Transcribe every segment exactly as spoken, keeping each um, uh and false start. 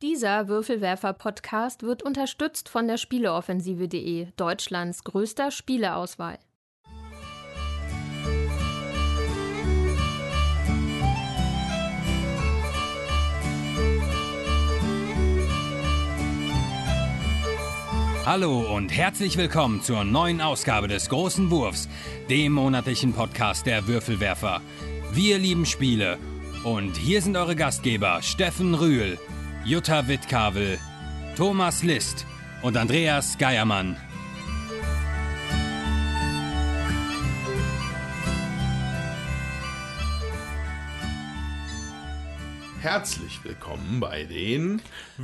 Dieser Würfelwerfer-Podcast wird unterstützt von der Spieleoffensive punkt de, Deutschlands größter Spieleauswahl. Hallo und herzlich willkommen zur neuen Ausgabe des Großen Wurfs, dem monatlichen Podcast der Würfelwerfer. Wir lieben Spiele und hier sind eure Gastgeber Steffen Rühl, Jutta Wittkavel, Thomas List und Andreas Geiermann. Herzlich willkommen bei den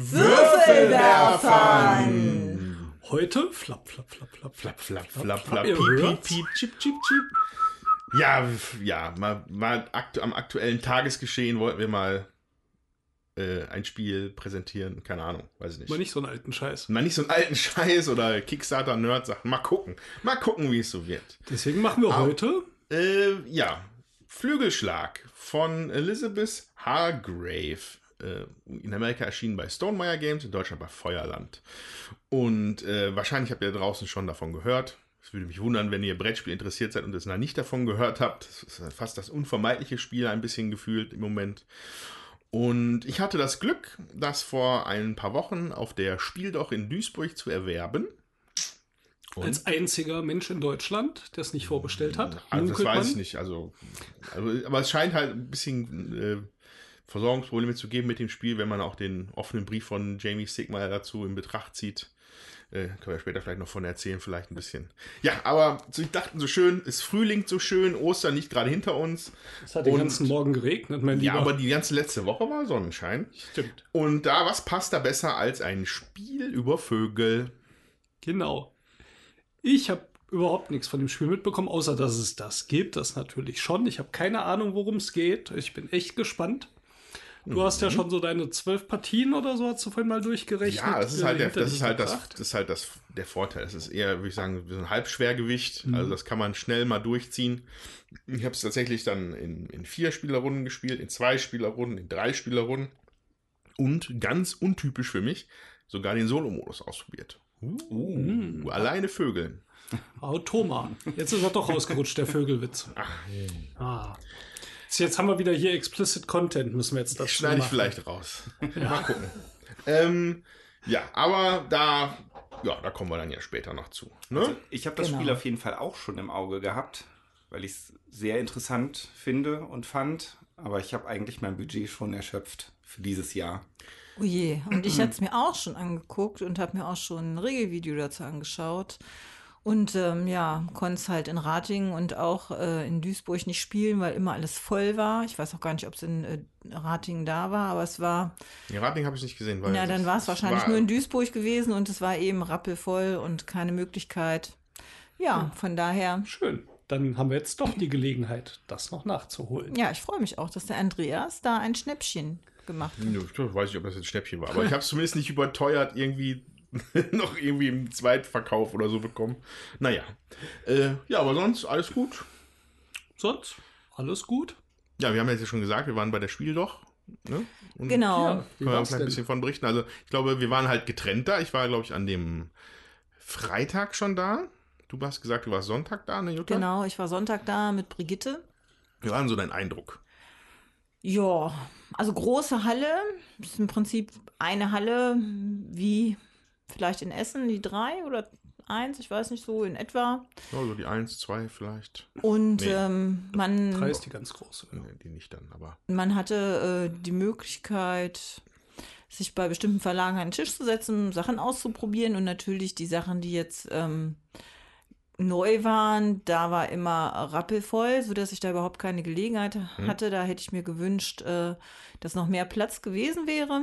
Würfelwerfern. Heute flap, flap, flap, flap, flap, flap, flap, flap, piep, piep, piep, chip, chip, chip. Ja, ja, mal, mal aktu- am aktuellen Tagesgeschehen wollten wir mal äh, ein Spiel präsentieren. Keine Ahnung, weiß ich nicht. Mal nicht so einen alten Scheiß. Mal nicht so einen alten Scheiß oder Kickstarter-Nerd-Sachen. Mal gucken. Mal gucken, wie es so wird. Deswegen machen wir Aber, heute... Äh, ja, Flügelschlag von Elizabeth Hargrave. Äh, in Amerika erschienen bei Stonemaier Games, in Deutschland bei Feuerland. Und äh, wahrscheinlich habt ihr draußen schon davon gehört. Es würde mich wundern, wenn ihr Brettspiel interessiert seid und es noch nicht davon gehört habt. Das ist fast das unvermeidliche Spiel ein bisschen gefühlt im Moment. Und ich hatte das Glück, das vor ein paar Wochen auf der Spiel doch in Duisburg zu erwerben. Und? Als einziger Mensch in Deutschland, der es nicht vorbestellt hat. Also das weiß man. ich nicht. Also, also, aber es scheint halt ein bisschen äh, Versorgungsprobleme zu geben mit dem Spiel, wenn man auch den offenen Brief von Jamie Stegmaier dazu in Betracht zieht. Äh, können wir später vielleicht noch von erzählen, vielleicht ein bisschen. Ja, aber so, ich dachte so schön, ist Frühling so schön, Ostern nicht gerade hinter uns. Es hat den Und- ganzen Morgen geregnet, mein Ja, Lieber. aber die ganze letzte Woche war Sonnenschein. Stimmt. Und da, was passt da besser als ein Spiel über Vögel? Genau. Ich habe überhaupt nichts von dem Spiel mitbekommen, außer dass es das gibt. Das natürlich schon. Ich habe keine Ahnung, worum es geht. Ich bin echt gespannt. Du Mhm. hast ja schon so deine zwölf Partien oder so, hast du vorhin mal durchgerechnet. Ja, das ist äh, halt, der, hinter das, dich ist halt das, gebracht. das ist halt das, der Vorteil. Das ist eher, würde ich sagen, so ein Halbschwergewicht. Mhm. Also das kann man schnell mal durchziehen. Ich habe es tatsächlich dann in, in vier Spielerrunden gespielt, in zwei Spielerrunden, in drei Spielerrunden. Und ganz untypisch für mich, sogar den Solo-Modus ausprobiert. Uh, Mhm. Alleine Vögeln. Oh, Thomas. Jetzt ist er doch rausgerutscht, der Vögelwitz. Ah. Jetzt haben wir wieder hier Explicit Content, müssen wir jetzt dazu Schneide ich machen. vielleicht raus. Mal gucken. Ähm, ja, aber da, ja, da kommen wir dann ja später noch zu. Ne? Also ich habe das Genau. Spiel auf jeden Fall auch schon im Auge gehabt, weil ich es sehr interessant finde und fand. Aber ich habe eigentlich mein Budget schon erschöpft für dieses Jahr. Oh je, und ich hatte es mir auch schon angeguckt und habe mir auch schon ein Regelvideo dazu angeschaut. Und ähm, ja, konnte es halt in Ratingen und auch äh, in Duisburg nicht spielen, weil immer alles voll war. Ich weiß auch gar nicht, ob es in äh, Ratingen da war, aber es war, Ja, Ratling habe ich nicht gesehen. Weil na, dann war es wahrscheinlich war- nur in Duisburg gewesen und es war eben rappelvoll und keine Möglichkeit. Ja, von daher, Schön. Dann haben wir jetzt doch die Gelegenheit, das noch nachzuholen. ja, ich freue mich auch, dass der Andreas da ein Schnäppchen gemacht hat. Nö, Ich weiß nicht, ob das jetzt Schnäppchen war, aber ich habe es zumindest nicht überteuert irgendwie noch irgendwie im Zweitverkauf oder so bekommen. Naja. Äh, ja, aber sonst alles gut. Sonst alles gut? Ja, wir haben jetzt ja schon gesagt, wir waren bei der Spiel doch. Ne? Und Genau. Ja, wie können wir war's ein denn? bisschen von berichten. Also, ich glaube, wir waren halt getrennt da. Ich war, glaube ich, an dem Freitag schon da. Du hast gesagt, du warst Sonntag da, ne, Jutta? Genau, ich war Sonntag da mit Brigitte. Wie war denn so dein Eindruck? Ja, also große Halle, ist im Prinzip eine Halle wie vielleicht in Essen, die drei oder eins, ich weiß nicht, so in etwa. Ja, so die eins, zwei vielleicht. Und Nee. ähm, man, Drei ist die ganz große. Nee, die nicht dann, aber. man hatte äh, die Möglichkeit, sich bei bestimmten Verlagen an den Tisch zu setzen, Sachen auszuprobieren und natürlich die Sachen, die jetzt ähm, neu waren, da war immer rappelvoll, sodass ich da überhaupt keine Gelegenheit hatte. Da hätte ich mir gewünscht, äh, dass noch mehr Platz gewesen wäre.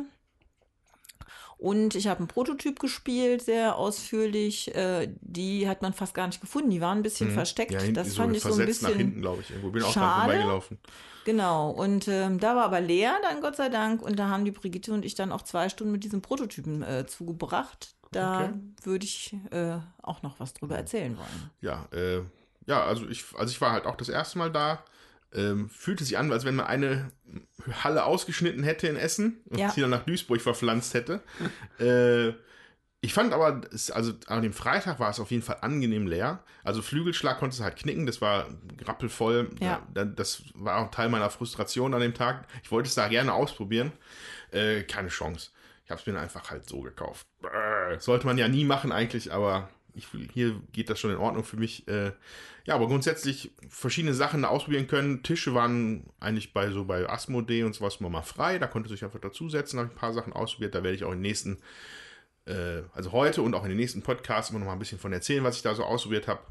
Und ich habe einen Prototyp gespielt, sehr ausführlich. Äh, die hat man fast gar nicht gefunden. Die waren ein bisschen versteckt. Ja, hinten, das so fand ich so ein versetzt nach bisschen hinten, glaube ich. Irgendwo bin auch dran schade. vorbeigelaufen. Genau. Und ähm, da war aber leer, dann Gott sei Dank. Und da haben die Brigitte und ich dann auch zwei Stunden mit diesem Prototypen äh, zugebracht. Da Okay. würde ich äh, auch noch was drüber erzählen wollen. Ja, äh, ja, also ich, also ich war halt auch das erste Mal da. Ähm, fühlte sich an, als wenn man eine Halle ausgeschnitten hätte in Essen und Ja. sie dann nach Duisburg verpflanzt hätte. äh, ich fand aber, es, also an dem Freitag war es auf jeden Fall angenehm leer. Also Flügelschlag konnte es halt knicken, das war rappelvoll. Ja. Da, das war auch Teil meiner Frustration an dem Tag. Ich wollte es da gerne ausprobieren. Äh, keine Chance. Ich habe es mir dann einfach halt so gekauft. Brrr. Sollte man ja nie machen eigentlich, aber ich, hier geht das schon in Ordnung für mich. Äh, ja, aber grundsätzlich verschiedene Sachen da ausprobieren können. Tische waren eigentlich bei so bei Asmodee und sowas immer mal frei. Da konnte sich einfach dazusetzen. Da habe ich ein paar Sachen ausprobiert. Da werde ich auch in den nächsten, äh, also heute und auch in den nächsten Podcasts immer noch mal ein bisschen von erzählen, was ich da so ausprobiert habe.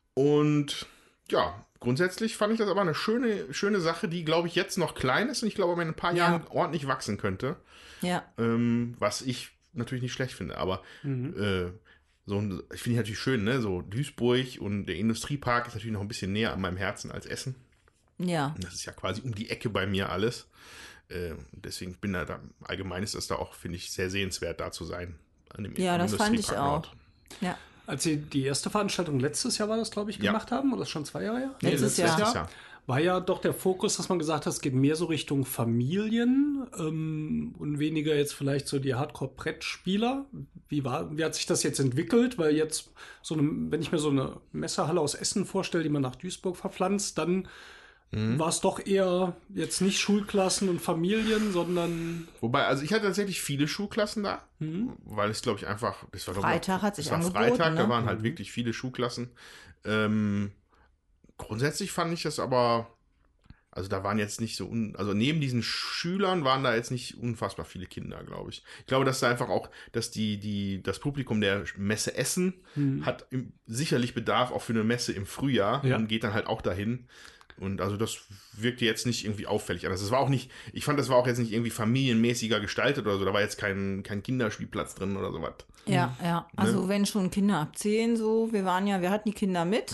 Und ja, grundsätzlich fand ich das aber eine schöne, schöne Sache, die, glaube ich, jetzt noch klein ist und ich glaube, in ein paar Ja. Jahren ordentlich wachsen könnte. Ja. Ähm, was ich natürlich nicht schlecht finde, aber äh, so ein, ich finde natürlich schön, ne? So Duisburg und der Industriepark ist natürlich noch ein bisschen näher an meinem Herzen als Essen. Ja. Das ist ja quasi um die Ecke bei mir alles. Äh, deswegen bin da, da allgemein ist das da auch, finde ich, sehr sehenswert, da zu sein. An dem Ja, das fand ich Industriepark auch. Nord. Ja. Als sie die erste Veranstaltung letztes Jahr war das, glaube ich, Ja. gemacht haben, oder ist schon zwei Jahre her? Nee, Letztes letztes Jahr. Jahr. War ja doch der Fokus, dass man gesagt hat, es geht mehr so Richtung Familien ähm, und weniger jetzt vielleicht so die Hardcore-Brettspieler. Wie war, wie hat sich das jetzt entwickelt? Weil jetzt so eine, wenn ich mir so eine Messehalle aus Essen vorstelle, die man nach Duisburg verpflanzt, dann Mhm. war es doch eher jetzt nicht Schulklassen und Familien, sondern Wobei, also ich hatte tatsächlich viele Schulklassen da, weil es, glaube ich, einfach, das war, glaub ich, Freitag hat sich das war angeboten, Freitag, da ne? waren halt wirklich viele Schulklassen. Ähm, grundsätzlich fand ich das aber, also da waren jetzt nicht so, un, also neben diesen Schülern waren da jetzt nicht unfassbar viele Kinder, glaube ich. Ich glaube, dass da einfach auch, dass die, die, das Publikum der Messe Essen hat im, sicherlich Bedarf auch für eine Messe im Frühjahr Ja. und geht dann halt auch dahin. Und also das wirkte jetzt nicht irgendwie auffällig an. Das war auch nicht, ich fand, das war auch jetzt nicht irgendwie familienmäßiger gestaltet oder so. Da war jetzt kein, kein Kinderspielplatz drin oder sowas. Ja, ja. Also wenn schon Kinder ab zehn so, wir waren ja, wir hatten die Kinder mit.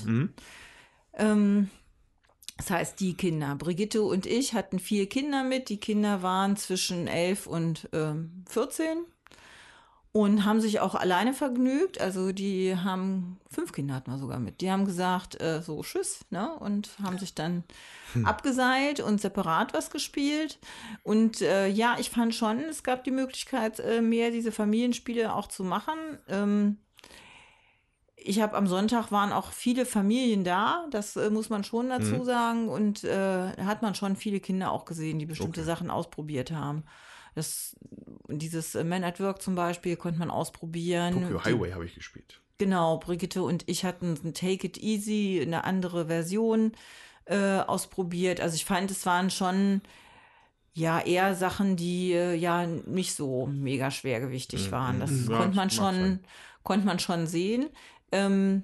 Ähm, das heißt, die Kinder, Brigitte und ich hatten vier Kinder mit. Die Kinder waren zwischen elf und ähm, vierzehn und haben sich auch alleine vergnügt. Also die haben, fünf Kinder hatten wir sogar mit. Die haben gesagt, äh, so tschüss, ne? Und haben sich dann abgeseilt und separat was gespielt. Und äh, ja, ich fand schon, es gab die Möglichkeit, äh, mehr diese Familienspiele auch zu machen. Ähm, ich habe am Sonntag waren auch viele Familien da, das äh, muss man schon dazu sagen. Und äh, da hat man schon viele Kinder auch gesehen, die bestimmte Okay. Sachen ausprobiert haben. Das, dieses äh, Man at Work zum Beispiel konnte man ausprobieren. Tokyo Die- Highway habe ich gespielt. Genau, Brigitte und ich hatten ein Take It Easy, eine andere Version äh, ausprobiert. Also ich fand, es waren schon ja eher Sachen, die äh, ja nicht so mega schwergewichtig waren. Das Ja, konnte man das mag schon, sein. konnte man schon sehen. Ähm,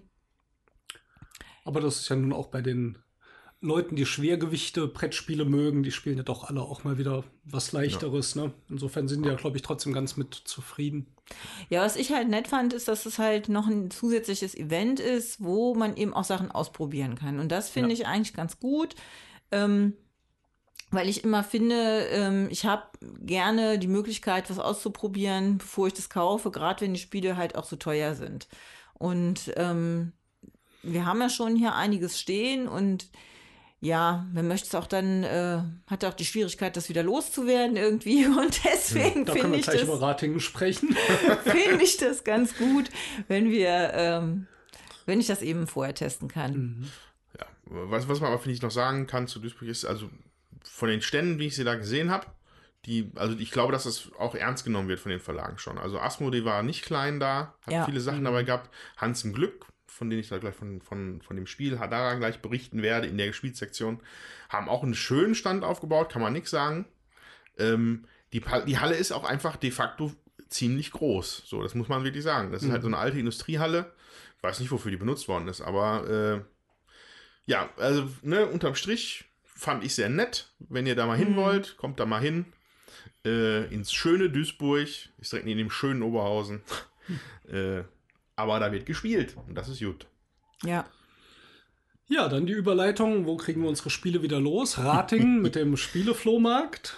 aber das ist ja nun auch bei den Leuten, die Schwergewichte, Brettspiele mögen, die spielen ja doch alle auch mal wieder was Leichteres. Ne? Insofern sind die ja, glaube ich, trotzdem ganz mit zufrieden. Ja, was ich halt nett fand, ist, dass es halt noch ein zusätzliches Event ist, wo man eben auch Sachen ausprobieren kann. Und das finde Ja. ich eigentlich ganz gut, ähm, weil ich immer finde, ähm, ich habe gerne die Möglichkeit, was auszuprobieren, bevor ich das kaufe, gerade wenn die Spiele halt auch so teuer sind. Und ähm, wir haben ja schon hier einiges stehen und ja, man möchte es auch dann, äh, hat auch die Schwierigkeit, das wieder loszuwerden irgendwie. Und deswegen Da können finde wir ich gleich das über Ratingen sprechen. finde ich das ganz gut, wenn wir, ähm, wenn ich das eben vorher testen kann. Ja, was, was man aber, finde ich, noch sagen kann zu Duisburg ist, also von den Ständen, wie ich sie da gesehen habe, die, also ich glaube, dass das auch ernst genommen wird von den Verlagen schon. Also Asmodee war nicht klein da, hat Ja. viele Sachen dabei gehabt. Hans im Glück, von denen ich da gleich von, von, von dem Spiel Hadara gleich berichten werde in der Gespielsektion, haben auch einen schönen Stand aufgebaut, kann man nichts sagen. Ähm, die, Pa- die Halle ist auch einfach de facto ziemlich groß. So, das muss man wirklich sagen. Das ist halt so eine alte Industriehalle. Ich weiß nicht, wofür die benutzt worden ist, aber äh, ja, also ne, unterm Strich fand ich sehr nett. Wenn ihr da mal hin wollt, kommt da mal hin. Äh, ins schöne Duisburg. Ist direkt neben dem schönen Oberhausen. äh, aber da wird gespielt. Und das ist gut. Ja. Ja, dann die Überleitung. Wo kriegen wir unsere Spiele wieder los? Ratingen mit dem Spieleflohmarkt.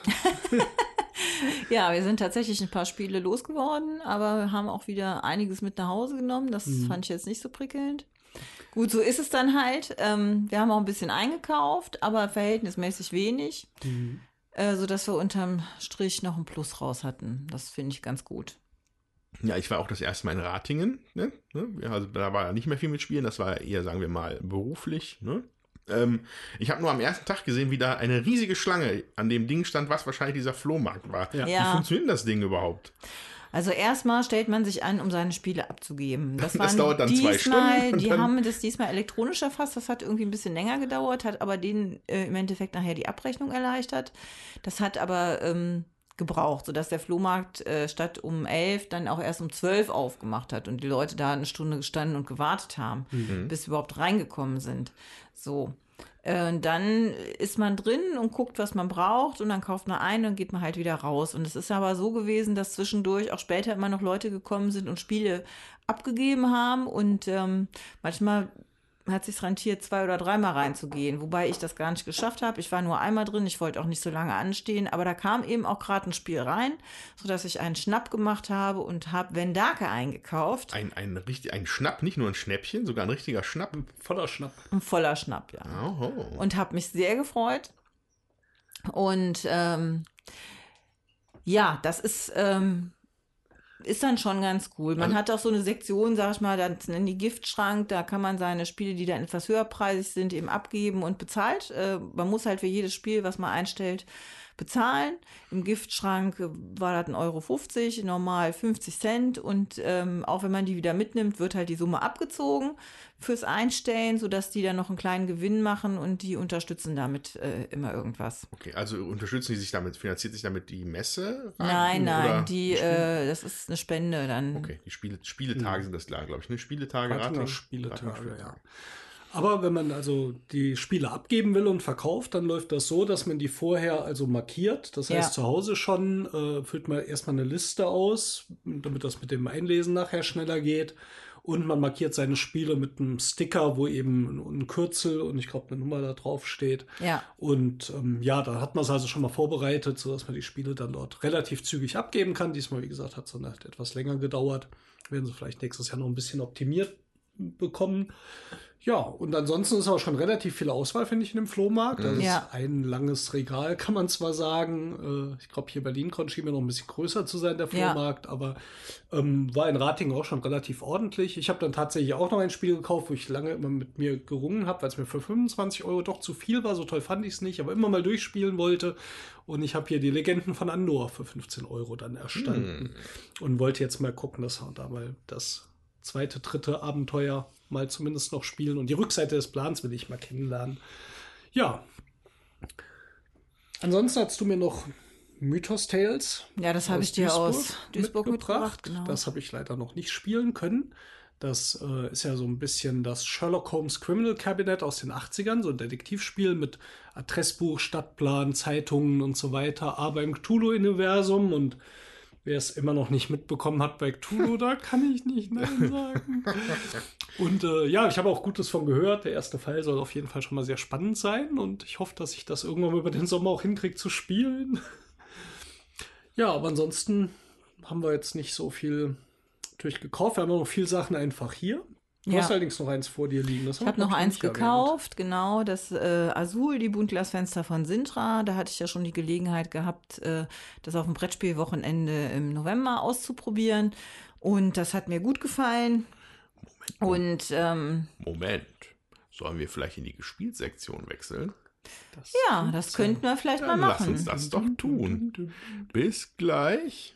Ja, wir sind tatsächlich ein paar Spiele losgeworden, aber wir haben auch wieder einiges mit nach Hause genommen. Das fand ich jetzt nicht so prickelnd. Gut, so ist es dann halt. Ähm, wir haben auch ein bisschen eingekauft, aber verhältnismäßig wenig, mhm. äh, sodass wir unterm Strich noch einen Plus raus hatten. Das finde ich ganz gut. Ja, ich war auch das erste Mal in Ratingen. Ne? Also da war nicht mehr viel mit Spielen, das war eher, sagen wir mal, beruflich. Ne? Ähm, ich habe nur am ersten Tag gesehen, wie da eine riesige Schlange an dem Ding stand, was wahrscheinlich dieser Flohmarkt war. Ja. Wie funktioniert das Ding überhaupt? Also erstmal stellt man sich an, um seine Spiele abzugeben. Das, das dauert dann diesmal, zwei Stunden. Die haben das diesmal elektronisch erfasst. Das hat irgendwie ein bisschen länger gedauert, hat aber denen äh, im Endeffekt nachher die Abrechnung erleichtert. Das hat aber ähm, gebraucht, sodass der Flohmarkt äh, statt um elf dann auch erst um zwölf aufgemacht hat und die Leute da eine Stunde gestanden und gewartet haben, mhm. bis wir überhaupt reingekommen sind. So. Äh, dann ist man drin und guckt, was man braucht und dann kauft man ein und geht man halt wieder raus. Und es ist aber so gewesen, dass zwischendurch auch später immer noch Leute gekommen sind und Spiele abgegeben haben und ähm, manchmal hat es sich rentiert, zwei oder dreimal reinzugehen, wobei ich das gar nicht geschafft habe. Ich war nur einmal drin, ich wollte auch nicht so lange anstehen, aber da kam eben auch gerade ein Spiel rein, sodass ich einen Schnapp gemacht habe und habe Wendake eingekauft. Ein, ein, richtig, ein Schnapp, nicht nur ein Schnäppchen, sogar ein richtiger Schnapp. Ein voller Schnapp. Ein voller Schnapp, ja. Oho. Und habe mich sehr gefreut. Und ähm, ja, das ist... Ähm, ist dann schon ganz cool. Man also, hat auch so eine Sektion, sag ich mal, das nennen die Giftschrank, da kann man seine Spiele, die dann etwas höherpreisig sind, eben abgeben und bezahlt. Äh, man muss halt für jedes Spiel, was man einstellt, bezahlen. Im Giftschrank war das ein Euro fünfzig, normal fünfzig Cent und ähm, auch wenn man die wieder mitnimmt, wird halt die Summe abgezogen fürs Einstellen, sodass die dann noch einen kleinen Gewinn machen und die unterstützen damit äh, immer irgendwas. Okay, also unterstützen die sich damit, finanziert sich damit die Messe? Nein, nein, die, äh, das ist eine Spende dann. Okay, die Spiele, Spieletage mhm. sind das klar, glaube ich, ne? Spieletage, Ratinger Spieletage, ja. Aber wenn man also die Spiele abgeben will und verkauft, dann läuft das so, dass man die vorher also markiert. Das heißt, ja. zu Hause schon äh, füllt man erstmal eine Liste aus, damit das mit dem Einlesen nachher schneller geht. Und man markiert seine Spiele mit einem Sticker, wo eben ein Kürzel und ich glaube eine Nummer da drauf steht. Ja. Und ähm, ja, da hat man es also schon mal vorbereitet, sodass man die Spiele dann dort relativ zügig abgeben kann. Diesmal, wie gesagt, hat es dann halt etwas länger gedauert. Werden sie vielleicht nächstes Jahr noch ein bisschen optimiert bekommen. Ja, und ansonsten ist aber schon relativ viel Auswahl, finde ich, in dem Flohmarkt. Das ja. ist ein langes Regal, kann man zwar sagen. Ich glaube, hier Berlin schien mir noch ein bisschen größer zu sein, der Flohmarkt, ja. aber ähm, war in Ratingen auch schon relativ ordentlich. Ich habe dann tatsächlich auch noch ein Spiel gekauft, wo ich lange immer mit mir gerungen habe, weil es mir für fünfundzwanzig Euro doch zu viel war. So toll fand ich es nicht, aber immer mal durchspielen wollte. Und ich habe hier die Legenden von Andor für fünfzehn Euro dann erstanden. Hm. Und wollte jetzt mal gucken, dass wir da mal das zweite, dritte Abenteuer mal zumindest noch spielen. Und die Rückseite des Plans will ich mal kennenlernen. Ja. Ansonsten hast du mir noch Mythos Tales. Ja, das habe ich dir Duisburg aus Duisburg mitgebracht. mitgebracht. Genau. Das habe ich leider noch nicht spielen können. Das äh, ist ja so ein bisschen das Sherlock Holmes Criminal Cabinet aus den achtzigern, so ein Detektivspiel mit Adressbuch, Stadtplan, Zeitungen und so weiter, aber im Cthulhu-Universum. Und wer es immer noch nicht mitbekommen hat bei Cthulhu, da kann ich nicht Nein sagen. Und äh, ja, ich habe auch Gutes von gehört. Der erste Fall soll auf jeden Fall schon mal sehr spannend sein. Und ich hoffe, dass ich das irgendwann mal über den Sommer auch hinkriege zu spielen. Ja, aber ansonsten haben wir jetzt nicht so viel durchgekauft. Wir haben noch viel Sachen einfach hier. Du ja. hast allerdings noch eins vor dir liegen. Das ich habe noch eins gekauft, erwähnt. Genau, das äh, Azul, die Buntglasfenster von Sintra. Da hatte ich ja schon die Gelegenheit gehabt, äh, das auf dem Brettspielwochenende im November auszuprobieren. Und das hat mir gut gefallen. Moment. Und ähm, Moment. Sollen wir vielleicht in die Gespielsektion wechseln? Das ja, das könnten wir vielleicht mal machen. Lass uns das doch tun. Bis gleich.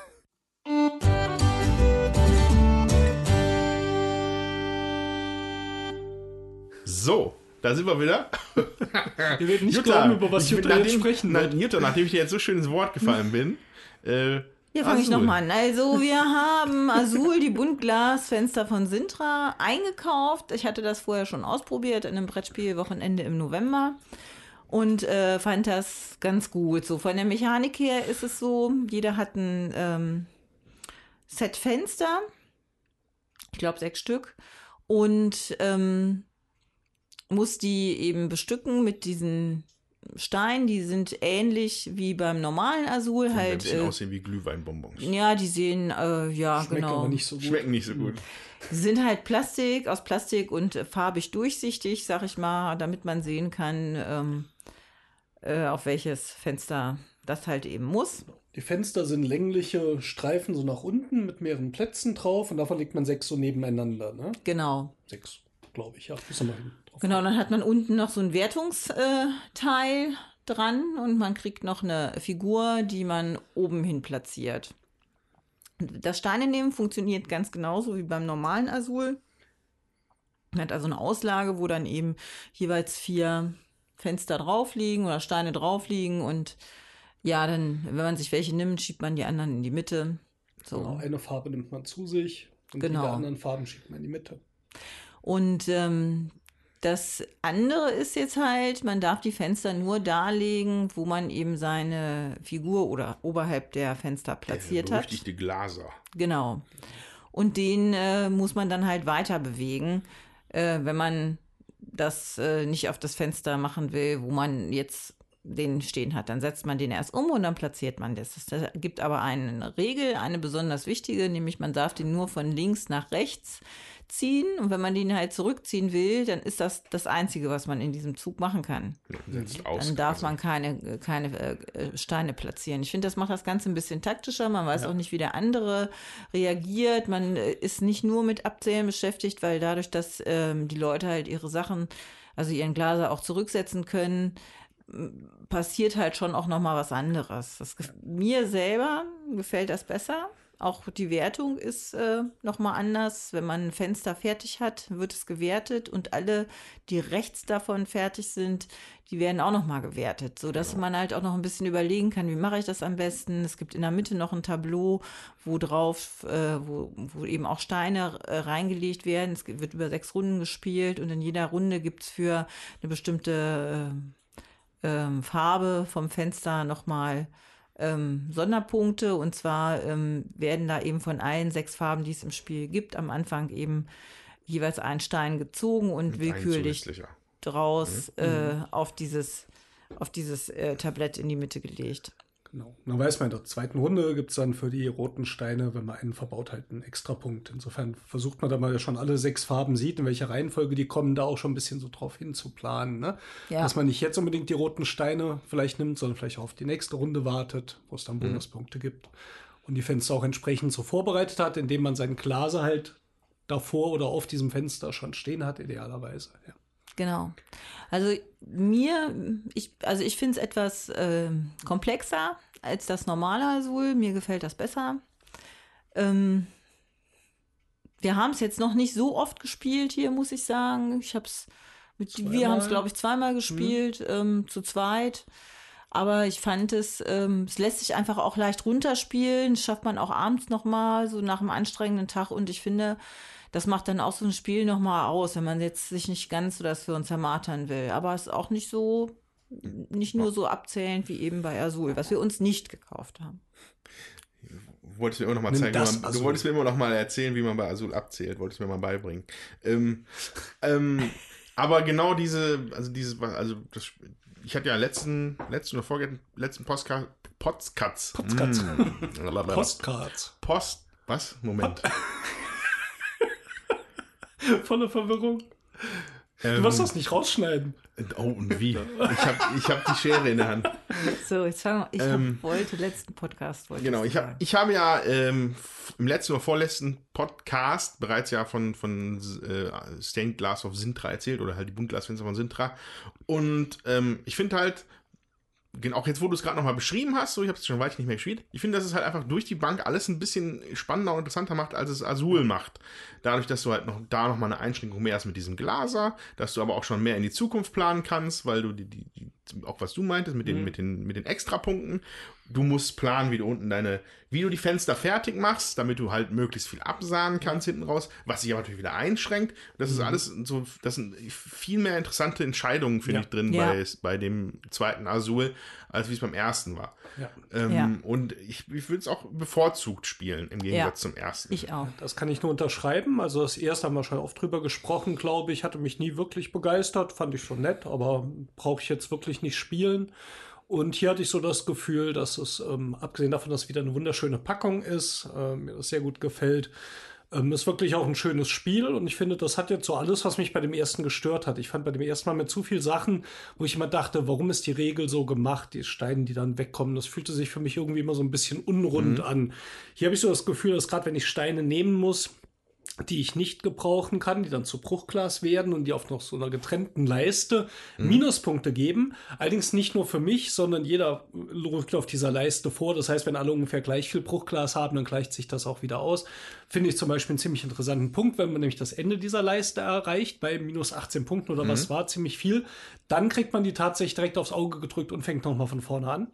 So, da sind wir wieder. Wir werden nicht Jutta, glauben, über was Jutta jetzt sprechen wird. Jutta, nachdem ich dir jetzt so schön ins Wort gefallen bin. Äh, Hier fange ich nochmal an. Also wir haben Azul, die Buntglasfenster von Sintra, eingekauft. Ich hatte das vorher schon ausprobiert in einem Brettspielwochenende im November und äh, fand das ganz gut. So von der Mechanik her ist es so, jeder hat ein ähm, Set Fenster, ich glaube sechs Stück, und ähm, muss die eben bestücken mit diesen Stein, die sind ähnlich wie beim normalen Azul. Die halt. ein bisschen Äh, aussehen wie Glühweinbonbons. ja, die sehen, äh, ja, Schmeckt genau. aber nicht so gut. Schmecken nicht so gut. Die sind halt Plastik, aus Plastik und äh, farbig durchsichtig, sag ich mal, damit man sehen kann, ähm, äh, auf welches Fenster das halt eben muss. Die Fenster sind längliche Streifen so nach unten mit mehreren Plätzen drauf und davon legt man sechs so nebeneinander, ne? Genau. Sechs, glaube ich, ja. Muss man mal drauf. Genau, dann hat man unten noch so ein Wertungsteil äh, dran und man kriegt noch eine Figur, die man oben hin platziert. Das Steine nehmen funktioniert ganz genauso wie beim normalen Azul. Man hat also eine Auslage, wo dann eben jeweils vier Fenster drauf liegen oder Steine drauf liegen und ja, dann, wenn man sich welche nimmt, schiebt man die anderen in die Mitte. So. Genau, eine Farbe nimmt man zu sich und Genau. die anderen Farben schiebt man in die Mitte. Und ähm, das andere ist jetzt halt, man darf die Fenster nur darlegen, wo man eben seine Figur oder oberhalb der Fenster platziert Der hat. berüchtigte Glaser. Genau. Und den äh, muss man dann halt weiter bewegen, äh, wenn man das äh, nicht auf das Fenster machen will, wo man jetzt den stehen hat. Dann setzt man den erst um und dann platziert man das. Es gibt aber eine Regel, eine besonders wichtige, nämlich man darf den nur von links nach rechts ziehen. Und wenn man den halt zurückziehen will, dann ist das das Einzige, was man in diesem Zug machen kann. Setzt aus, Dann darf quasi. man keine, keine äh, Steine platzieren. Ich finde, das macht das Ganze ein bisschen taktischer. Man weiß Ja. auch nicht, wie der andere reagiert. Man äh, ist nicht nur mit Abzählen beschäftigt, weil dadurch, dass ähm, die Leute halt ihre Sachen, also ihren Glaser auch zurücksetzen können, m- passiert halt schon auch noch mal was anderes. Das, gef- mir selber gefällt das besser. Auch die Wertung ist äh, noch mal anders. Wenn man ein Fenster fertig hat, wird es gewertet und alle, die rechts davon fertig sind, die werden auch noch mal gewertet, sodass man halt auch noch ein bisschen überlegen kann, wie mache ich das am besten. Es gibt in der Mitte noch ein Tableau, wo drauf, äh, wo, wo eben auch Steine äh, reingelegt werden. Es wird über sechs Runden gespielt und in jeder Runde gibt es für eine bestimmte äh, ähm, Farbe vom Fenster noch mal Ähm, Sonderpunkte und zwar ähm, werden da eben von allen sechs Farben, die es im Spiel gibt, am Anfang eben jeweils ein Stein gezogen und Ein willkürlich zusätzlicher. draus äh, auf dieses, auf dieses äh, Tablett in die Mitte gelegt. Genau. Dann weiß man, in der zweiten Runde gibt es dann für die roten Steine, wenn man einen verbaut, halt einen Extrapunkt. Insofern versucht man da mal schon alle sechs Farben sieht, in welcher Reihenfolge die kommen, da auch schon ein bisschen so drauf hinzuplanen. Ne? Ja. Dass man nicht jetzt unbedingt die roten Steine vielleicht nimmt, sondern vielleicht auch auf die nächste Runde wartet, wo es dann Bonuspunkte gibt. Und die Fenster auch entsprechend so vorbereitet hat, indem man seinen Glaser halt davor oder auf diesem Fenster schon stehen hat, idealerweise. Ja. Genau. Also mir, ich, also ich finde es etwas äh, komplexer als das normale Azul. Mir gefällt das besser. Ähm, wir haben es jetzt noch nicht so oft gespielt hier, muss ich sagen. Ich hab's mit, wir haben es, glaube ich, zweimal gespielt, ähm, zu zweit. Aber ich fand es, ähm, es lässt sich einfach auch leicht runterspielen. Das schafft man auch abends nochmal, so nach einem anstrengenden Tag. Und ich finde, das macht dann auch so ein Spiel nochmal aus, wenn man jetzt sich nicht ganz so das für uns zermartern will. Aber es ist auch nicht so, nicht nur so abzählend wie eben bei Azul, was wir uns nicht gekauft haben. Wolltest du mir immer noch mal Nimm zeigen, wie das man, du Azul. wolltest mir immer noch mal erzählen, wie man bei Azul abzählt, wolltest du mir mal beibringen. Ähm, ähm, aber genau diese, also dieses, also das, ich hatte ja letzten, letzten oder vorgestern, letzten Postka, Postkatz. Postkatz. Mm. Postcards. Post, was? Moment. Volle Verwirrung. Ähm, Du wirst das nicht rausschneiden. Oh, und wie? Ich habe ich hab die Schere in der Hand. So, jetzt fangen wir, ich Ähm, hab, wollte, letzten Podcast wollte Genau, ich ich habe sagen. ich hab ja ähm, f- im letzten oder vorletzten Podcast bereits ja von, von äh, Stained Glass of Sintra erzählt oder halt die Buntglasfenster von Sintra. Und ähm, ich finde halt, gen- auch jetzt, wo du es gerade nochmal beschrieben hast, so, ich habe es schon ein Weilchen nicht mehr gespielt, ich finde, dass es halt einfach durch die Bank alles ein bisschen spannender und interessanter macht, als es Azul macht. Dadurch, dass du halt noch da nochmal eine Einschränkung mehr hast mit diesem Glaser, dass du aber auch schon mehr in die Zukunft planen kannst, weil du die, die, die auch was du meintest, mit den, mit den, mit den Extrapunkten. du musst planen, wie du unten deine, wie du die Fenster fertig machst, damit du halt möglichst viel absahnen kannst hinten raus, was sich aber natürlich wieder einschränkt. Das ist alles so, das sind viel mehr interessante Entscheidungen, finde Ja. ich, drin Ja. bei, bei dem zweiten Azul, als wie es beim ersten war. Ja. Ähm, Ja. Und ich, ich würde es auch bevorzugt spielen, im Gegensatz Ja. zum ersten. Ich auch. Das kann ich nur unterschreiben. Also das erste haben wir schon oft drüber gesprochen, glaube ich. Hatte mich nie wirklich begeistert. Fand ich schon nett, aber brauche ich jetzt wirklich nicht spielen. Und hier hatte ich so das Gefühl, dass es, ähm, abgesehen davon, dass es wieder eine wunderschöne Packung ist, äh, mir das sehr gut gefällt, ähm, ist wirklich auch ein schönes Spiel. Und ich finde, das hat jetzt so alles, was mich bei dem ersten gestört hat. Ich fand bei dem ersten Mal mit zu viel Sachen, wo ich immer dachte, warum ist die Regel so gemacht, die Steine, die dann wegkommen. Das fühlte sich für mich irgendwie immer so ein bisschen unrund an. Hier habe ich so das Gefühl, dass gerade wenn ich Steine nehmen muss, die ich nicht gebrauchen kann, die dann zu Bruchglas werden und die auf noch so einer getrennten Leiste Minuspunkte geben. Allerdings nicht nur für mich, sondern jeder rückt auf dieser Leiste vor. Das heißt, wenn alle ungefähr gleich viel Bruchglas haben, dann gleicht sich das auch wieder aus. Finde ich zum Beispiel einen ziemlich interessanten Punkt, wenn man nämlich das Ende dieser Leiste erreicht, bei minus achtzehn Punkten oder was war, ziemlich viel. Dann kriegt man die tatsächlich direkt aufs Auge gedrückt und fängt nochmal von vorne an.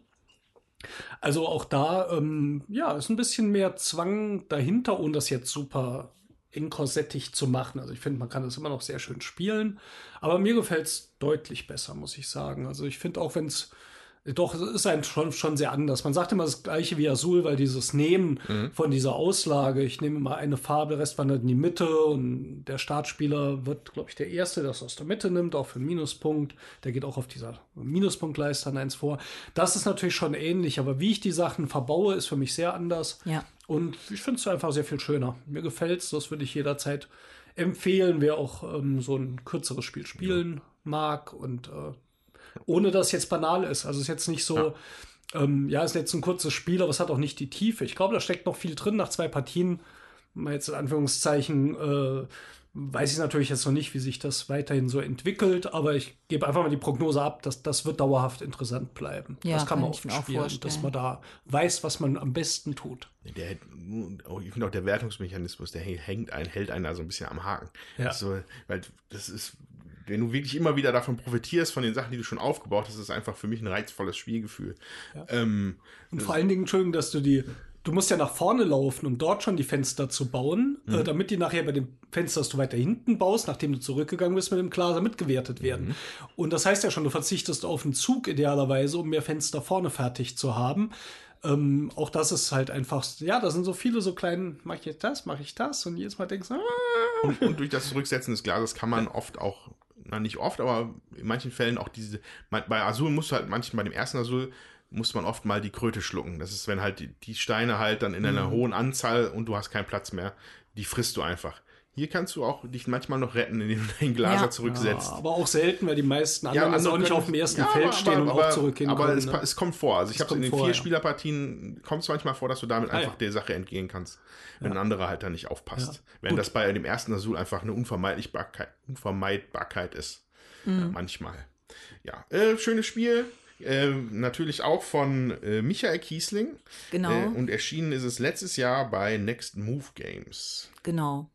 Also auch da, ähm, ja, ist ein bisschen mehr Zwang dahinter, ohne das jetzt super eng korsettig zu machen. Also ich finde, man kann das immer noch sehr schön spielen. Aber mir gefällt es deutlich besser, muss ich sagen. Also ich finde auch, wenn es doch, es ist ein schon, schon sehr anders. Man sagt immer das Gleiche wie Azul, weil dieses Nehmen mhm. von dieser Auslage, ich nehme mal eine Farbe, der Rest wandert in die Mitte und der Startspieler wird, glaube ich, der Erste, der es aus der Mitte nimmt, auch für einen Minuspunkt. Der geht auch auf dieser Minuspunktleiste dann eins vor. Das ist natürlich schon ähnlich, aber wie ich die Sachen verbaue, ist für mich sehr anders. Ja. Und ich finde es einfach sehr viel schöner. Mir gefällt es, das würde ich jederzeit empfehlen, wer auch ähm, so ein kürzeres Spiel spielen ja. mag und äh, ohne dass es jetzt banal ist. Also es ist jetzt nicht so, ja, ähm, ja, es ist jetzt ein kurzes Spiel, aber es hat auch nicht die Tiefe. Ich glaube, da steckt noch viel drin nach zwei Partien. Mal jetzt in Anführungszeichen, äh, weiß ich natürlich jetzt noch nicht, wie sich das weiterhin so entwickelt, aber ich gebe einfach mal die Prognose ab, dass das wird dauerhaft interessant bleiben. Ja, das kann man kann auch ich mir auch spielen, vorstellen. dass man da weiß, was man am besten tut. Der, ich finde auch der Wertungsmechanismus, der hängt einen, hält einen da so ein bisschen am Haken. Ja. Also, weil das ist, wenn du wirklich immer wieder davon profitierst, von den Sachen, die du schon aufgebaut hast, ist es einfach für mich ein reizvolles Spielgefühl. Ja. Ähm, Und vor allen Dingen, Entschuldigung, dass du die, du musst ja nach vorne laufen, um dort schon die Fenster zu bauen, mhm. äh, damit die nachher bei dem Fenster, das du weiter hinten baust, nachdem du zurückgegangen bist mit dem Glaser, mitgewertet werden. Mhm. Und das heißt ja schon, du verzichtest auf einen Zug idealerweise, um mehr Fenster vorne fertig zu haben. Ähm, auch das ist halt einfach, ja, da sind so viele so kleinen, mache ich jetzt das, mache ich das und jedes Mal denkst du, ah. und, und durch das Zurücksetzen des Glases kann man oft auch, na nicht oft, aber in manchen Fällen auch diese, bei Azul musst du halt, manchen, bei dem ersten Azul muss man oft mal die Kröte schlucken. Das ist, wenn halt die, die Steine halt dann in einer mhm. hohen Anzahl und du hast keinen Platz mehr, die frisst du einfach. Hier kannst du auch dich manchmal noch retten, indem du deinen Glaser ja. zurücksetzt. Ja, aber auch selten, weil die meisten anderen ja, also auch nicht können, auf dem ersten ja, Feld aber, stehen und aber, auch zurückgehen aber können. es, ne? es kommt vor. Also ich habe in den vor, vier ja. Spielerpartien, kommt es manchmal vor, dass du damit ah, einfach ja. der Sache entgehen kannst, wenn ja. ein anderer halt da nicht aufpasst. Ja. Wenn Gut. das bei dem ersten Azul einfach eine Unvermeidbarkeit, Unvermeidbarkeit ist. Mhm. Äh, manchmal. Ja, äh, schönes Spiel. Äh, natürlich auch von äh, Michael Kiesling. Genau. Äh, und erschienen ist es letztes Jahr bei Next Move Games. Genau.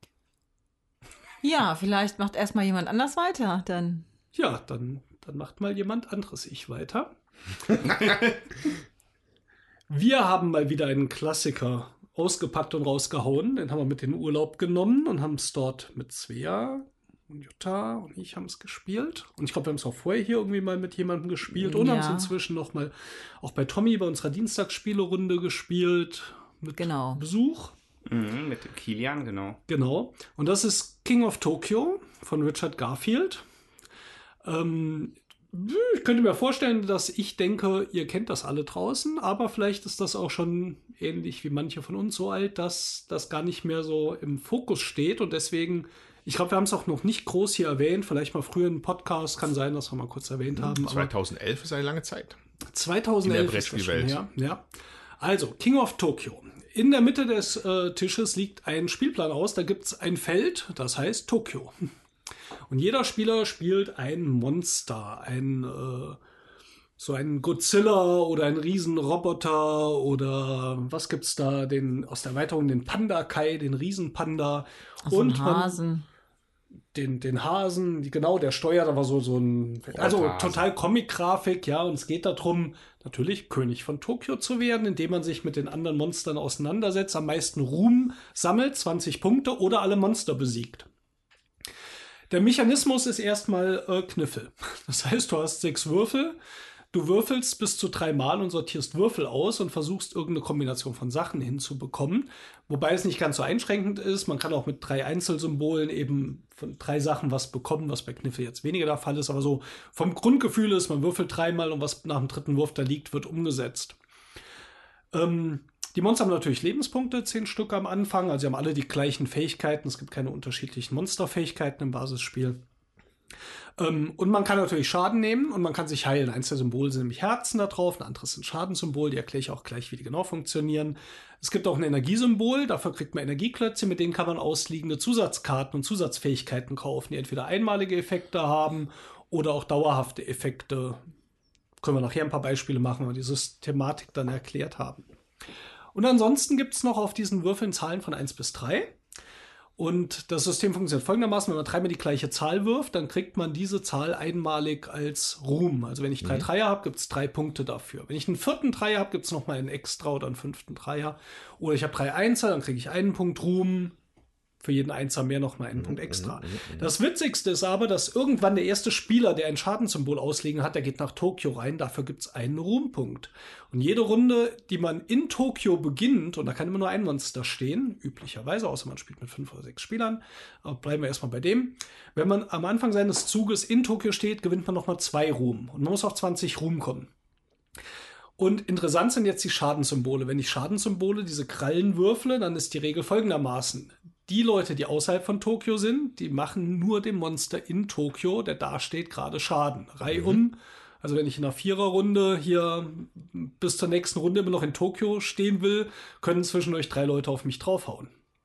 Ja, vielleicht macht erstmal jemand anders weiter, dann. Ja, dann, dann macht mal jemand anderes ich weiter. Wir haben mal wieder einen Klassiker ausgepackt und rausgehauen. Den haben wir mit in den Urlaub genommen und haben es dort mit Svea und Jutta und ich haben es gespielt. Und ich glaube, wir haben es auch vorher hier irgendwie mal mit jemandem gespielt und ja. haben es inzwischen noch mal auch bei Tommy bei unserer Dienstagsspielerunde gespielt. Mit genau. Besuch. Mhm, mit Kilian, genau. Genau. Und das ist King of Tokyo von Richard Garfield. Ähm, ich könnte mir vorstellen, dass ich denke, ihr kennt das alle draußen, aber vielleicht ist das auch schon ähnlich wie manche von uns so alt, dass das gar nicht mehr so im Fokus steht und deswegen, ich glaube, wir haben es auch noch nicht groß hier erwähnt, vielleicht mal früher im Podcast, kann sein, dass wir mal kurz erwähnt haben. zweitausendelf ist eine lange Zeit. zweitausendelf ist das schon her, ja. Also, King of Tokyo. In der Mitte des äh, Tisches liegt ein Spielplan aus. Da gibt es ein Feld, das heißt Tokio. Und jeder Spieler spielt ein Monster. Ein, äh, so ein Godzilla oder ein Riesenroboter oder was gibt's da? Den, aus der Erweiterung den Panda Kai, den Riesenpanda. So und ein Hasen. Man, den, den Hasen, die, genau, der steuert aber so, so ein, also total Comic-Grafik, ja, und es geht darum, natürlich König von Tokio zu werden, indem man sich mit den anderen Monstern auseinandersetzt, am meisten Ruhm sammelt, zwanzig Punkte oder alle Monster besiegt. Der Mechanismus ist erstmal äh, Kniffel. Das heißt, du hast sechs Würfel, du würfelst bis zu drei Mal und sortierst Würfel aus und versuchst irgendeine Kombination von Sachen hinzubekommen. Wobei es nicht ganz so einschränkend ist. Man kann auch mit drei Einzelsymbolen eben von drei Sachen was bekommen, was bei Kniffel jetzt weniger der Fall ist. Aber so vom Grundgefühl ist, man würfelt dreimal und was nach dem dritten Wurf da liegt, wird umgesetzt. Ähm, die Monster haben natürlich Lebenspunkte, zehn Stück am Anfang. Also sie haben alle die gleichen Fähigkeiten. Es gibt keine unterschiedlichen Monsterfähigkeiten im Basisspiel. Ähm, und man kann natürlich Schaden nehmen und man kann sich heilen. Eins der Symbole sind nämlich Herzen da drauf, ein anderes sind Schadenssymbol, die erkläre ich auch gleich, wie die genau funktionieren. Es gibt auch ein Energiesymbol, dafür kriegt man Energieklötze, mit denen kann man ausliegende Zusatzkarten und Zusatzfähigkeiten kaufen, die entweder einmalige Effekte haben oder auch dauerhafte Effekte. Können wir nachher ein paar Beispiele machen, wenn wir die Systematik dann erklärt haben. Und ansonsten gibt es noch auf diesen Würfeln Zahlen von eins bis drei. Und das System funktioniert folgendermaßen: Wenn man dreimal die gleiche Zahl wirft, dann kriegt man diese Zahl einmalig als Ruhm. Also wenn ich drei mhm. Dreier habe, gibt es drei Punkte dafür. Wenn ich einen vierten Dreier habe, gibt es nochmal einen Extra oder einen fünften Dreier. Oder ich habe drei Einser, dann kriege ich einen Punkt Ruhm. Für jeden Einser mehr nochmal einen mhm. Punkt extra. Mhm. Das Witzigste ist aber, dass irgendwann der erste Spieler, der ein Schadenssymbol auslegen hat, der geht nach Tokio rein. Dafür gibt es einen Ruhmpunkt. Und jede Runde, die man in Tokio beginnt, und da kann immer nur ein Monster stehen, üblicherweise, außer man spielt mit fünf oder sechs Spielern, aber bleiben wir erstmal bei dem. Wenn man am Anfang seines Zuges in Tokio steht, gewinnt man nochmal zwei Ruhm. Und man muss auf zwanzig Ruhm kommen. Und interessant sind jetzt die Schadenssymbole. Wenn ich Schadenssymbole, diese Krallen würfle, dann ist die Regel folgendermaßen: Die Leute, die außerhalb von Tokio sind, die machen nur dem Monster in Tokio, der da steht, gerade Schaden. Reihum. Mhm. Also wenn ich in einer Viererrunde hier bis zur nächsten Runde immer noch in Tokio stehen will, können zwischendurch drei Leute auf mich draufhauen.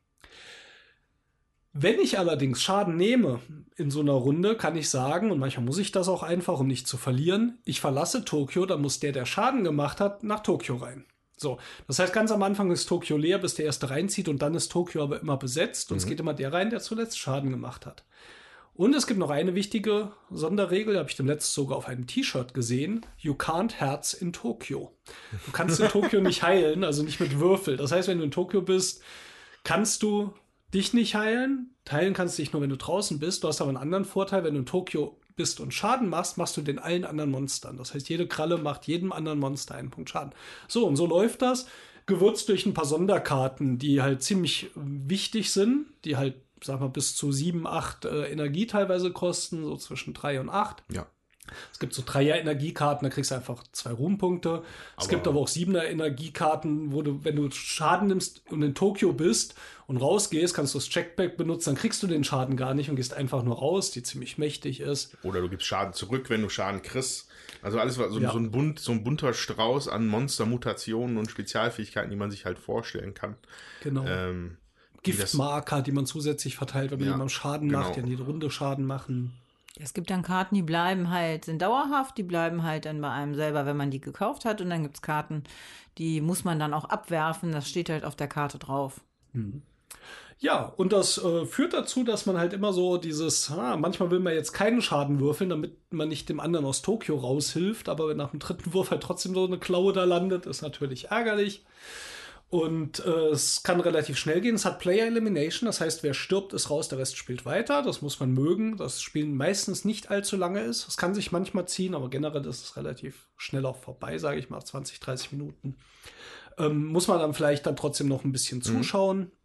Wenn ich allerdings Schaden nehme in so einer Runde, kann ich sagen, und manchmal muss ich das auch einfach, um nicht zu verlieren, ich verlasse Tokio, dann muss der, der Schaden gemacht hat, nach Tokio rein. So, das heißt, ganz am Anfang ist Tokio leer, bis der erste reinzieht, und dann ist Tokio aber immer besetzt und mhm. es geht immer der rein, der zuletzt Schaden gemacht hat. Und es gibt noch eine wichtige Sonderregel, die habe ich dem letzten sogar auf einem T-Shirt gesehen: You can't Herz in Tokio. Du kannst in Tokio nicht heilen, also nicht mit Würfel. Das heißt, wenn du in Tokio bist, kannst du dich nicht heilen. Heilen kannst du dich nur, wenn du draußen bist. Du hast aber einen anderen Vorteil: Wenn du in Tokio bist und Schaden machst, machst du den allen anderen Monstern. Das heißt, jede Kralle macht jedem anderen Monster einen Punkt Schaden. So, und so läuft das, gewürzt durch ein paar Sonderkarten, die halt ziemlich wichtig sind, die halt, sag mal, bis zu sieben, acht äh, Energie teilweise kosten, so zwischen drei und acht. Ja. Es gibt so Dreier-Energiekarten, da kriegst du einfach zwei Ruhmpunkte. Aber es gibt aber auch Siebener-Energiekarten, wo du, wenn du Schaden nimmst und in Tokio bist und rausgehst, kannst du das Checkback benutzen, dann kriegst du den Schaden gar nicht und gehst einfach nur raus, die ziemlich mächtig ist. Oder du gibst Schaden zurück, wenn du Schaden kriegst. Also alles so, ja. so, ein bunt, so ein bunter Strauß an Monstermutationen und Spezialfähigkeiten, die man sich halt vorstellen kann. Genau. Ähm, Giftmarker, die man zusätzlich verteilt, wenn man ja, jemandem Schaden genau. macht, die an jede Runde Schaden machen. Es gibt dann Karten, die bleiben halt, sind dauerhaft, die bleiben halt dann bei einem selber, wenn man die gekauft hat. Und dann gibt es Karten, die muss man dann auch abwerfen. Das steht halt auf der Karte drauf. Mhm. Ja, und das äh, führt dazu, dass man halt immer so dieses, ah, manchmal will man jetzt keinen Schaden würfeln, damit man nicht dem anderen aus Tokio raushilft. Aber wenn nach dem dritten Wurf halt trotzdem so eine Klaue da landet, ist natürlich ärgerlich. Und äh, es kann relativ schnell gehen. Es hat Player Elimination, das heißt, wer stirbt, ist raus, der Rest spielt weiter. Das muss man mögen, dass das Spielen meistens nicht allzu lange ist. Es kann sich manchmal ziehen, aber generell ist es relativ schnell auch vorbei, sage ich mal, zwanzig, dreißig Minuten. Ähm, muss man dann vielleicht dann trotzdem noch ein bisschen zuschauen. Mhm.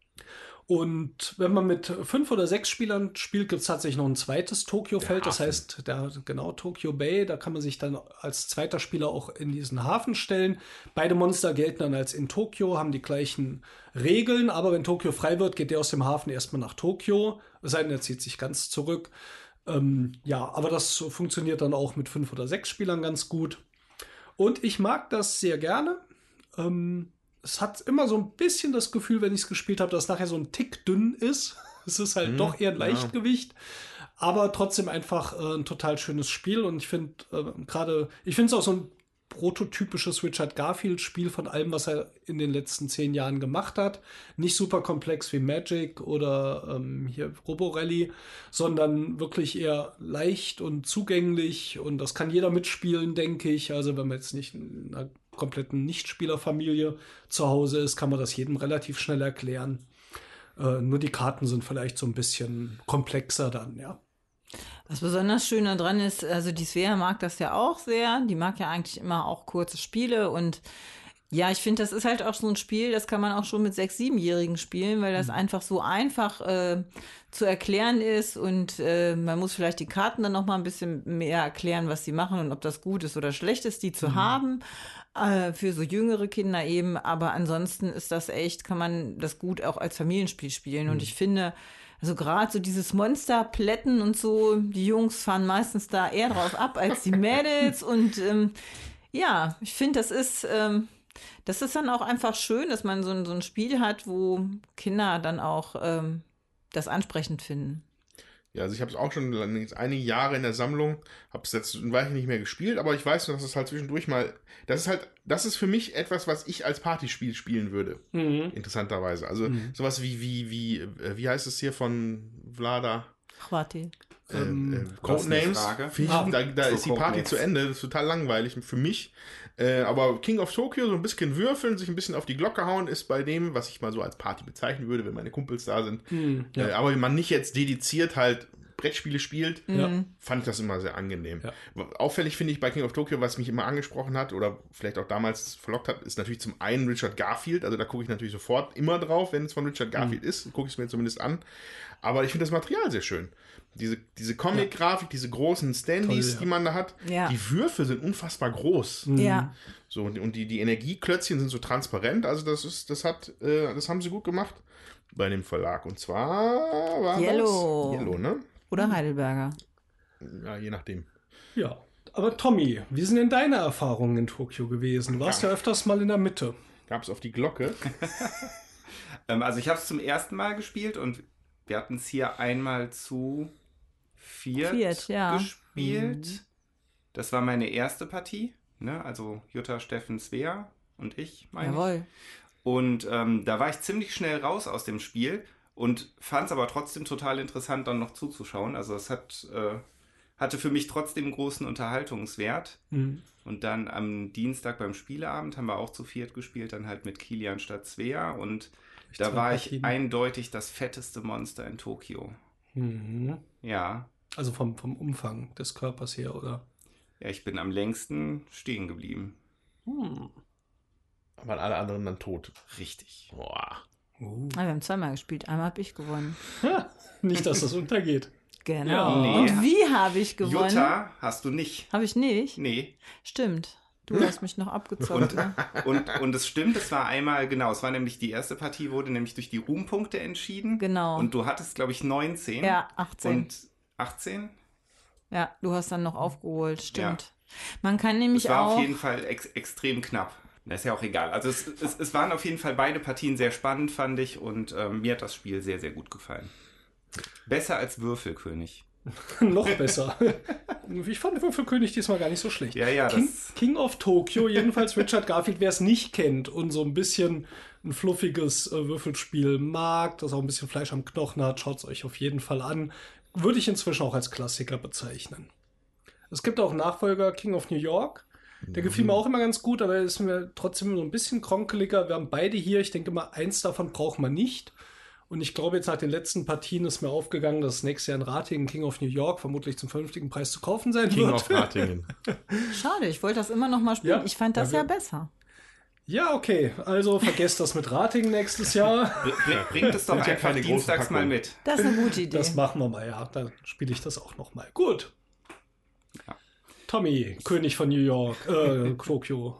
Und wenn man mit fünf oder sechs Spielern spielt, gibt es tatsächlich noch ein zweites Tokio-Feld. Das heißt, der, genau, Tokyo Bay, da kann man sich dann als zweiter Spieler auch in diesen Hafen stellen. Beide Monster gelten dann als in Tokio, haben die gleichen Regeln, aber wenn Tokio frei wird, geht der aus dem Hafen erstmal nach Tokio. Es sei denn, er zieht sich ganz zurück. Ähm, ja, aber das funktioniert dann auch mit fünf oder sechs Spielern ganz gut. Und ich mag das sehr gerne. Ähm, Es hat immer so ein bisschen das Gefühl, wenn ich es gespielt habe, dass es nachher so ein Tick dünn ist. Es ist halt hm, doch eher ein Leichtgewicht, ja. Aber trotzdem einfach äh, ein total schönes Spiel. Und ich finde äh, gerade, ich finde es auch so ein prototypisches Richard Garfield-Spiel von allem, was er in den letzten zehn Jahren gemacht hat. Nicht super komplex wie Magic oder ähm, hier Roborally, sondern wirklich eher leicht und zugänglich. Und das kann jeder mitspielen, denke ich. Also wenn man jetzt nicht in einer kompletten Nichtspielerfamilie zu Hause ist, kann man das jedem relativ schnell erklären. Äh, nur die Karten sind vielleicht so ein bisschen komplexer dann, ja. Was besonders schön daran ist, also die Svea mag das ja auch sehr. Die mag ja eigentlich immer auch kurze Spiele. Und ja, ich finde, das ist halt auch so ein Spiel, das kann man auch schon mit sechs-, siebenjährigen spielen, weil das mhm. einfach so einfach äh, zu erklären ist. Und äh, man muss vielleicht die Karten dann noch mal ein bisschen mehr erklären, was sie machen und ob das gut ist oder schlecht ist, die zu mhm. haben. Äh, für so jüngere Kinder eben. Aber ansonsten ist das echt, kann man das gut auch als Familienspiel spielen. Mhm. Und ich finde, also gerade so dieses Monsterplätten und so, die Jungs fahren meistens da eher drauf ab als die Mädels. Und ähm, ja, ich finde, das ist, ähm, das ist dann auch einfach schön, dass man so ein, so ein Spiel hat, wo Kinder dann auch ähm, das ansprechend finden. Ja, also ich habe es auch schon einige Jahre in der Sammlung, habe es jetzt eine Weile nicht mehr gespielt, aber ich weiß noch, dass es halt zwischendurch mal, das ist halt, das ist für mich etwas, was ich als Partyspiel spielen würde, mhm. interessanterweise. Also mhm. sowas wie, wie, wie, wie heißt es hier von Vlada? Chwati. Ähm, äh, Codenames. Ah, da da so ist die Party Codenames. Zu Ende, das ist total langweilig für mich. Äh, aber King of Tokyo, so ein bisschen würfeln, sich ein bisschen auf die Glocke hauen, ist bei dem, was ich mal so als Party bezeichnen würde, wenn meine Kumpels da sind. Mhm, ja. äh, aber wenn man nicht jetzt dediziert halt Brettspiele spielt, mhm. fand ich das immer sehr angenehm. Ja. Auffällig finde ich bei King of Tokyo, was mich immer angesprochen hat oder vielleicht auch damals verlockt hat, ist natürlich zum einen Richard Garfield. Also da gucke ich natürlich sofort immer drauf, wenn es von Richard Garfield mhm. ist, gucke ich es mir zumindest an. Aber ich finde das Material sehr schön. Diese, diese Comic-Grafik, ja. diese großen Standys, Toll, ja. die man da hat, ja. die Würfel sind unfassbar groß. Ja. So, und die, die Energieklötzchen sind so transparent. Also das ist, das hat, äh, das haben sie gut gemacht bei dem Verlag. Und zwar war Yellow. das Yellow, ne? Oder Heidelberger. Ja, je nachdem. Ja, aber Tommy, wie sind denn deine Erfahrungen in Tokio gewesen? Du warst ja, ja öfters mal in der Mitte. Gab es auf die Glocke? also ich habe es zum ersten Mal gespielt und wir hatten es hier einmal zu viert, viert ja. gespielt. Mhm. Das war meine erste Partie. Ne? Also Jutta, Steffen, Svea und ich, meine Jawohl. ich. Und ähm, da war ich ziemlich schnell raus aus dem Spiel. Und fand es aber trotzdem total interessant, dann noch zuzuschauen. Also es hat, äh, hatte für mich trotzdem großen Unterhaltungswert. Mhm. Und dann am Dienstag beim Spieleabend haben wir auch zu viert gespielt, dann halt mit Kilian statt Svea. Und ich da war ich Partien. eindeutig das fetteste Monster in Tokio. Mhm. Ja. Also vom, vom Umfang des Körpers her, oder? Ja, ich bin am längsten stehen geblieben. Hm. Aber alle anderen dann tot. Richtig. Boah. Uh. Wir haben zweimal gespielt, einmal habe ich gewonnen. Ha, nicht, dass das untergeht. Genau. Ja, nee. Und wie habe ich gewonnen? Jutta hast du nicht. Habe ich nicht? Nee. Stimmt. Du hast mich noch abgezockt. Und, und, und es stimmt, es war einmal, genau, es war nämlich die erste Partie, wurde nämlich durch die Ruhmpunkte entschieden. Genau. Und du hattest, glaube ich, neunzehn. Ja, achtzehn. Und achtzehn? Ja, du hast dann noch aufgeholt, stimmt. Ja. Man kann nämlich auch... Es war auch auf jeden Fall ex extrem knapp. Das ist ja auch egal. Also es, es, es waren auf jeden Fall beide Partien sehr spannend, fand ich. Und ähm, mir hat das Spiel sehr, sehr gut gefallen. Besser als Würfelkönig. Noch besser. Ich fand Würfelkönig diesmal gar nicht so schlecht. Ja, ja, King, das King of Tokyo, jedenfalls Richard Garfield, wer es nicht kennt und so ein bisschen ein fluffiges äh, Würfelspiel mag, das auch ein bisschen Fleisch am Knochen hat, schaut es euch auf jeden Fall an. Würde ich inzwischen auch als Klassiker bezeichnen. Es gibt auch einen Nachfolger, King of New York. Der gefiel mir auch immer ganz gut, aber ist mir trotzdem so ein bisschen kronkeliger. Wir haben beide hier, ich denke mal, eins davon braucht man nicht. Und ich glaube, jetzt nach den letzten Partien ist mir aufgegangen, dass nächstes Jahr in Ratingen King of New York vermutlich zum vernünftigen Preis zu kaufen sein King wird. of Ratingen. Schade, ich wollte das immer noch mal spielen. Ja, ich fand das ja, ja besser. Ja, okay. Also vergesst das mit Ratingen nächstes Jahr. Br bringt es doch ja einfach dienstags mal mit. Das ist eine gute Idee. Das machen wir mal, ja. Dann spiele ich das auch noch mal. Gut. Ja. Tommy, König von New York, äh, Tokio.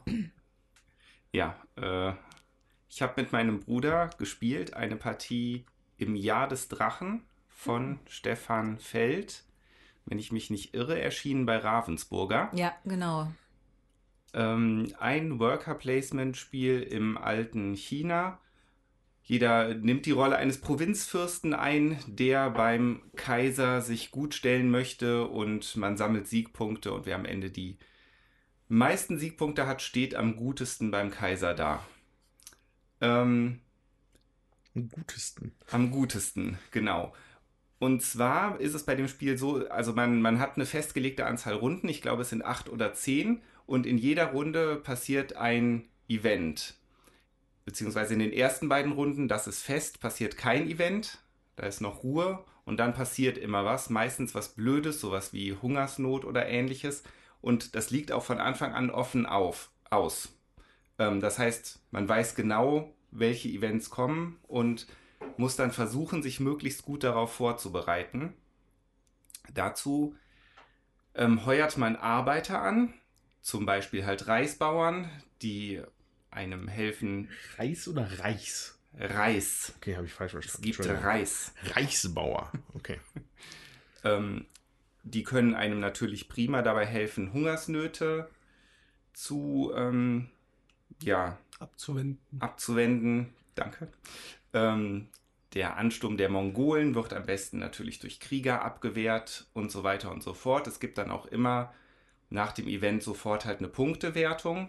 Ja, äh, ich habe mit meinem Bruder gespielt, eine Partie im Jahr des Drachen von mhm. Stefan Feld. Wenn ich mich nicht irre, erschienen bei Ravensburger. Ja, genau. Ähm, ein Worker-Placement-Spiel im alten China. Jeder nimmt die Rolle eines Provinzfürsten ein, der beim Kaiser sich gut stellen möchte und man sammelt Siegpunkte und wer am Ende die meisten Siegpunkte hat, steht am gutesten beim Kaiser da. Ähm, am gutesten. Am gutesten, genau. Und zwar ist es bei dem Spiel so, also man, man hat eine festgelegte Anzahl Runden, ich glaube es sind acht oder zehn, und in jeder Runde passiert ein Event. Beziehungsweise in den ersten beiden Runden, das ist fest, passiert kein Event, da ist noch Ruhe und dann passiert immer was, meistens was Blödes, sowas wie Hungersnot oder ähnliches, und das liegt auch von Anfang an offen auf, aus. Ähm, das heißt, man weiß genau, welche Events kommen und muss dann versuchen, sich möglichst gut darauf vorzubereiten. Dazu ähm, heuert man Arbeiter an, zum Beispiel halt Reisbauern, die einem helfen. Reis oder Reichs? Reis. Okay, habe ich falsch verstanden. Es gibt Reis. Reichsbauer, okay. ähm, die können einem natürlich prima dabei helfen, Hungersnöte zu ähm, ja, abzuwenden. abzuwenden. Danke. Ähm, der Ansturm der Mongolen wird am besten natürlich durch Krieger abgewehrt und so weiter und so fort. Es gibt dann auch immer nach dem Event sofort halt eine Punktewertung.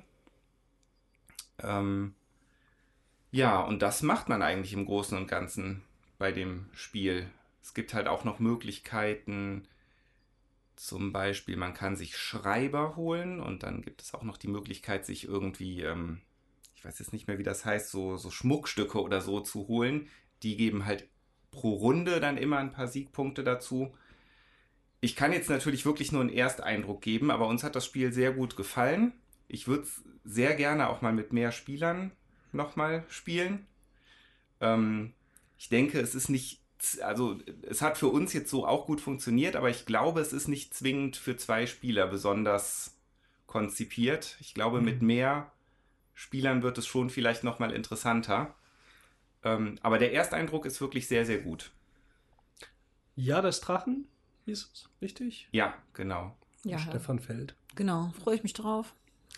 Ähm, ja, und das macht man eigentlich im Großen und Ganzen bei dem Spiel. Es gibt halt auch noch Möglichkeiten, zum Beispiel, man kann sich Schreiber holen und dann gibt es auch noch die Möglichkeit, sich irgendwie, ähm, ich weiß jetzt nicht mehr, wie das heißt, so, so Schmuckstücke oder so zu holen. Die geben halt pro Runde dann immer ein paar Siegpunkte dazu. Ich kann jetzt natürlich wirklich nur einen Ersteindruck geben, aber uns hat das Spiel sehr gut gefallen. Ich würde es sehr gerne auch mal mit mehr Spielern nochmal spielen. Ähm, ich denke, es ist nicht, also es hat für uns jetzt so auch gut funktioniert, aber ich glaube, es ist nicht zwingend für zwei Spieler besonders konzipiert. Ich glaube, mit mehr Spielern wird es schon vielleicht nochmal interessanter. Ähm, aber der Ersteindruck ist wirklich sehr, sehr gut. Ja, das Drachen hieß es, richtig? Ja, genau. Ja, Stefan Feld. genau. Freue ich mich drauf.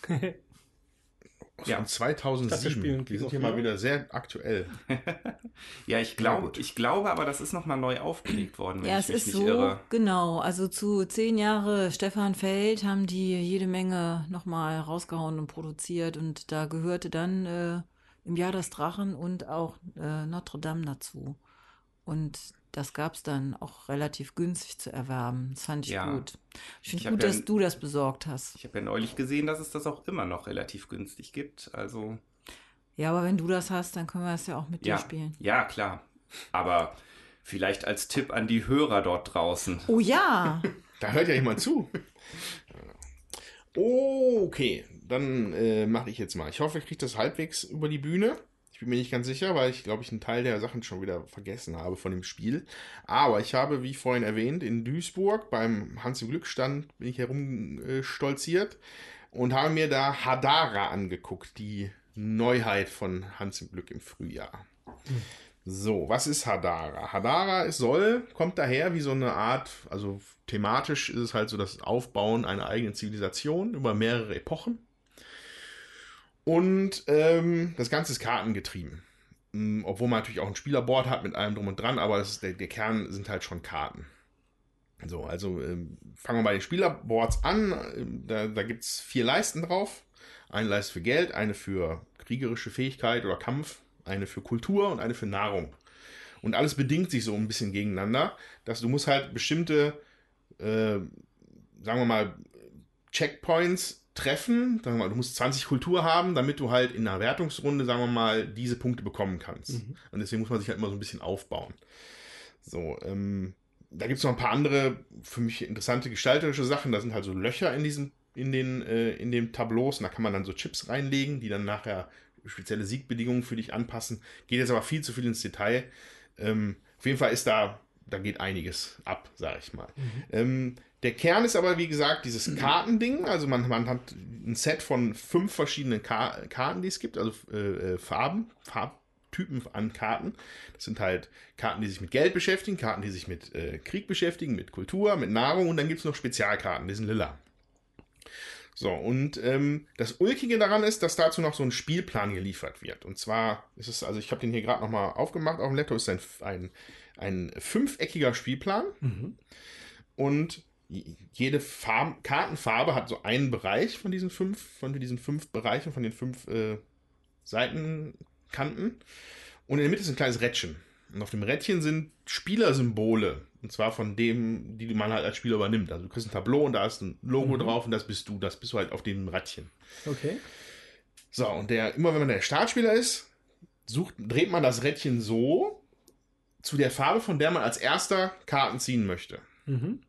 Ja. Von zweitausendsieben. Die sind hier mal wieder sehr aktuell. Ja, ich glaube, ich glaube aber, das ist nochmal neu aufgelegt worden, wenn Ja, ich es mich ist nicht so, irre. genau. Also zu zehn Jahre Stefan Feld haben die jede Menge nochmal rausgehauen und produziert. Und da gehörte dann äh, im Jahr des Drachen und auch äh, Notre Dame dazu. Und das gab es dann auch relativ günstig zu erwerben. Das fand ich Ja. gut. Ich finde Ich hab gut, ja dass n- du das besorgt hast. Ich habe ja neulich gesehen, dass es das auch immer noch relativ günstig gibt. Also, Ja, aber wenn du das hast, dann können wir es ja auch mit ja, dir spielen. ja, klar. Aber vielleicht als Tipp an die Hörer dort draußen. Oh ja! Da hört ja jemand zu. Okay, dann äh, mache ich jetzt mal. Ich hoffe, ich kriege das halbwegs über die Bühne. Ich bin mir nicht ganz sicher, weil ich, glaube ich, einen Teil der Sachen schon wieder vergessen habe von dem Spiel. Aber ich habe, wie vorhin erwähnt, in Duisburg beim Hans im Glück-Stand bin ich herumstolziert und habe mir da Hadara angeguckt, die Neuheit von Hans im Glück im Frühjahr. So, was ist Hadara? Hadara ist, soll, kommt daher wie so eine Art, also thematisch ist es halt so das Aufbauen einer eigenen Zivilisation über mehrere Epochen. Und ähm, das Ganze ist kartengetrieben. Ähm, obwohl man natürlich auch ein Spielerboard hat mit allem drum und dran, aber das ist der, der Kern sind halt schon Karten. So, also ähm, fangen wir bei den Spielerboards an. Ähm, da da gibt es vier Leisten drauf. Eine Leiste für Geld, eine für kriegerische Fähigkeit oder Kampf, eine für Kultur und eine für Nahrung. Und alles bedingt sich so ein bisschen gegeneinander, dass du musst halt bestimmte, äh, sagen wir mal, Checkpoints treffen. Sagen wir mal, du musst zwanzig Kultur haben, damit du halt in einer Wertungsrunde, sagen wir mal, diese Punkte bekommen kannst. Mhm. Und deswegen muss man sich halt immer so ein bisschen aufbauen. So, ähm, da gibt es noch ein paar andere für mich interessante gestalterische Sachen. Da sind halt so Löcher in diesen, in den, äh, in den Tableaus und da kann man dann so Chips reinlegen, die dann nachher spezielle Siegbedingungen für dich anpassen. Geht jetzt aber viel zu viel ins Detail. Ähm, auf jeden Fall ist da, da geht einiges ab, sage ich mal. Mhm. Ähm, der Kern ist aber, wie gesagt, dieses Kartending. Also man, man hat ein Set von fünf verschiedenen Ka- Karten, die es gibt, also äh, Farben, Farbtypen an Karten. Das sind halt Karten, die sich mit Geld beschäftigen, Karten, die sich mit äh, Krieg beschäftigen, mit Kultur, mit Nahrung und dann gibt es noch Spezialkarten, die sind lila. So, und ähm, das Ulkige daran ist, dass dazu noch so ein Spielplan geliefert wird. Und zwar ist es, also ich habe den hier gerade nochmal aufgemacht auf dem Laptop, ist ein, ein, ein fünfeckiger Spielplan. Mhm. Und jede Farb, Kartenfarbe hat so einen Bereich von diesen fünf, von diesen fünf Bereichen, von den fünf äh, Seitenkanten. Und in der Mitte ist ein kleines Rädchen. Und auf dem Rädchen sind Spielersymbole. Und zwar von dem, die man halt als Spieler übernimmt. Also du kriegst ein Tableau und da ist ein Logo mhm. drauf und das bist du. Das bist du halt auf dem Rädchen. Okay. So, und der, immer wenn man der Startspieler ist, sucht, dreht man das Rädchen so zu der Farbe, von der man als erster Karten ziehen möchte. Mhm.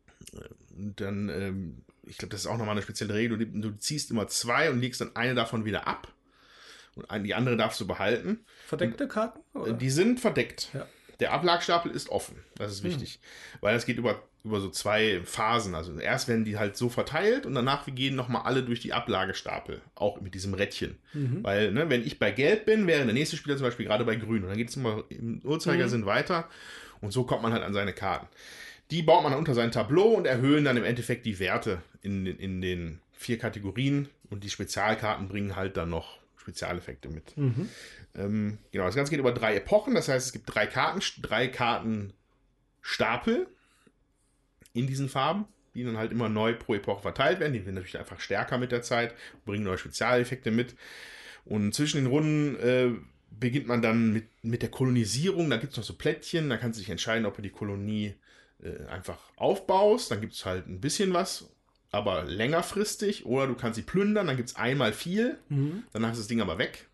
Und dann, ähm, ich glaube, das ist auch nochmal eine spezielle Regel. Du, du ziehst immer zwei und legst dann eine davon wieder ab. Und die andere darfst du behalten. Verdeckte Karten? Oder? Die sind verdeckt. Ja. Der Ablagestapel ist offen. Das ist wichtig. Mhm. Weil das geht über, über so zwei Phasen. Also erst werden die halt so verteilt und danach gehen nochmal alle durch die Ablagestapel. Auch mit diesem Rädchen. Mhm. Weil, ne, wenn ich bei Gelb bin, wäre der nächste Spieler zum Beispiel gerade bei Grün. Und dann geht es immer im Uhrzeigersinn mhm. weiter. Und so kommt man halt an seine Karten. Die baut man unter sein Tableau und erhöhen dann im Endeffekt die Werte in, in den vier Kategorien. Und die Spezialkarten bringen halt dann noch Spezialeffekte mit. Mhm. Ähm, genau, das Ganze geht über drei Epochen, das heißt, es gibt drei Karten, drei Kartenstapel in diesen Farben, die dann halt immer neu pro Epoche verteilt werden. Die werden natürlich einfach stärker mit der Zeit, bringen neue Spezialeffekte mit. Und zwischen den Runden äh, beginnt man dann mit, mit der Kolonisierung. Da gibt es noch so Plättchen, da kannst du dich entscheiden, ob du die Kolonie äh, einfach aufbaust. Dann gibt es halt ein bisschen was, aber längerfristig, oder du kannst sie plündern, dann gibt es einmal viel, mhm. danach ist das Ding aber weg.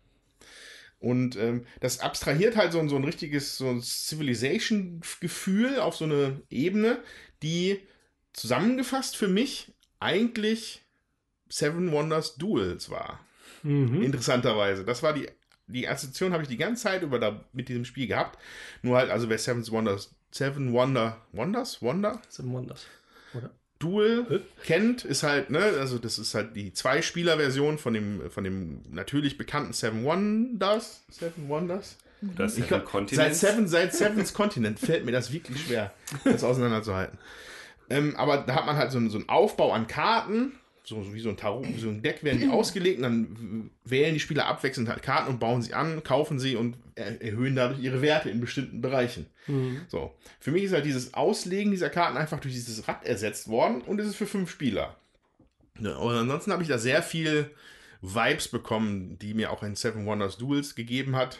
Und ähm, das abstrahiert halt so, ein, so ein richtiges so ein Civilization-Gefühl auf so eine Ebene, die zusammengefasst für mich eigentlich Seven Wonders Duels war. Mhm. Interessanterweise. Das war die, die Assoziation habe ich die ganze Zeit über da mit diesem Spiel gehabt. Nur halt, also wer Seven Wonders, Seven Wonder, Wonders? Wonder? Seven Wonders, oder? Duel hm? kennt, ist halt, ne, also das ist halt die Zwei-Spieler-Version von dem, von dem natürlich bekannten Seven Wonders. Seven Wonders? Das ich glaub, seit Seven, seit Seven's Continent fällt mir das wirklich schwer, das auseinanderzuhalten. Ähm, aber da hat man halt so, so einen Aufbau an Karten, so wie so ein Tarot, so ein Deck werden die ausgelegt und dann wählen die Spieler abwechselnd halt Karten und bauen sie an, kaufen sie und er erhöhen dadurch ihre Werte in bestimmten Bereichen. Mhm. So. Für mich ist halt dieses Auslegen dieser Karten einfach durch dieses Rad ersetzt worden und es ist für fünf Spieler. Ja, und ansonsten habe ich da sehr viel Vibes bekommen, die mir auch ein Seven Wonders Duels gegeben hat.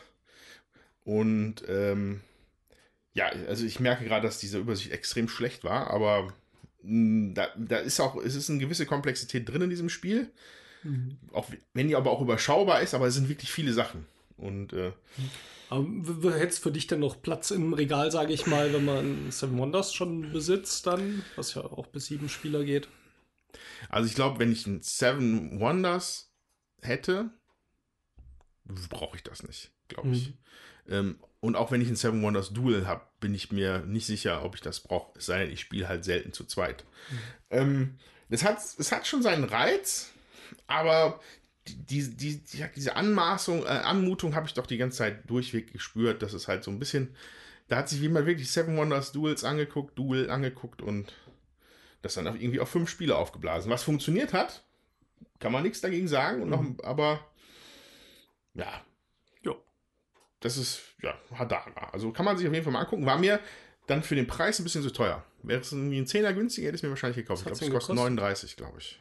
Und ähm, ja, also ich merke gerade, dass diese Übersicht extrem schlecht war, aber Da, da ist auch, es ist eine gewisse Komplexität drin in diesem Spiel. Mhm. Auch wenn die aber auch überschaubar ist, aber es sind wirklich viele Sachen. Und äh, hätte es für dich denn noch Platz im Regal, sage ich mal, wenn man Seven Wonders schon besitzt, dann, was ja auch bis sieben Spieler geht? Also ich glaube, wenn ich ein Seven Wonders hätte, brauche ich das nicht, glaube ich. Mhm. Ähm, und auch wenn ich ein Seven Wonders Duel habe, bin ich mir nicht sicher, ob ich das brauche. Es sei denn, ich spiele halt selten zu zweit. Mhm. Ähm, das hat, es hat schon seinen Reiz, aber die, die, die, diese Anmaßung, äh, Anmutung habe ich doch die ganze Zeit durchweg gespürt, dass es halt so ein bisschen, da hat sich jemand wirklich Seven Wonders Duels angeguckt, Duel angeguckt und das dann irgendwie auf fünf Spiele aufgeblasen. Was funktioniert hat, kann man nichts dagegen sagen, und noch, mhm. aber ja, das ist, ja, Hadara. Also kann man sich auf jeden Fall mal angucken. War mir dann für den Preis ein bisschen zu teuer. Wäre es irgendwie ein Zehner günstiger, hätte ich es mir wahrscheinlich gekauft. Ich glaube, es kostet neununddreißig, glaube ich.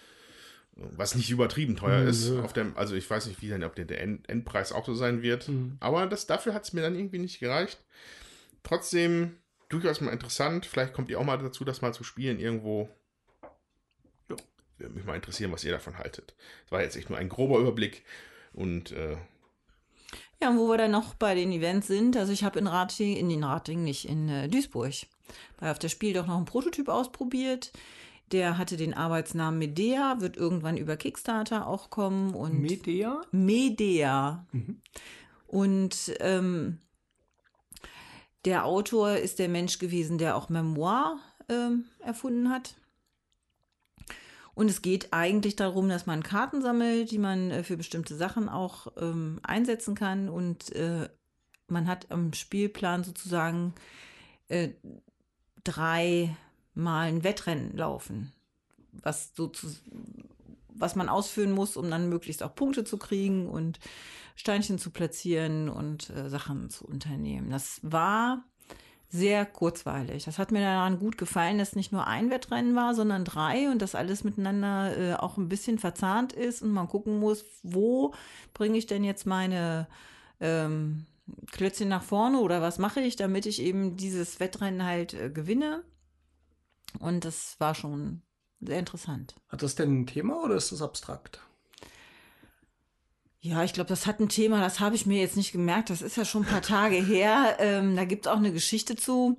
Was nicht übertrieben teuer mhm, ist. Ja. Auf dem, also ich weiß nicht, wie denn, ob der, der Endpreis auch so sein wird. Mhm. Aber das, dafür hat es mir dann irgendwie nicht gereicht. Trotzdem durchaus mal interessant. Vielleicht kommt ihr auch mal dazu, das mal zu spielen irgendwo. Ja, würde mich mal interessieren, was ihr davon haltet. Das war jetzt echt nur ein grober Überblick. Und äh, ja, und wo wir dann noch bei den Events sind, also ich habe in Rating, in den Rating, nicht in äh, Duisburg, bei auf das Spiel doch noch einen Prototyp ausprobiert. Der hatte den Arbeitsnamen Medea, wird irgendwann über Kickstarter auch kommen. Und Medea? Medea. Mhm. Und ähm, der Autor ist der Mensch gewesen, der auch Memoir ähm, erfunden hat. Und es geht eigentlich darum, dass man Karten sammelt, die man äh, für bestimmte Sachen auch ähm, einsetzen kann. Und äh, man hat am Spielplan sozusagen äh, drei Mal ein Wettrennen laufen, was, so zu, was man ausführen muss, um dann möglichst auch Punkte zu kriegen und Steinchen zu platzieren und äh, Sachen zu unternehmen. Das war sehr kurzweilig. Das hat mir daran gut gefallen, dass nicht nur ein Wettrennen war, sondern drei und dass alles miteinander äh, auch ein bisschen verzahnt ist und man gucken muss, wo bringe ich denn jetzt meine ähm, Klötzchen nach vorne oder was mache ich, damit ich eben dieses Wettrennen halt äh, gewinne. Und das war schon sehr interessant. Hat das denn ein Thema oder ist das abstrakt? Ja, ich glaube, das hat ein Thema, das habe ich mir jetzt nicht gemerkt. Das ist ja schon ein paar Tage her. Ähm, da gibt es auch eine Geschichte zu.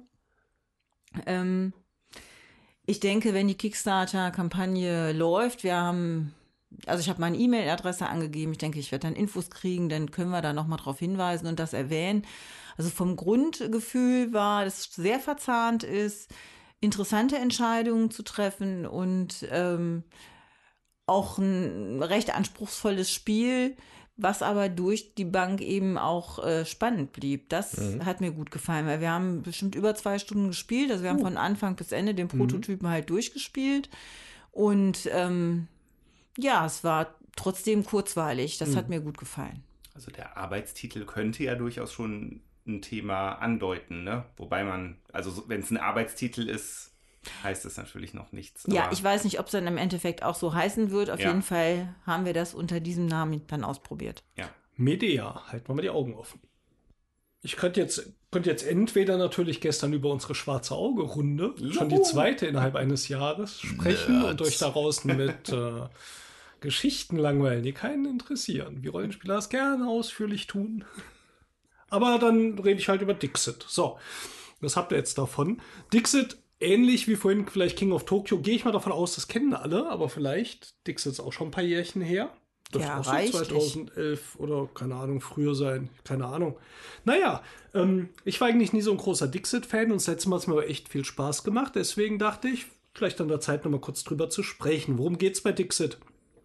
Ähm, ich denke, wenn die Kickstarter-Kampagne läuft, wir haben, also ich habe meine E-Mail-Adresse angegeben. Ich denke, ich werde dann Infos kriegen, dann können wir da nochmal drauf hinweisen und das erwähnen. Also vom Grundgefühl war, dass es sehr verzahnt ist, interessante Entscheidungen zu treffen und ähm, auch ein recht anspruchsvolles Spiel, was aber durch die Bank eben auch äh, spannend blieb. Das mhm. hat mir gut gefallen, weil wir haben bestimmt über zwei Stunden gespielt. Also wir haben uh. von Anfang bis Ende den Prototypen mhm. halt durchgespielt. Und ähm, ja, es war trotzdem kurzweilig. Das mhm. hat mir gut gefallen. Also der Arbeitstitel könnte ja durchaus schon ein Thema andeuten, ne? Wobei man, also wenn es ein Arbeitstitel ist, heißt es natürlich noch nichts. Ja, ich weiß nicht, ob es dann im Endeffekt auch so heißen wird. Auf ja. jeden Fall haben wir das unter diesem Namen dann ausprobiert. Ja. Medea, halten wir mal die Augen offen. Ich könnte jetzt, könnte jetzt entweder natürlich gestern über unsere schwarze Auge-Runde, Juhu. schon die zweite innerhalb eines Jahres, sprechen Nerds. und euch daraus mit äh, Geschichten langweilen, die keinen interessieren, wie Rollenspieler das gerne ausführlich tun. Aber dann rede ich halt über Dixit. So, das habt ihr jetzt davon. Dixit, ähnlich wie vorhin vielleicht King of Tokyo, gehe ich mal davon aus, das kennen alle, aber vielleicht, Dixit ist auch schon ein paar Jährchen her. Dürfte ja, auch so reichlich. zweitausendelf oder, keine Ahnung, früher sein. Keine Ahnung. Naja, ähm, ich war eigentlich nie so ein großer Dixit-Fan und das letzte Mal hat es mir aber echt viel Spaß gemacht. Deswegen dachte ich, vielleicht an der Zeit noch mal kurz drüber zu sprechen. Worum geht's bei Dixit?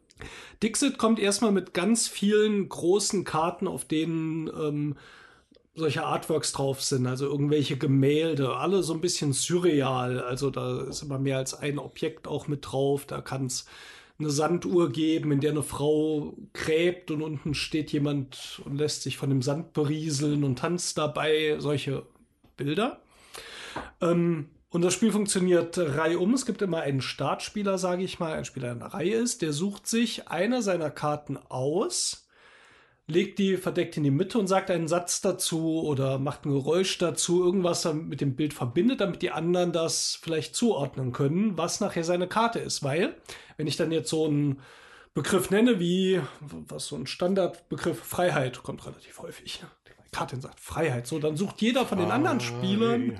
Dixit kommt erstmal mit ganz vielen großen Karten, auf denen ähm, solche Artworks drauf sind, also irgendwelche Gemälde, alle so ein bisschen surreal. Also da ist immer mehr als ein Objekt auch mit drauf. Da kann es eine Sanduhr geben, in der eine Frau gräbt und unten steht jemand und lässt sich von dem Sand berieseln und tanzt dabei. Solche Bilder. Ähm, und das Spiel funktioniert reihum. Es gibt immer einen Startspieler, sage ich mal, ein Spieler, der in der Reihe ist. Der sucht sich eine seiner Karten aus, legt die verdeckt in die Mitte und sagt einen Satz dazu oder macht ein Geräusch dazu, irgendwas mit dem Bild verbindet, damit die anderen das vielleicht zuordnen können, was nachher seine Karte ist. Weil, wenn ich dann jetzt so einen Begriff nenne, wie, was so ein Standardbegriff, Freiheit, kommt relativ häufig. Die Karte sagt Freiheit, so, dann sucht jeder von den anderen Spielern...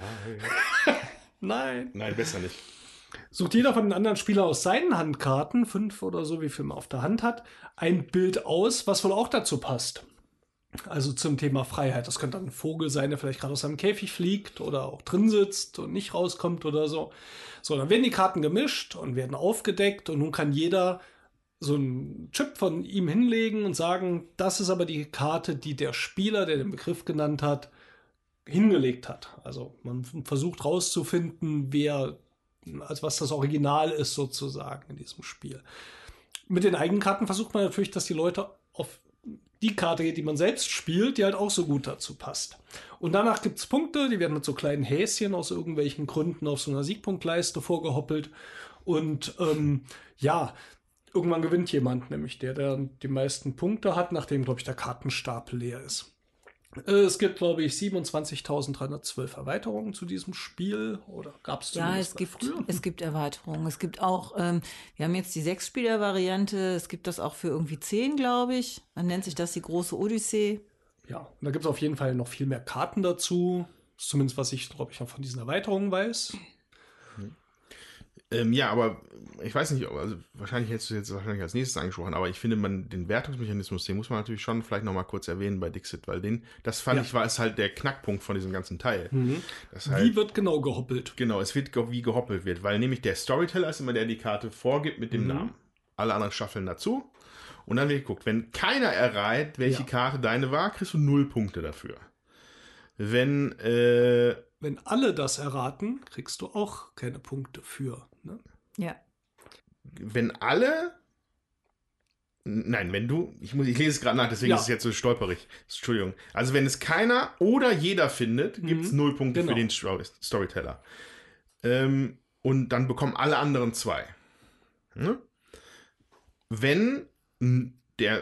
Nein. Nein, besser nicht. Sucht jeder von den anderen Spielern aus seinen Handkarten, fünf oder so, wie viel man auf der Hand hat, ein Bild aus, was wohl auch dazu passt. Also zum Thema Freiheit. Das könnte dann ein Vogel sein, der vielleicht gerade aus seinem Käfig fliegt oder auch drin sitzt und nicht rauskommt oder so. So, dann werden die Karten gemischt und werden aufgedeckt und nun kann jeder so einen Chip von ihm hinlegen und sagen, das ist aber die Karte, die der Spieler, der den Begriff genannt hat, hingelegt hat. Also man versucht rauszufinden, wer, als was das Original ist sozusagen in diesem Spiel. Mit den Eigenkarten versucht man natürlich, dass die Leute auf die Karte, die man selbst spielt, die halt auch so gut dazu passt. Und danach gibt es Punkte, die werden mit so kleinen Häschen aus irgendwelchen Gründen auf so einer Siegpunktleiste vorgehoppelt. Und ähm, ja, irgendwann gewinnt jemand, nämlich der, der die meisten Punkte hat, nachdem, glaube ich, der Kartenstapel leer ist. Es gibt, glaube ich, siebenundzwanzigtausenddreihundertzwölf Erweiterungen zu diesem Spiel. Oder gab es Ja, es gibt, es gibt Erweiterungen. Es gibt auch, ähm, wir haben jetzt die Sechs-Spieler-Variante. Es gibt das auch für irgendwie zehn, glaube ich. Dann nennt sich das die große Odyssee. Ja, und da gibt es auf jeden Fall noch viel mehr Karten dazu. Zumindest, was ich, glaube ich, noch von diesen Erweiterungen weiß. Ähm, ja, aber ich weiß nicht, also wahrscheinlich hättest du jetzt wahrscheinlich als nächstes angesprochen, aber ich finde, man den Wertungsmechanismus, den muss man natürlich schon vielleicht nochmal kurz erwähnen bei Dixit, weil den, das fand ja. ich, war es halt der Knackpunkt von diesem ganzen Teil. Mhm. Das halt, wie wird genau gehoppelt? Genau, es wird ge- wie gehoppelt wird, weil nämlich der Storyteller ist immer der, der die Karte vorgibt mit dem mhm. Namen. Alle anderen staffeln dazu und dann wird geguckt, wenn keiner erreiht, welche ja. Karte deine war, kriegst du null Punkte dafür. Wenn, äh, Wenn alle das erraten, kriegst du auch keine Punkte für. Ne? Ja. Wenn alle Nein, wenn du, ich, muss, ich lese es gerade nach, deswegen Ja. ist es jetzt so stolperig. Entschuldigung. Also wenn es keiner oder jeder findet, gibt es Mhm. null Punkte Genau. für den Story- Storyteller. Ähm, und dann bekommen alle anderen zwei. Ne? Wenn n- der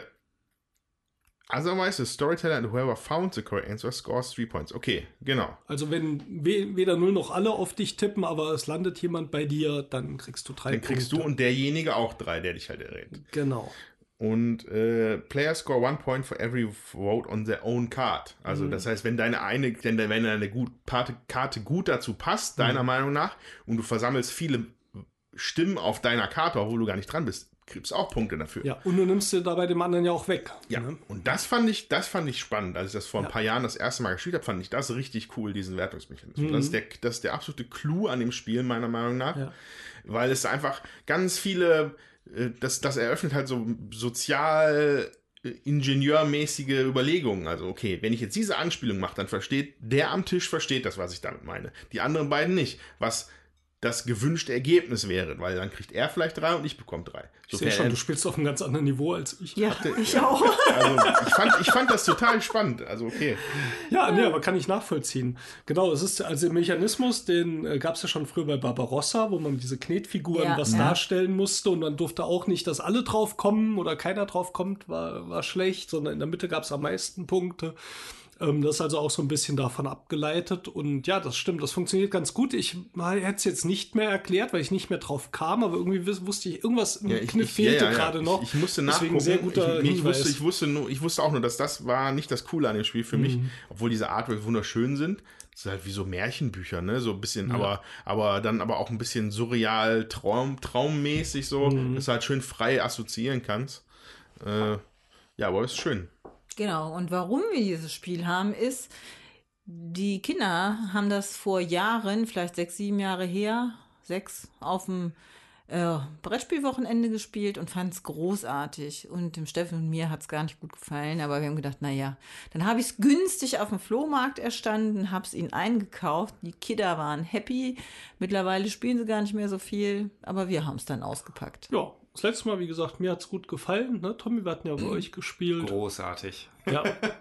otherwise the storyteller and whoever found the correct answer scores three points. Okay, genau. Also wenn we weder null noch alle auf dich tippen, aber es landet jemand bei dir, dann kriegst du drei Dann kriegst du Punkte. und derjenige auch drei, der dich halt errät. Genau. Und äh, Players score one point for every vote on their own card. Also Mhm. das heißt, wenn deine eine, wenn deine gut, Karte, Karte gut dazu passt, deiner Mhm. Meinung nach, und du versammelst viele Stimmen auf deiner Karte, obwohl du gar nicht dran bist, kriegst du auch Punkte dafür. Ja, und du nimmst dir dabei dem anderen ja auch weg. Ja, Ne? und das fand ich, das fand ich spannend. Als ich das vor ein Ja. paar Jahren das erste Mal gespielt habe, fand ich das richtig cool, diesen Wertungsmechanismus. Mhm. Das, ist der, das ist der absolute Clou an dem Spiel, meiner Meinung nach. Ja. Weil es einfach ganz viele, äh, das, das eröffnet halt so sozial äh, ingenieurmäßige Überlegungen. Also, okay, wenn ich jetzt diese Anspielung mache, dann versteht der am Tisch versteht das, was ich damit meine. Die anderen beiden nicht. Was das gewünschte Ergebnis wäre, weil dann kriegt er vielleicht drei und ich bekomme drei. Ich sehe schon, du spielst auf einem ganz anderen Niveau als ich. Ja, ich auch. Also, ich fand, ich fand das total spannend. Also, okay. Ja, nee, aber kann ich nachvollziehen. Genau, es ist also der Mechanismus, den äh, gab es ja schon früher bei Barbarossa, wo man mit diese Knetfiguren Ja. was Ja. darstellen musste und dann durfte auch nicht, dass alle drauf kommen oder keiner drauf kommt, war, war schlecht, sondern in der Mitte gab es am meisten Punkte. Ähm, das ist also auch so ein bisschen davon abgeleitet und ja, das stimmt, das funktioniert ganz gut. Ich hätte es jetzt nicht mehr erklärt, weil ich nicht mehr drauf kam, aber irgendwie wiss- wusste ich, irgendwas im Ja, ich, Kniff ich, fehlte ja, ja, gerade ja. noch. Ich, ich musste Deswegen nachgucken. sehr guter ich, ich, Hinweis. wusste, ich, wusste nur, ich wusste auch nur, dass das war nicht das Coole an dem Spiel für mich, obwohl diese Artworks wunderschön sind. Das ist halt wie so Märchenbücher, ne? So ein bisschen, Ja. aber, aber dann aber auch ein bisschen surreal, Traum, traummäßig so, dass du halt schön frei assoziieren kannst. Äh, ja, aber ist schön. Genau, und warum wir dieses Spiel haben, ist, die Kinder haben das vor Jahren, vielleicht sechs, sieben Jahre her, sechs, auf dem äh, Brettspielwochenende gespielt und fand es großartig. Und dem Steffen und mir hat es gar nicht gut gefallen, aber wir haben gedacht, naja, dann habe ich es günstig auf dem Flohmarkt erstanden, habe es ihnen eingekauft. Die Kinder waren happy. Mittlerweile spielen sie gar nicht mehr so viel, aber wir haben es dann ausgepackt. Ja, das letzte Mal, wie gesagt, mir hat es gut gefallen. Ne? Tommy, wir hatten ja bei euch gespielt. Großartig. Ja.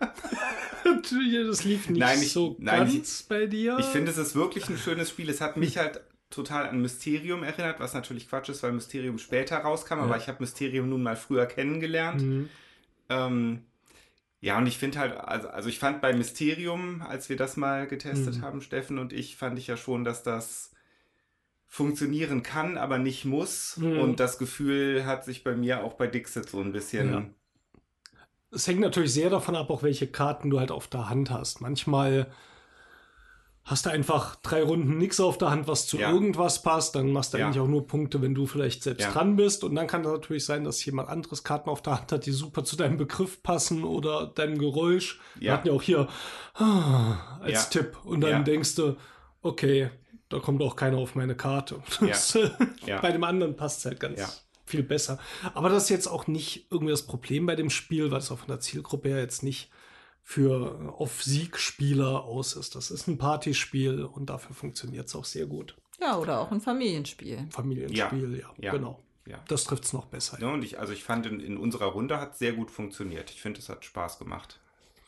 Das lief nicht Nein, ich- so nein, ganz bei dir. Ich finde, es ist wirklich ein schönes Spiel. Es hat mich halt total an Mysterium erinnert, was natürlich Quatsch ist, weil Mysterium später rauskam, aber ich habe Mysterium nun mal früher kennengelernt. Mhm. Ähm, ja, und ich finde halt, also, also ich fand bei Mysterium, als wir das mal getestet Mhm. haben, Steffen und ich, fand ich ja schon, dass das funktionieren kann, aber nicht muss. Mhm. Und das Gefühl hat sich bei mir auch bei Dixit so ein bisschen... Ja. Es hängt natürlich sehr davon ab, auch welche Karten du halt auf der Hand hast. Manchmal hast du einfach drei Runden nichts auf der Hand, was zu Ja. irgendwas passt. Dann machst du Ja. eigentlich auch nur Punkte, wenn du vielleicht selbst Ja. dran bist. Und dann kann es natürlich sein, dass jemand anderes Karten auf der Hand hat, die super zu deinem Begriff passen oder deinem Geräusch. Wir Ja. hatten ja auch hier ah, als Ja. Tipp. Und dann Ja. denkst du, okay, da kommt auch keiner auf meine Karte. Ja. Das, äh, Ja. Bei dem anderen passt es halt ganz Ja. viel besser. Aber das ist jetzt auch nicht irgendwie das Problem bei dem Spiel, weil es auch von der Zielgruppe her jetzt nicht für auf Siegspieler aus ist. Das ist ein Partyspiel und dafür funktioniert es auch sehr gut. Ja, oder auch ein Familienspiel. Familienspiel, ja, Ja. genau. Ja. Das trifft es noch besser. Ja, und ich, also ich fand, in, in unserer Runde hat es sehr gut funktioniert. Ich finde, es hat Spaß gemacht.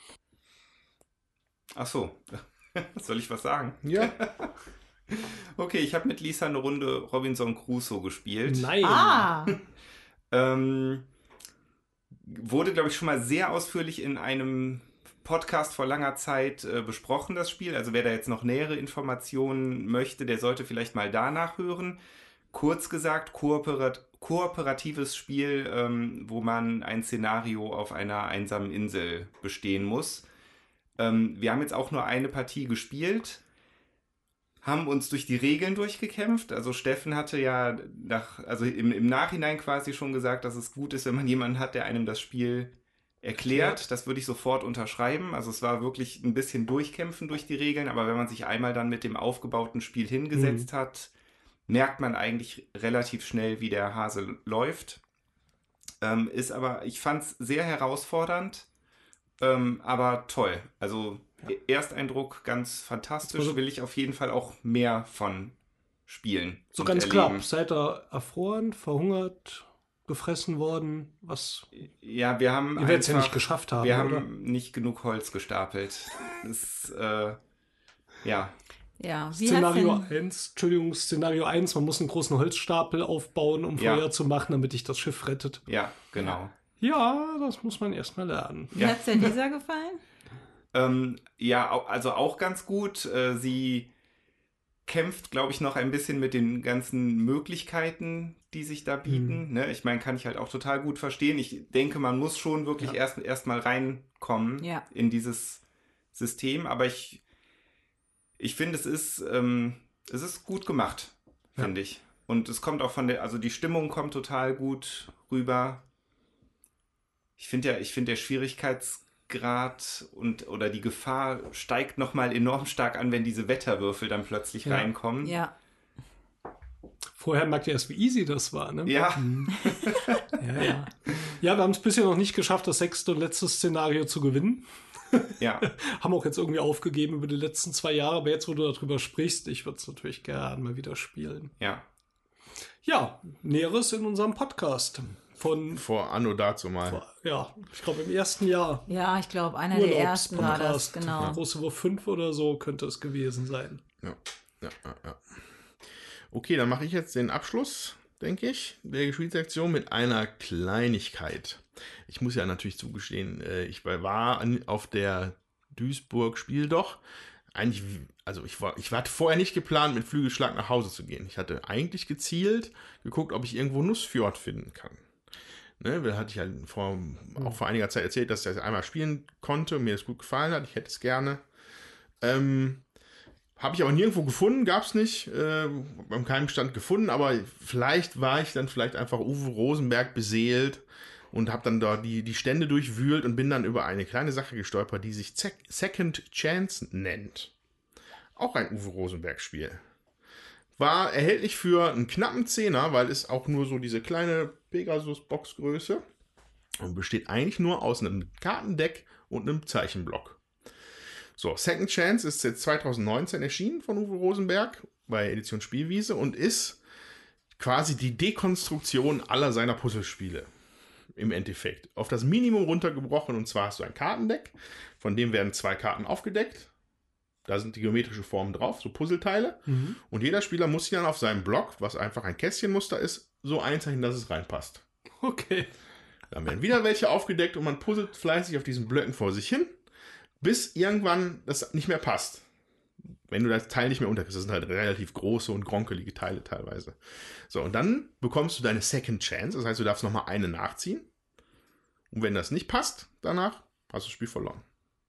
Ach so. Soll ich was sagen? Ja. Okay, ich habe mit Lisa eine Runde Robinson Crusoe gespielt. Nein. Ah, Ähm, wurde, glaube ich, schon mal sehr ausführlich in einem Podcast vor langer Zeit äh, besprochen, das Spiel. Also wer da jetzt noch nähere Informationen möchte, der sollte vielleicht mal danach hören. Kurz gesagt, kooperat kooperatives Spiel, ähm, wo man ein Szenario auf einer einsamen Insel bestehen muss. Ähm, wir haben jetzt auch nur eine Partie gespielt, haben uns durch die Regeln durchgekämpft. Also Steffen hatte ja nach, also im, im Nachhinein quasi schon gesagt, dass es gut ist, wenn man jemanden hat, der einem das Spiel erklärt. Das würde ich sofort unterschreiben. Also es war wirklich ein bisschen durchkämpfen durch die Regeln, aber wenn man sich einmal dann mit dem aufgebauten Spiel hingesetzt Mhm. hat, merkt man eigentlich relativ schnell, wie der Hase läuft. Ähm, ist aber, ich fand es sehr herausfordernd, ähm, aber toll. Also Ersteindruck ganz fantastisch. Also- Will ich auf jeden Fall auch mehr von spielen. So und ganz erleben. klar, seid ihr erfroren, verhungert, gefressen worden? Was? Ja, wir haben Ihr werdet es ja einfach- nicht geschafft haben, Wir oder? haben nicht genug Holz gestapelt. Das, äh, ja, Ja, wie Szenario hat's denn, eins, Entschuldigung, Szenario eins, man muss einen großen Holzstapel aufbauen, um Ja. Feuer zu machen, damit dich das Schiff rettet. ja, genau. Ja, das muss man erstmal lernen. wie Ja. hat's der Lisa gefallen? Ähm, ja, au- also auch ganz gut. Äh, sie kämpft, glaube ich, noch ein bisschen mit den ganzen Möglichkeiten, die sich da bieten. Ne? Ich meine, kann ich halt auch total gut verstehen. Ich denke, man muss schon wirklich Ja. erst, erst mal reinkommen Ja. in dieses System. Aber ich, ich finde, es ist, ähm, es ist gut gemacht, Ja. finde ich. Und es kommt auch von der, also die Stimmung kommt total gut rüber. Ich finde ja, ich finde der Schwierigkeitsgrad und oder die Gefahr steigt nochmal enorm stark an, wenn diese Wetterwürfel dann plötzlich Ja. reinkommen. Ja. Vorher merkt ihr erst, wie easy das war, ne? Ja, Ja, ja. Ja, wir haben es bisher noch nicht geschafft, das sechste und letzte Szenario zu gewinnen. ja. Haben auch jetzt irgendwie aufgegeben über die letzten zwei Jahre, aber jetzt, wo du darüber sprichst, ich würde es natürlich gerne mal wieder spielen. Ja. Ja, Näheres in unserem Podcast von, Vor Anno dazu mal. ja, ich glaube im ersten Jahr. Ja, ich glaube, einer der ersten war das, Urlaubspodcast. genau. Große Wurf fünf oder so könnte es gewesen sein. Ja, ja, ja, ja. Okay, dann mache ich jetzt den Abschluss, denke ich, der Gespielsektion mit einer Kleinigkeit. Ich muss ja natürlich zugestehen, äh, ich war an, auf der Duisburg Spiel doch. Eigentlich, also ich war, ich hatte vorher nicht geplant, mit Flügelschlag nach Hause zu gehen. Ich hatte eigentlich gezielt geguckt, ob ich irgendwo Nussfjord finden kann. Ne, da hatte ich halt vor, auch vor einiger Zeit erzählt, dass ich das einmal spielen konnte und mir das gut gefallen hat. Ich hätte es gerne. Ähm, Habe ich aber nirgendwo gefunden, gab es nicht. Äh, beim keinem Stand gefunden, aber vielleicht war ich dann vielleicht einfach Uwe Rosenberg beseelt und habe dann da die, die Stände durchwühlt und bin dann über eine kleine Sache gestolpert, die sich Sec- Second Chance nennt. Auch ein Uwe Rosenberg-Spiel. War erhältlich für einen knappen Zehner, weil es auch nur so diese kleine Pegasus-Boxgröße und besteht eigentlich nur aus einem Kartendeck und einem Zeichenblock. So, Second Chance ist jetzt zwanzig neunzehn erschienen von Uwe Rosenberg bei Edition Spielwiese und ist quasi die Dekonstruktion aller seiner Puzzlespiele. Im Endeffekt. Auf das Minimum runtergebrochen, und zwar hast du ein Kartendeck, von dem werden zwei Karten aufgedeckt. Da sind die geometrische Formen drauf, so Puzzleteile. Mhm. Und jeder Spieler muss sie dann auf seinem Block, was einfach ein Kästchenmuster ist, so einzeichnen, dass es reinpasst. Okay. Dann werden wieder welche aufgedeckt und man puzzelt fleißig auf diesen Blöcken vor sich hin, bis irgendwann das nicht mehr passt. Wenn du das Teil nicht mehr unterkriegst, das sind halt relativ große und gronkelige Teile teilweise. So, und dann bekommst du deine Second Chance, das heißt, du darfst nochmal eine nachziehen. Und wenn das nicht passt, danach hast du das Spiel verloren.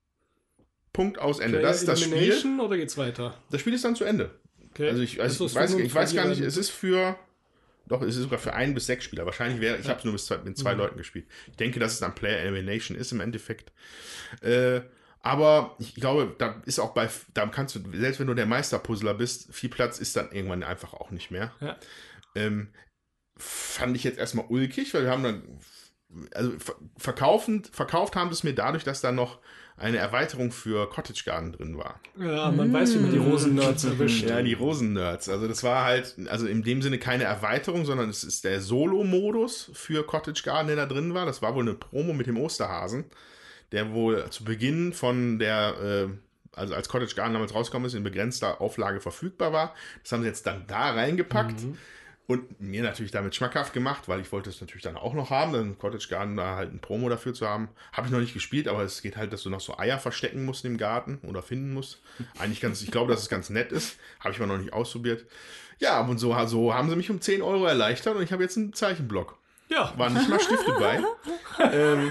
Punkt, aus, Ende. Player Das ist das Spiel. Elimination oder geht's weiter? Das Spiel ist dann zu Ende. Okay. Also ich, also Das ich, ist weiß, für ich weiß gar nicht, Verlierer. es ist für, doch, es ist sogar für ein bis sechs Spieler. Wahrscheinlich wäre, ich Ja. habe es nur bis zwei, mit zwei Mhm. Leuten gespielt. Ich denke, dass es dann Player Elimination ist im Endeffekt. Äh, aber ich glaube, da ist auch bei, da kannst du, selbst wenn du der Meisterpuzzler bist, viel Platz ist dann irgendwann einfach auch nicht mehr. Ja. Ähm, fand ich jetzt erstmal ulkig, weil wir haben dann, also ver- verkaufend, verkauft haben es mir dadurch, dass da noch eine Erweiterung für Cottage Garden drin war. Ja, man weiß, wie man die Rosen-Nerds erwischt. Ja, die Rosen-Nerds. Also das war halt, also in dem Sinne keine Erweiterung, sondern es ist der Solo-Modus für Cottage Garden, der da drin war. Das war wohl eine Promo mit dem Osterhasen, der wohl zu Beginn von der, äh, also als Cottage Garden damals rausgekommen ist, in begrenzter Auflage verfügbar war. Das haben sie jetzt dann da reingepackt. Mhm. Und mir natürlich damit schmackhaft gemacht, weil ich wollte es natürlich dann auch noch haben, dann Cottage Garden da halt ein Promo dafür zu haben. Habe ich noch nicht gespielt, aber es geht halt, dass du noch so Eier verstecken musst im Garten oder finden musst. Eigentlich ganz, ich glaube, dass es ganz nett ist. Habe ich aber noch nicht ausprobiert. Ja, und so, so haben sie mich um zehn Euro erleichtert und ich habe jetzt einen Zeichenblock. Ja, War nicht mal Stifte bei. ähm,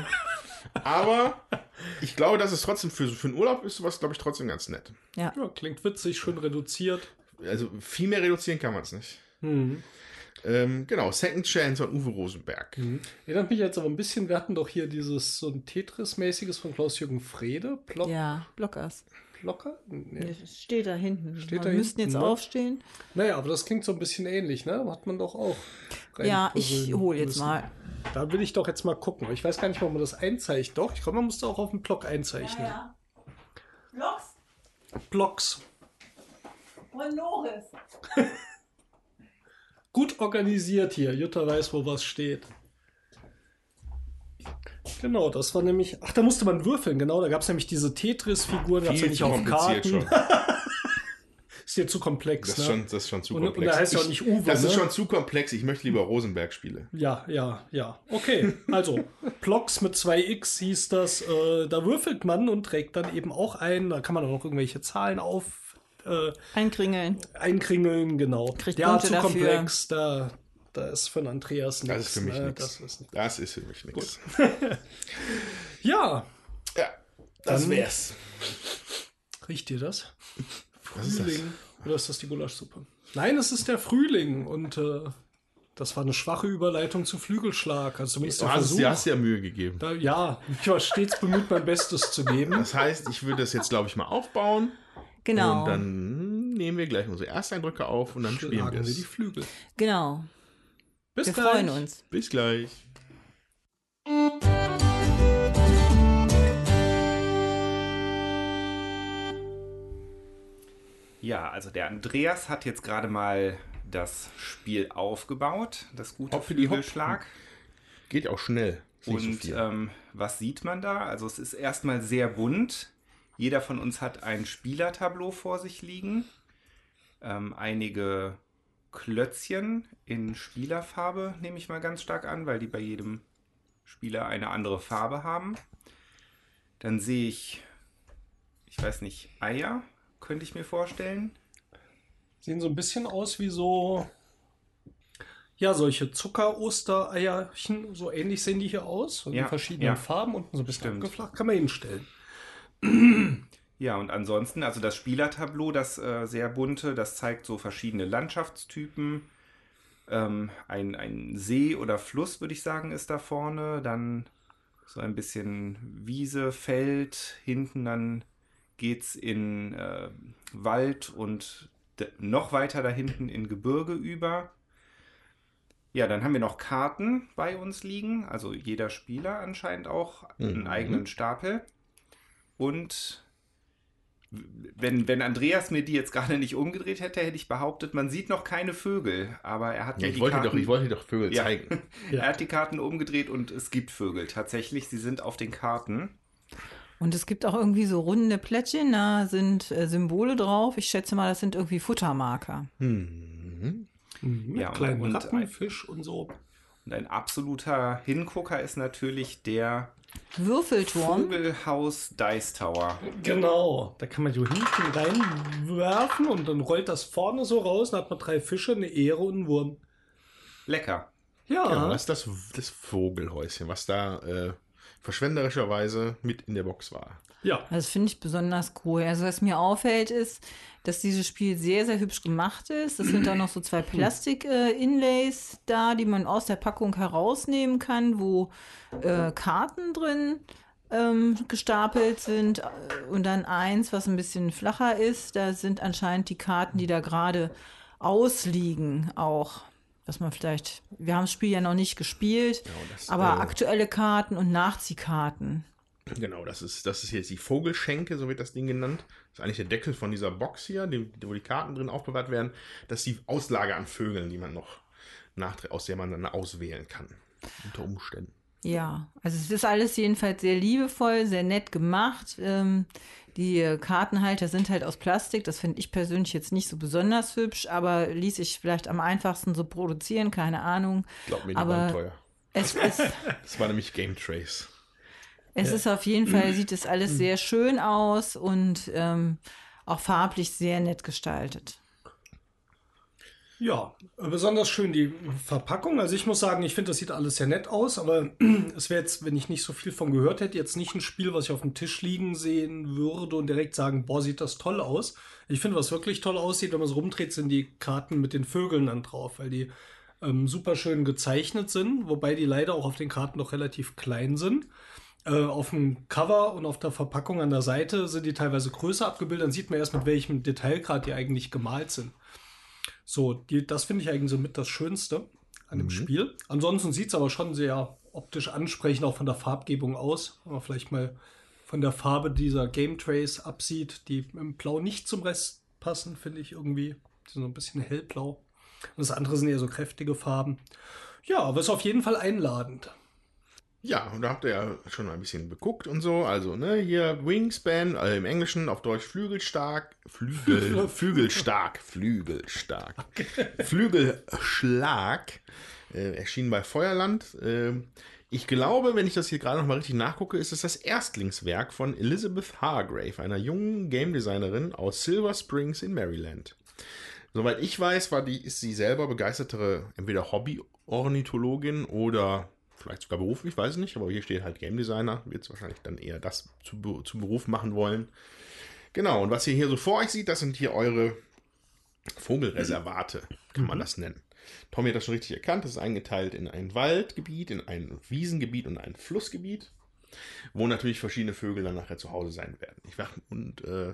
aber ich glaube, dass es trotzdem für, für einen Urlaub ist, sowas, glaube ich, trotzdem ganz nett. ja, klingt witzig, schön reduziert. Also viel mehr reduzieren kann man es nicht. Mhm. Ähm, genau, Second Chance von Uwe Rosenberg. Mhm. Erinnert mich jetzt aber ein bisschen, wir hatten doch hier dieses so ein Tetris-mäßiges von Klaus-Jürgen Frede. Plock, Ja, Blockers. Plocker? Nee. Das steht da hinten. Steht Wir da müssten hinten, jetzt ne? aufstehen. Naja, aber das klingt so ein bisschen ähnlich, ne? Hat man doch auch. Ja, ich reinpuzzeln hole jetzt müssen. mal. Da will ich doch jetzt mal gucken. Ich weiß gar nicht, warum man das einzeichnet. Doch, ich glaube, man musste auch auf dem Block einzeichnen. Blocks Blocks. von Norris. Gut organisiert hier. Jutta weiß, wo was steht. Genau, das war nämlich, ach, da musste man würfeln, genau, da gab es nämlich diese Tetris-Figuren, gab es ja nicht auf Karten. Schon. Ist dir zu komplex, das ne? Ist schon, das ist schon zu und, komplex. Und da heißt ja auch ich, nicht Uwe, Das ne? ist schon zu komplex, ich möchte lieber Rosenberg-Spiele. Ja, ja, ja. Okay, also Blocks mit zwei X hieß das, äh, da würfelt man und trägt dann eben auch ein, da kann man auch noch irgendwelche Zahlen auf äh, Einkringeln. Einkringeln, genau. Kriegt ja, Punkte zu dafür. komplex, da, da ist von Andreas nichts. Das ist für mich ne? nichts. Das ist nicht. Das ist für mich nichts. Ja. Ja, das Dann- wär's. Riecht ihr das? Was ist das? Frühling. Oder ist das die Gulaschsuppe? Nein, es ist der Frühling und äh, das war eine schwache Überleitung zu Flügelschlag. Also zumindest der Du hast, Versuch. dir hast ja Mühe gegeben. Da, ja, ich war stets bemüht, mein Bestes zu geben. Das heißt, ich würde das jetzt, glaube ich, mal aufbauen. Genau. Und dann nehmen wir gleich unsere Ersteindrücke auf und dann spielen wir Schlagen wir die es. Flügel. Genau. Bis Wir gleich. freuen uns. Bis gleich. Ja, also der Andreas hat jetzt gerade mal das Spiel aufgebaut, das gute Hoppidi hopp. Flügelschlag. Geht auch schnell. Ist nicht so Und viel. ähm, was sieht man da? Also es ist erstmal sehr bunt. Jeder von uns hat ein Spielertableau vor sich liegen. Ähm, einige Klötzchen in Spielerfarbe nehme ich mal ganz stark an, weil die bei jedem Spieler eine andere Farbe haben. Dann sehe ich, ich weiß nicht, Eier, könnte ich mir vorstellen. Sehen so ein bisschen aus wie so, ja, solche Zucker-Ostereierchen. So ähnlich sehen die hier aus. So Ja, in verschiedenen ja. Farben und so ein bisschen Stimmt. abgeflacht. Kann man hinstellen. Ja, und ansonsten, also das Spielertableau, das äh, sehr bunte, das zeigt so verschiedene Landschaftstypen. Ähm, ein, ein See oder Fluss, würde ich sagen, ist da vorne. Dann so ein bisschen Wiese, Feld. Hinten dann geht's in äh, Wald und d- noch weiter da hinten in Gebirge über. Ja, dann haben wir noch Karten bei uns liegen. Also jeder Spieler anscheinend auch einen Mhm. eigenen Stapel. Und wenn, wenn Andreas mir die jetzt gerade nicht umgedreht hätte, hätte ich behauptet, man sieht noch keine Vögel. Aber er hat Ja, mir ich, die wollte Karten, doch, ich wollte dir doch Vögel Ja. zeigen. Ja. Er hat die Karten umgedreht und es gibt Vögel. Tatsächlich, sie sind auf den Karten. Und es gibt auch irgendwie so runde Plättchen, da sind äh, Symbole drauf. Ich schätze mal, das sind irgendwie Futtermarker. Mhm. Mit Ja, und- kleinen und Ratten, ein- Fisch und so. Und ein absoluter Hingucker ist natürlich der Würfelturm. Vogelhaus Dice Tower. Genau, da kann man so hinten reinwerfen und dann rollt das vorne so raus. Dann hat man drei Fische, eine Ehre und einen Wurm. Lecker. Ja, Genau, das ist das, das Vogelhäuschen, was da äh, verschwenderischerweise mit in der Box war. ja. Das finde ich besonders cool. Also was mir auffällt ist, dass dieses Spiel sehr, sehr hübsch gemacht ist. Es sind da noch so zwei Plastik-Inlays da, die man aus der Packung herausnehmen kann, wo äh, Karten drin ähm, gestapelt sind. Und dann eins, was ein bisschen flacher ist. Da sind anscheinend die Karten, die da gerade ausliegen, auch. Dass man vielleicht, wir haben das Spiel ja noch nicht gespielt, Genau, das, aber äh, aktuelle Karten und Nachziehkarten. Genau, das ist, das ist jetzt die Vogelschenke, so wird das Ding genannt. Das ist eigentlich der Deckel von dieser Box hier, die, wo die Karten drin aufbewahrt werden. Das ist die Auslage an Vögeln, die man noch nach, aus der man dann auswählen kann. Unter Umständen. Ja, also es ist alles jedenfalls sehr liebevoll, sehr nett gemacht. Ähm, die äh, Kartenhalter sind halt aus Plastik. Das finde ich persönlich jetzt nicht so besonders hübsch, aber ließ sich vielleicht am einfachsten so produzieren, keine Ahnung. Glaub mir, die Aber- waren teuer. Es ist, Das war nämlich Game Trace. es ist auf jeden Fall, sieht es alles sehr schön aus und ähm, auch farblich sehr nett gestaltet. Ja, besonders schön die Verpackung. Also ich muss sagen, ich finde, das sieht alles sehr nett aus, aber es wäre jetzt, wenn ich nicht so viel von gehört hätte, jetzt nicht ein Spiel, was ich auf dem Tisch liegen sehen würde und direkt sagen, boah, sieht das toll aus. Ich finde, was wirklich toll aussieht, wenn man es rumdreht, sind die Karten mit den Vögeln dann drauf, weil die ähm, super schön gezeichnet sind, wobei die leider auch auf den Karten noch relativ klein sind. Äh, auf dem Cover und auf der Verpackung an der Seite sind die teilweise größer abgebildet, dann sieht man erst, mit welchem Detailgrad die eigentlich gemalt sind. So, die, das finde ich eigentlich so mit das Schönste an dem Spiel. Ansonsten sieht es aber schon sehr optisch ansprechend, auch von der Farbgebung aus. Wenn man vielleicht mal von der Farbe dieser Game Trace absieht, die im Blau nicht zum Rest passen, finde ich irgendwie. Die sind so ein bisschen hellblau. Und das andere sind eher so kräftige Farben. Ja, aber ist auf jeden Fall einladend. Ja, und da habt ihr ja schon ein bisschen geguckt und so. Also, ne, hier Wingspan, also im Englischen, auf Deutsch Flügelstark, Flügel, Flügelstark, Flügelstark, Flügelschlag, äh, erschienen bei Feuerland. Äh, ich glaube, wenn ich das hier gerade nochmal richtig nachgucke, ist es das Erstlingswerk von Elizabeth Hargrave, einer jungen Game Designerin aus Silver Springs in Maryland. Soweit ich weiß, war die, ist sie selber begeisterte, entweder Hobby-Ornithologin oder vielleicht sogar beruflich, weiß ich nicht, aber hier steht halt Game Designer, wird es wahrscheinlich dann eher das zu, zum Beruf machen wollen. Genau, und was ihr hier so vor euch seht, das sind hier eure Vogelreservate, kann man das nennen. Tommy hat das schon richtig erkannt, das ist eingeteilt in ein Waldgebiet, in ein Wiesengebiet und ein Flussgebiet, wo natürlich verschiedene Vögel dann nachher zu Hause sein werden. Ich war, und äh,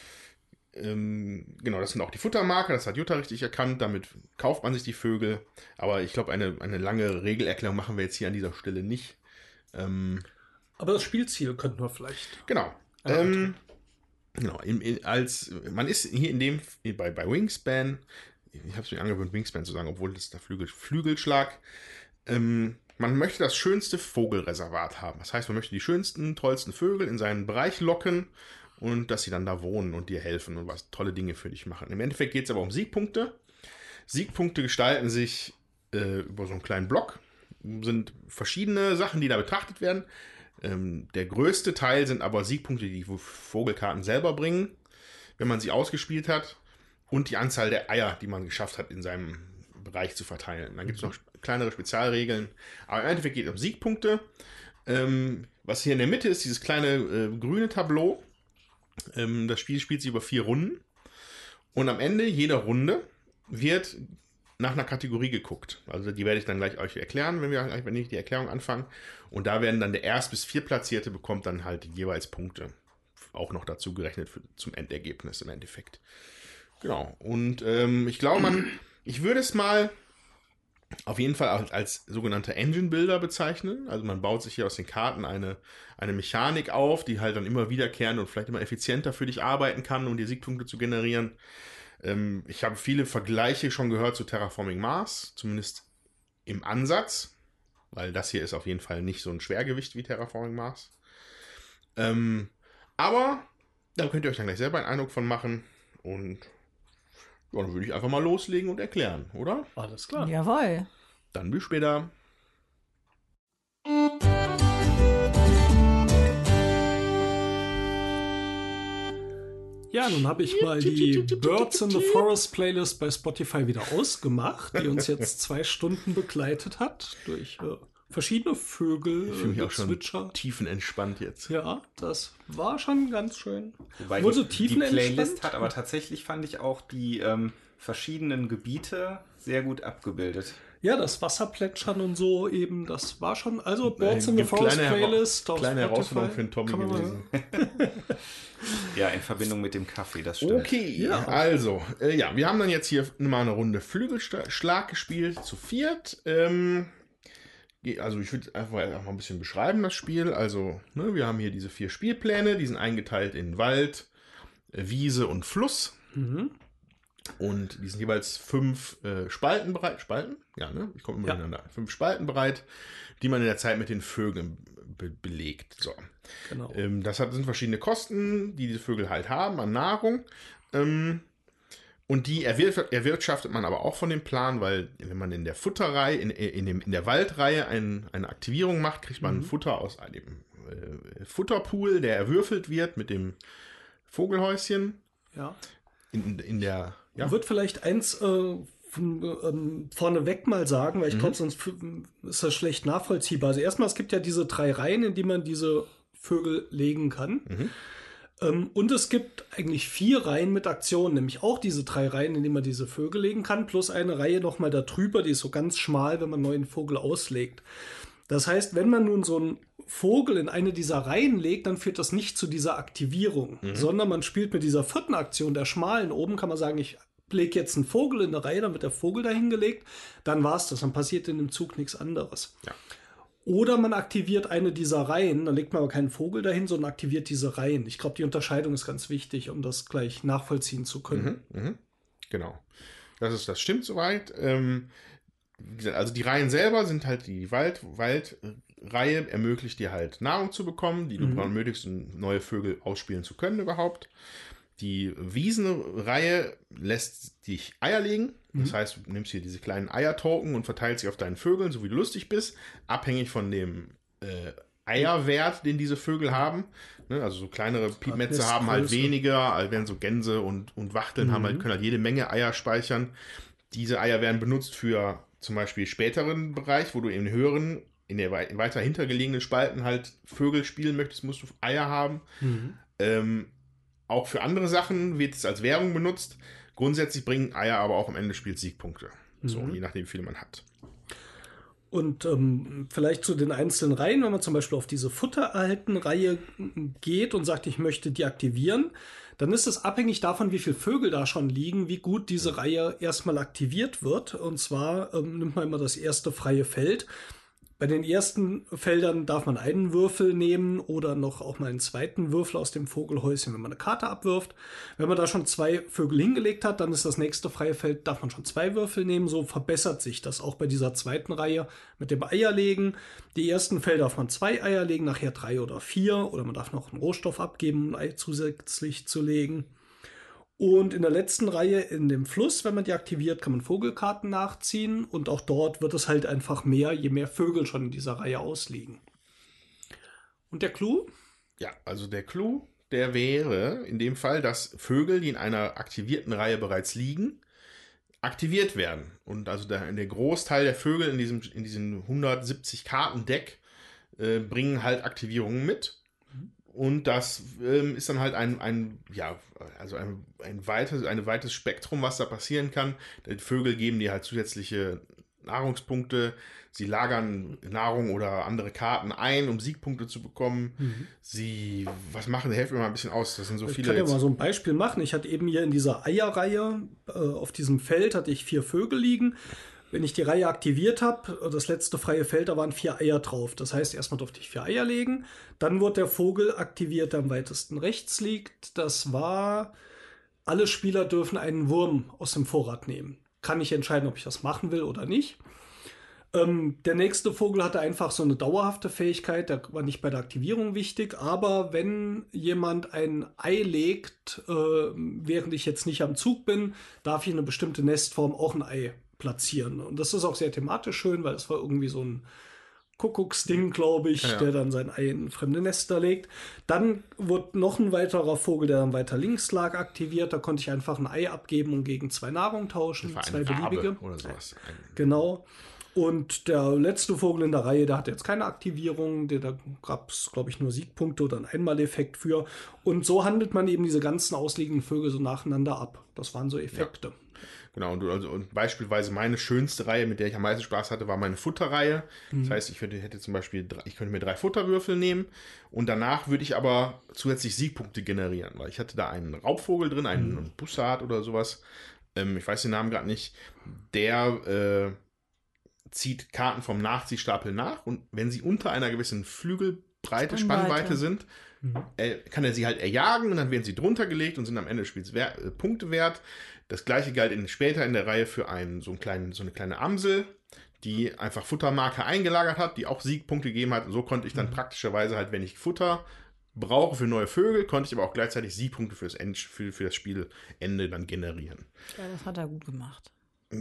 ähm, genau, das sind auch die Futtermarker, das hat Jutta richtig erkannt, damit kauft man sich die Vögel, aber ich glaube, eine, eine lange Regelerklärung machen wir jetzt hier an dieser Stelle nicht. Ähm, aber das Spielziel könnten wir vielleicht. Genau. Ähm, genau, in, in, als, man ist hier in dem, bei, bei Wingspan, ich habe es mir angewöhnt, Wingspan zu sagen, obwohl das der Flügel, Flügelschlag, ähm, man möchte das schönste Vogelreservat haben. Das heißt, man möchte die schönsten, tollsten Vögel in seinen Bereich locken und dass sie dann da wohnen und dir helfen und was tolle Dinge für dich machen. Im Endeffekt geht es aber um Siegpunkte. Siegpunkte gestalten sich äh, über so einen kleinen Block. Sind verschiedene Sachen, die da betrachtet werden. Ähm, der größte Teil sind aber Siegpunkte, die die Vogelkarten selber bringen, wenn man sie ausgespielt hat. Und die Anzahl der Eier, die man geschafft hat, in seinem Bereich zu verteilen. Dann gibt es noch kleinere Spezialregeln. Aber im Endeffekt geht es um Siegpunkte. Ähm, was hier in der Mitte ist, dieses kleine äh, grüne Tableau. Ähm, das Spiel spielt sich über vier Runden. Und am Ende jeder Runde wird nach einer Kategorie geguckt. Also die werde ich dann gleich euch erklären, wenn wir wenn ich die Erklärung anfangen. Und da werden dann der Erst- bis Viertplatzierte bekommt dann halt jeweils Punkte. Auch noch dazu gerechnet für, zum Endergebnis im Endeffekt. Genau. Und ähm, ich glaube, man, ich würde es mal auf jeden Fall als, als sogenannte Engine-Builder bezeichnen. Also man baut sich hier aus den Karten eine, eine Mechanik auf, die halt dann immer wiederkehrend und vielleicht immer effizienter für dich arbeiten kann, um die Siegpunkte zu generieren. Ähm, ich habe viele Vergleiche schon gehört zu Terraforming Mars, zumindest im Ansatz, weil das hier ist auf jeden Fall nicht so ein Schwergewicht wie Terraforming Mars. Ähm, aber da könnt ihr euch dann gleich selber einen Eindruck von machen und ja, dann würde ich einfach mal loslegen und erklären, oder? Alles klar. Jawohl. Dann bis später. Ja, nun habe ich mal die Birds in the Forest Playlist bei Spotify wieder ausgemacht, die uns jetzt zwei Stunden begleitet hat durch äh, verschiedene Vögel, Ich fühle mich äh, auch schon Zwitscher. tiefenentspannt jetzt. Ja, das war schon ganz schön. Wobei Obwohl die, so die tiefenentspannt- Playlist hat aber tatsächlich, fand ich, auch die ähm, verschiedenen Gebiete sehr gut abgebildet. Ja, das Wasserplätschern und so eben, das war schon, also Birds Äh, in the gibt Forest kleine Hera- Playlist auf Kleine Spotify. Herausforderung für den Tommy Kann man mal- gewesen. Ja, in Verbindung mit dem Kaffee, das stimmt. Okay, Ja. also, äh, ja, wir haben dann jetzt hier mal eine Runde Flügelschlag gespielt, zu viert. Ähm, also ich würde einfach mal ein bisschen beschreiben, das Spiel. Also, ne, wir haben hier diese vier Spielpläne, die sind eingeteilt in Wald, äh, Wiese und Fluss. Mhm. Und die sind jeweils fünf äh, Spalten bereit. Spalten? Ja, ne? Ich komme immer Ja. durcheinander. Fünf Spalten bereit, die man in der Zeit mit den Vögeln be belegt. So. Genau. Ähm, das hat, sind verschiedene Kosten, die diese Vögel halt haben an Nahrung. Ähm, und die erwir erwirtschaftet man aber auch von dem Plan, weil wenn man in der Futterreihe, in, in, dem, in der Waldreihe ein, eine Aktivierung macht, kriegt man Mhm. Futter aus einem äh, Futterpool, der erwürfelt wird mit dem Vogelhäuschen. Ja. In, in der Ja. ja, Wird vielleicht eins äh, von, ähm, vorneweg mal sagen, weil ich Mhm. glaube, sonst f- ist das schlecht nachvollziehbar. Also erstmal, es gibt ja diese drei Reihen, in die man diese Vögel legen kann. Mhm. Ähm, und es gibt eigentlich vier Reihen mit Aktionen, nämlich auch diese drei Reihen, in die man diese Vögel legen kann, plus eine Reihe nochmal da drüber, die ist so ganz schmal, wenn man einen neuen Vogel auslegt. Das heißt, wenn man nun so einen Vogel in eine dieser Reihen legt, dann führt das nicht zu dieser Aktivierung, sondern man spielt mit dieser vierten Aktion, der schmalen. Oben kann man sagen, ich lege jetzt einen Vogel in eine Reihe, dann wird der Vogel dahin gelegt, dann war es das, dann passiert in dem Zug nichts anderes. Ja. Oder man aktiviert eine dieser Reihen, dann legt man aber keinen Vogel dahin, sondern aktiviert diese Reihen. Ich glaube, die Unterscheidung ist ganz wichtig, um das gleich nachvollziehen zu können. Mhm, mhm. Genau. Das ist, das stimmt soweit. Ähm, wie gesagt, also die Reihen selber sind halt die Wald, Wald, Reihe ermöglicht dir halt Nahrung zu bekommen, die du Mhm. benötigst, um neue Vögel ausspielen zu können überhaupt. Die Wiesenreihe lässt dich Eier legen. Das heißt, du nimmst hier diese kleinen Eiertoken und verteilst sie auf deinen Vögeln, so wie du lustig bist, abhängig von dem äh, Eierwert, den diese Vögel haben. Ne, also so kleinere Piepmetze haben halt Nestgröße. weniger, als während so Gänse und, und Wachteln haben halt, können halt jede Menge Eier speichern. Diese Eier werden benutzt für zum Beispiel späteren Bereich, wo du in höheren, in der wei- weiter hintergelegenen Spalten halt Vögel spielen möchtest, musst du Eier haben. Mhm. Ähm, auch für andere Sachen wird es als Währung benutzt. Grundsätzlich bringen Eier aber auch am Ende des Spiels Siegpunkte. So, Mhm. je nachdem, wie viele man hat. Und ähm, vielleicht zu den einzelnen Reihen, wenn man zum Beispiel auf diese Futtererhalten-Reihe geht und sagt, ich möchte die aktivieren, dann ist es abhängig davon, wie viele Vögel da schon liegen, wie gut diese Reihe erstmal aktiviert wird. Und zwar ähm, nimmt man immer das erste freie Feld. Bei den ersten Feldern darf man einen Würfel nehmen oder noch auch mal einen zweiten Würfel aus dem Vogelhäuschen, wenn man eine Karte abwirft. Wenn man da schon zwei Vögel hingelegt hat, dann ist das nächste freie Feld, darf man schon zwei Würfel nehmen. So verbessert sich das auch bei dieser zweiten Reihe mit dem Eierlegen. Die ersten Felder darf man zwei Eier legen, nachher drei oder vier. Oder man darf noch einen Rohstoff abgeben, um ein Ei zusätzlich zu legen. Und in der letzten Reihe in dem Fluss, wenn man die aktiviert, kann man Vogelkarten nachziehen. Und auch dort wird es halt einfach mehr, je mehr Vögel schon in dieser Reihe ausliegen. Und der Clou? Ja, also der Clou, der wäre in dem Fall, dass Vögel, die in einer aktivierten Reihe bereits liegen, aktiviert werden. Und also der, der Großteil der Vögel in diesem, in diesem hundertsiebzig Karten-Deck äh, bringen halt Aktivierungen mit. Und das ähm, ist dann halt ein, ein ja, also ein, ein weites, ein weites Spektrum, was da passieren kann. Die Vögel geben dir halt zusätzliche Nahrungspunkte. Sie lagern Nahrung oder andere Karten ein, um Siegpunkte zu bekommen. Mhm. Sie, was machen? Helft mir mal ein bisschen aus. Das sind so Ich viele kann ja jetzt. mal so ein Beispiel machen. Ich hatte eben hier in dieser Eierreihe, äh, auf diesem Feld hatte ich vier Vögel liegen. Wenn ich die Reihe aktiviert habe, das letzte freie Feld, da waren vier Eier drauf. Das heißt, erstmal durfte ich vier Eier legen. Dann wurde der Vogel aktiviert, der am weitesten rechts liegt. Das war, alle Spieler dürfen einen Wurm aus dem Vorrat nehmen. Kann ich entscheiden, ob ich das machen will oder nicht. Ähm, der nächste Vogel hatte einfach so eine dauerhafte Fähigkeit, der war nicht bei der Aktivierung wichtig, aber wenn jemand ein Ei legt, äh, während ich jetzt nicht am Zug bin, darf ich in eine bestimmte Nestform auch ein Ei platzieren. Und das ist auch sehr thematisch schön, weil es war irgendwie so ein Kuckucksding, glaube ich, Ja. der dann sein Ei in fremde Nester legt. Dann wurde noch ein weiterer Vogel, der dann weiter links lag, aktiviert. Da konnte ich einfach ein Ei abgeben und gegen zwei Nahrung tauschen, Für zwei eine beliebige. Wabe oder sowas. Ein, Genau. Und der letzte Vogel in der Reihe, der hatte jetzt keine Aktivierung, der, da gab es, glaube ich, nur Siegpunkte oder einen Einmaleffekt für. Und so handelt man eben diese ganzen ausliegenden Vögel so nacheinander ab. Das waren so Effekte. Genau, und, du- also, und beispielsweise meine schönste Reihe, mit der ich am meisten Spaß hatte, war meine Futterreihe. Das heißt, ich könnte, hätte zum Beispiel, drei- ich könnte mir drei Futterwürfel nehmen und danach würde ich aber zusätzlich Siegpunkte generieren, weil ich hatte da einen Raubvogel drin, einen mhm. Bussard oder sowas. Ähm, ich weiß den Namen gerade nicht. Der äh, zieht Karten vom Nachziehstapel nach und wenn sie unter einer gewissen Flügelbreite, Spannweite, Spannweite sind, mhm. äh, kann er sie halt erjagen und dann werden sie drunter gelegt und sind am Ende des Spiels wer- äh, Punkte wert. Das gleiche galt in, später in der Reihe für einen, so, einen kleinen, so eine kleine Amsel, die einfach Futtermarke eingelagert hat, die auch Siegpunkte gegeben hat. Und so konnte ich dann mhm. praktischerweise halt, wenn ich Futter brauche für neue Vögel, konnte ich aber auch gleichzeitig Siegpunkte fürs End, für, für das Spielende dann generieren. Ja, das hat er gut gemacht.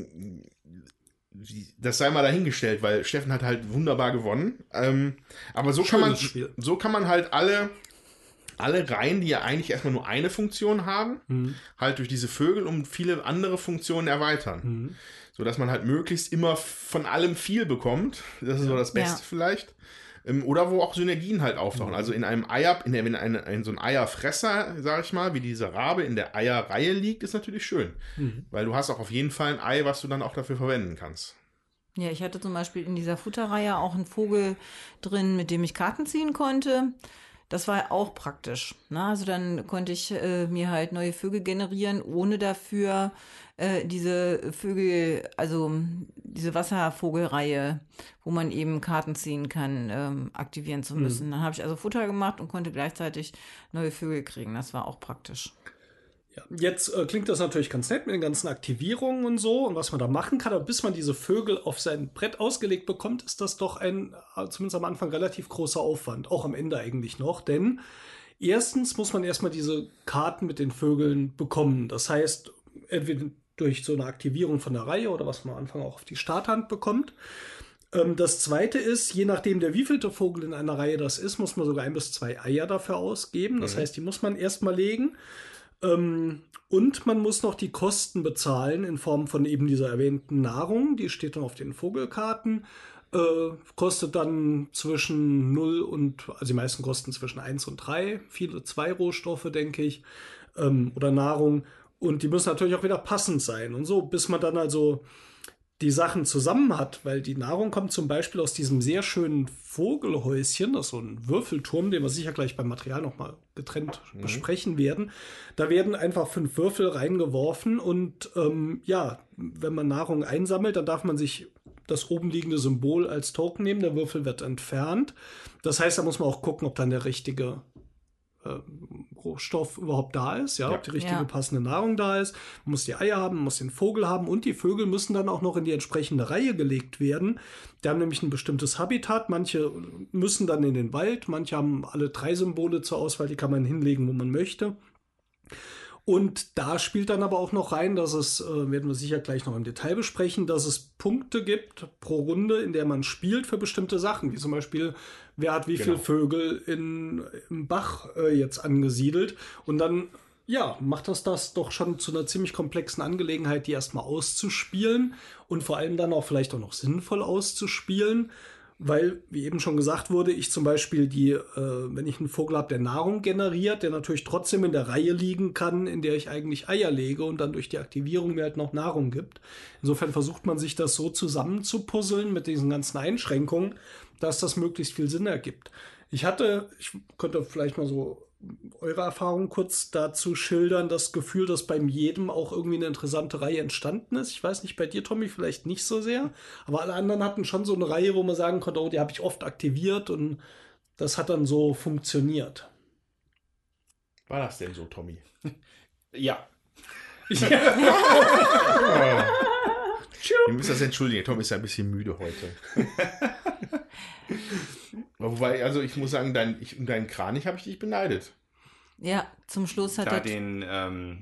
Das sei mal dahingestellt, weil Steffen hat halt wunderbar gewonnen. Ähm, aber so kann, man, so kann man halt alle... alle Reihen, die ja eigentlich erstmal nur eine Funktion haben, mhm. halt durch diese Vögel um viele andere Funktionen erweitern. Mhm. Sodass man halt möglichst immer von allem viel bekommt. Das ist so das Beste ja. vielleicht. Oder wo auch Synergien halt auftauchen. Mhm. Also in einem Eier, in, der, in, eine, in so ein Eierfresser, sag ich mal, wie dieser Rabe in der Eierreihe liegt, ist natürlich schön. Mhm. Weil du hast auch auf jeden Fall ein Ei, was du dann auch dafür verwenden kannst. Ja, ich hatte zum Beispiel in dieser Futterreihe auch einen Vogel drin, mit dem ich Karten ziehen konnte. Das war auch praktisch. Ne? Also dann konnte ich äh, mir halt neue Vögel generieren, ohne dafür äh, diese Vögel, also diese Wasservogelreihe, wo man eben Karten ziehen kann, ähm, aktivieren zu müssen. Mhm. Dann habe ich also Futter gemacht und konnte gleichzeitig neue Vögel kriegen. Das war auch praktisch. Ja, jetzt äh, klingt das natürlich ganz nett mit den ganzen Aktivierungen und so und was man da machen kann, aber bis man diese Vögel auf sein Brett ausgelegt bekommt, ist das doch ein, zumindest am Anfang, relativ großer Aufwand. Auch am Ende eigentlich noch, denn erstens muss man erstmal diese Karten mit den Vögeln bekommen. Das heißt, entweder durch so eine Aktivierung von der Reihe oder was man am Anfang auch auf die Starthand bekommt. Ähm, das zweite ist, je nachdem der wievielte Vogel in einer Reihe das ist, muss man sogar ein bis zwei Eier dafür ausgeben. Das mhm. heißt, die muss man erstmal legen. Ähm, und man muss noch die Kosten bezahlen in Form von eben dieser erwähnten Nahrung. Die steht dann auf den Vogelkarten. Äh, kostet dann zwischen null und, also die meisten kosten zwischen eins und drei. Viele zwei Rohstoffe, denke ich. Ähm, oder Nahrung. Und die müssen natürlich auch wieder passend sein. Und so, bis man dann also die Sachen zusammen hat, weil die Nahrung kommt zum Beispiel aus diesem sehr schönen Vogelhäuschen, das ist so ein Würfelturm, den wir sicher gleich beim Material nochmal getrennt mhm. besprechen werden. Da werden einfach fünf Würfel reingeworfen und ähm, ja, wenn man Nahrung einsammelt, dann darf man sich das oben liegende Symbol als Token nehmen, der Würfel wird entfernt. Das heißt, da muss man auch gucken, ob dann der richtige Rohstoff überhaupt da ist, ja, ja. ob die richtige ja. passende Nahrung da ist. Man muss die Eier haben, man muss den Vogel haben und die Vögel müssen dann auch noch in die entsprechende Reihe gelegt werden. Die haben nämlich ein bestimmtes Habitat. Manche müssen dann in den Wald, manche haben alle drei Symbole zur Auswahl, die kann man hinlegen, wo man möchte. Und da spielt dann aber auch noch rein, dass es, äh, werden wir sicher gleich noch im Detail besprechen, dass es Punkte gibt pro Runde, in der man spielt für bestimmte Sachen, wie zum Beispiel, wer hat wie genau. viele Vögel in, im Bach äh, jetzt angesiedelt. Und dann, ja, macht das das doch schon zu einer ziemlich komplexen Angelegenheit, die erstmal auszuspielen und vor allem dann auch vielleicht auch noch sinnvoll auszuspielen. Weil, wie eben schon gesagt wurde, ich zum Beispiel die, äh, wenn ich einen Vogel habe, der Nahrung generiert, der natürlich trotzdem in der Reihe liegen kann, in der ich eigentlich Eier lege und dann durch die Aktivierung mir halt noch Nahrung gibt. Insofern versucht man sich das so zusammenzupuzzeln mit diesen ganzen Einschränkungen, dass das möglichst viel Sinn ergibt. Ich hatte, ich könnte vielleicht mal so eure Erfahrung kurz dazu schildern, das Gefühl, dass beim jedem auch irgendwie eine interessante Reihe entstanden ist. Ich weiß nicht, bei dir, Tommy, vielleicht nicht so sehr, aber alle anderen hatten schon so eine Reihe, wo man sagen konnte, oh, die habe ich oft aktiviert und das hat dann so funktioniert. War das denn so, Tommy? Ja. ja. Wir müssen das entschuldigen, Tommy ist ja ein bisschen müde heute. Wobei, also ich muss sagen, dein, ich, um deinen Kranich habe ich dich beneidet. Ja, zum Schluss hat da er... den, ähm,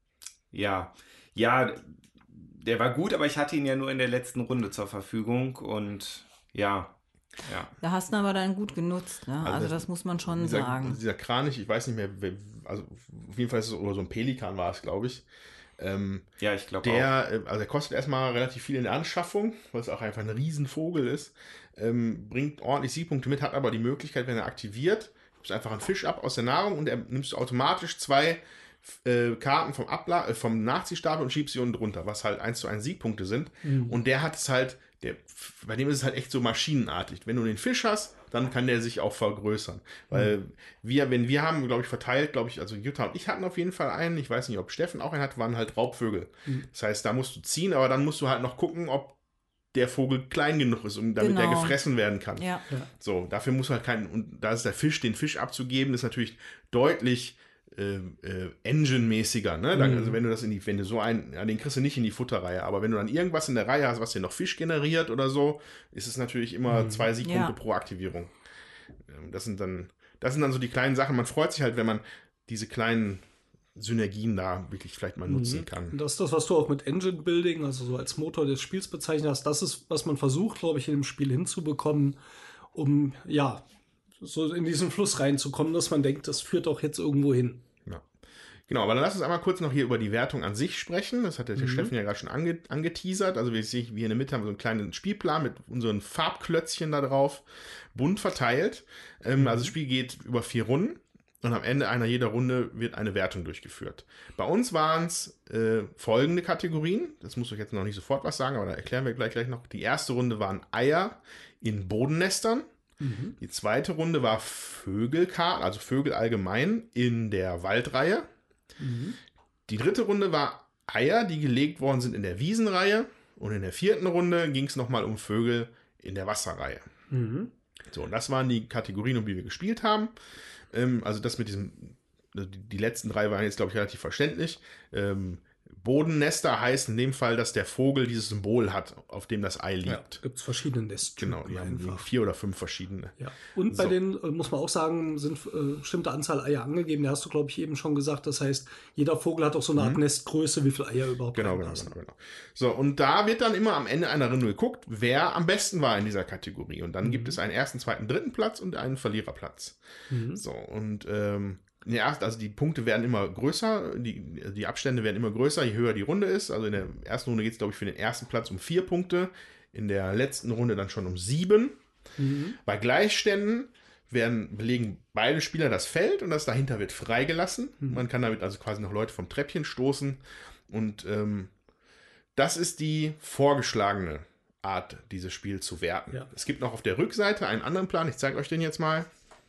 ja, ja, der war gut, aber ich hatte ihn ja nur in der letzten Runde zur Verfügung und ja, ja. Da hast du aber dann gut genutzt, ne? Also, also das, das muss man schon dieser, sagen. Dieser Kranich, ich weiß nicht mehr, also auf jeden Fall ist es oder so ein Pelikan war es, glaube ich. Ähm, ja, ich glaube auch. Der, also der kostet erstmal relativ viel in der Anschaffung, weil es auch einfach ein Riesenvogel ist. Ähm, bringt ordentlich Siegpunkte mit, hat aber die Möglichkeit, wenn er aktiviert, gibst einfach einen Fisch ab aus der Nahrung und er nimmst du automatisch zwei äh, Karten vom, Abla äh, vom Nachziehstapel und schiebst sie unten drunter, was halt eins zu eins Siegpunkte sind. Mhm. Und der hat es halt, der, bei dem ist es halt echt so maschinenartig. Wenn du den Fisch hast, dann kann der sich auch vergrößern. Weil mhm. wir, wenn wir haben, glaube ich, verteilt, glaube ich, also Jutta und ich hatten auf jeden Fall einen, ich weiß nicht, ob Steffen auch einen hat, waren halt Raubvögel. Mhm. Das heißt, da musst du ziehen, aber dann musst du halt noch gucken, ob der Vogel klein genug ist, um damit genau. der gefressen werden kann. Ja. So, dafür muss halt kein, und da ist der Fisch, den Fisch abzugeben, ist natürlich deutlich äh, äh, Engine-mäßiger, ne? Dann, mhm. Also wenn du das in die, wenn du so einen, ja, den kriegst du nicht in die Futterreihe, aber wenn du dann irgendwas in der Reihe hast, was dir noch Fisch generiert oder so, ist es natürlich immer mhm. zwei Siegpunkte ja. pro Aktivierung. Das sind dann, das sind dann so die kleinen Sachen. Man freut sich halt, wenn man diese kleinen Synergien da wirklich vielleicht mal nutzen kann. Das ist das, was du auch mit Engine Building, also so als Motor des Spiels bezeichnet hast. Das ist, was man versucht, glaube ich, in dem Spiel hinzubekommen, um ja so in diesen Fluss reinzukommen, dass man denkt, das führt doch jetzt irgendwo hin. Ja. Genau, aber dann lass uns einmal kurz noch hier über die Wertung an sich sprechen. Das hat der mhm. Steffen ja gerade schon ange- angeteasert. Also wir sehen hier in der Mitte haben wir so einen kleinen Spielplan mit unseren Farbklötzchen da drauf, bunt verteilt. Ähm, mhm. Also das Spiel geht über vier Runden. Und am Ende einer jeder Runde wird eine Wertung durchgeführt. Bei uns waren es äh, folgende Kategorien. Das muss ich jetzt noch nicht sofort was sagen, aber da erklären wir gleich, gleich noch. Die erste Runde waren Eier in Bodennestern. Mhm. Die zweite Runde war Vögelkarten, also Vögel allgemein in der Waldreihe. Mhm. Die dritte Runde war Eier, die gelegt worden sind in der Wiesenreihe. Und in der vierten Runde ging es nochmal um Vögel in der Wasserreihe. Mhm. So, und das waren die Kategorien, um die wir gespielt haben. Also das mit diesem die letzten drei waren jetzt, glaube ich, relativ verständlich. Ähm, Bodennester heißt in dem Fall, dass der Vogel dieses Symbol hat, auf dem das Ei liegt. Ja, gibt es verschiedene Nesttypen. Genau, die haben einfach. vier oder fünf verschiedene. Ja. Und bei So. denen, äh, muss man auch sagen, sind äh, bestimmte Anzahl Eier angegeben. Da hast du, glaube ich, eben schon gesagt. Das heißt, jeder Vogel hat auch so eine Art Nestgröße, wie viele Eier überhaupt Genau, genau, reinpassen. genau, genau. So, und da wird dann immer am Ende einer Runde geguckt, wer am besten war in dieser Kategorie. Und dann Mhm. gibt es einen ersten, zweiten, dritten Platz und einen Verliererplatz. Mhm. So, und ähm, ja, also die Punkte werden immer größer, die, die Abstände werden immer größer, je höher die Runde ist. Also in der ersten Runde geht es, glaube ich, für den ersten Platz um vier Punkte, in der letzten Runde dann schon um sieben. Mhm. Bei Gleichständen werden, belegen beide Spieler das Feld und das dahinter wird freigelassen. Mhm. Man kann damit also quasi noch Leute vom Treppchen stoßen. Und ähm, das ist die vorgeschlagene Art, dieses Spiel zu werten. Ja. Es gibt noch auf der Rückseite einen anderen Plan. Ich zeige euch den jetzt mal.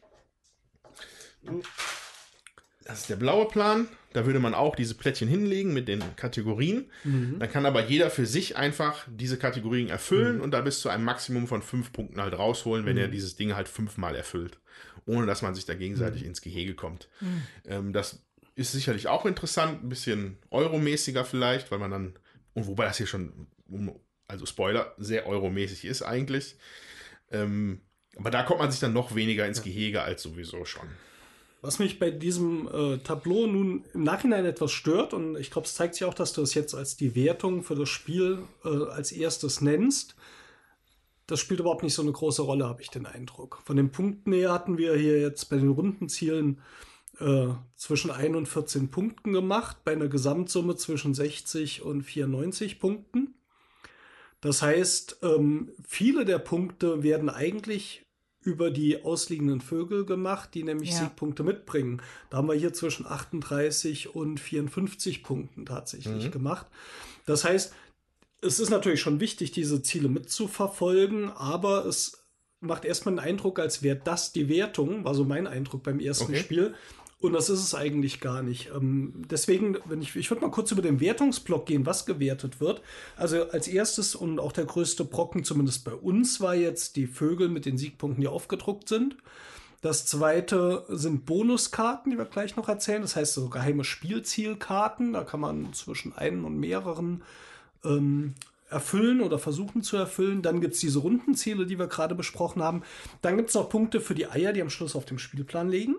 Das ist der blaue Plan. Da würde man auch diese Plättchen hinlegen mit den Kategorien. Mhm. Dann kann aber jeder für sich einfach diese Kategorien erfüllen mhm. und da bis zu einem Maximum von fünf Punkten halt rausholen, wenn mhm. er dieses Ding halt fünfmal erfüllt. Ohne dass man sich da gegenseitig mhm. ins Gehege kommt. Mhm. Ähm, das ist sicherlich auch interessant. Ein bisschen euromäßiger vielleicht, weil man dann, und wobei das hier schon, also Spoiler, sehr euromäßig ist eigentlich. Ähm, aber da kommt man sich dann noch weniger ins Gehege als sowieso schon. Was mich bei diesem äh, Tableau nun im Nachhinein etwas stört, und ich glaube, es zeigt sich auch, dass du es jetzt als die Wertung für das Spiel äh, als erstes nennst, das spielt überhaupt nicht so eine große Rolle, habe ich den Eindruck. Von den Punkten her hatten wir hier jetzt bei den Rundenzielen äh, zwischen ein und vierzehn Punkten gemacht, bei einer Gesamtsumme zwischen sechzig und vierundneunzig Punkten. Das heißt, ähm, viele der Punkte werden eigentlich über die ausliegenden Vögel gemacht, die nämlich Ja. Siegpunkte mitbringen. Da haben wir hier zwischen achtunddreißig und vierundfünfzig Punkten tatsächlich Mhm. gemacht. Das heißt, es ist natürlich schon wichtig, diese Ziele mitzuverfolgen, aber es macht erstmal den Eindruck, als wäre das die Wertung, war so mein Eindruck beim ersten Okay. Spiel. Und das ist es eigentlich gar nicht. Ähm, deswegen, wenn ich, ich würde mal kurz über den Wertungsblock gehen, was gewertet wird. Also als erstes und auch der größte Brocken, zumindest bei uns, war jetzt die Vögel mit den Siegpunkten, die aufgedruckt sind. Das zweite sind Bonuskarten, die wir gleich noch erzählen. Das heißt so geheime Spielzielkarten. Da kann man zwischen einen und mehreren ähm, erfüllen oder versuchen zu erfüllen. Dann gibt es diese Rundenziele, die wir gerade besprochen haben. Dann gibt es noch Punkte für die Eier, die am Schluss auf dem Spielplan liegen.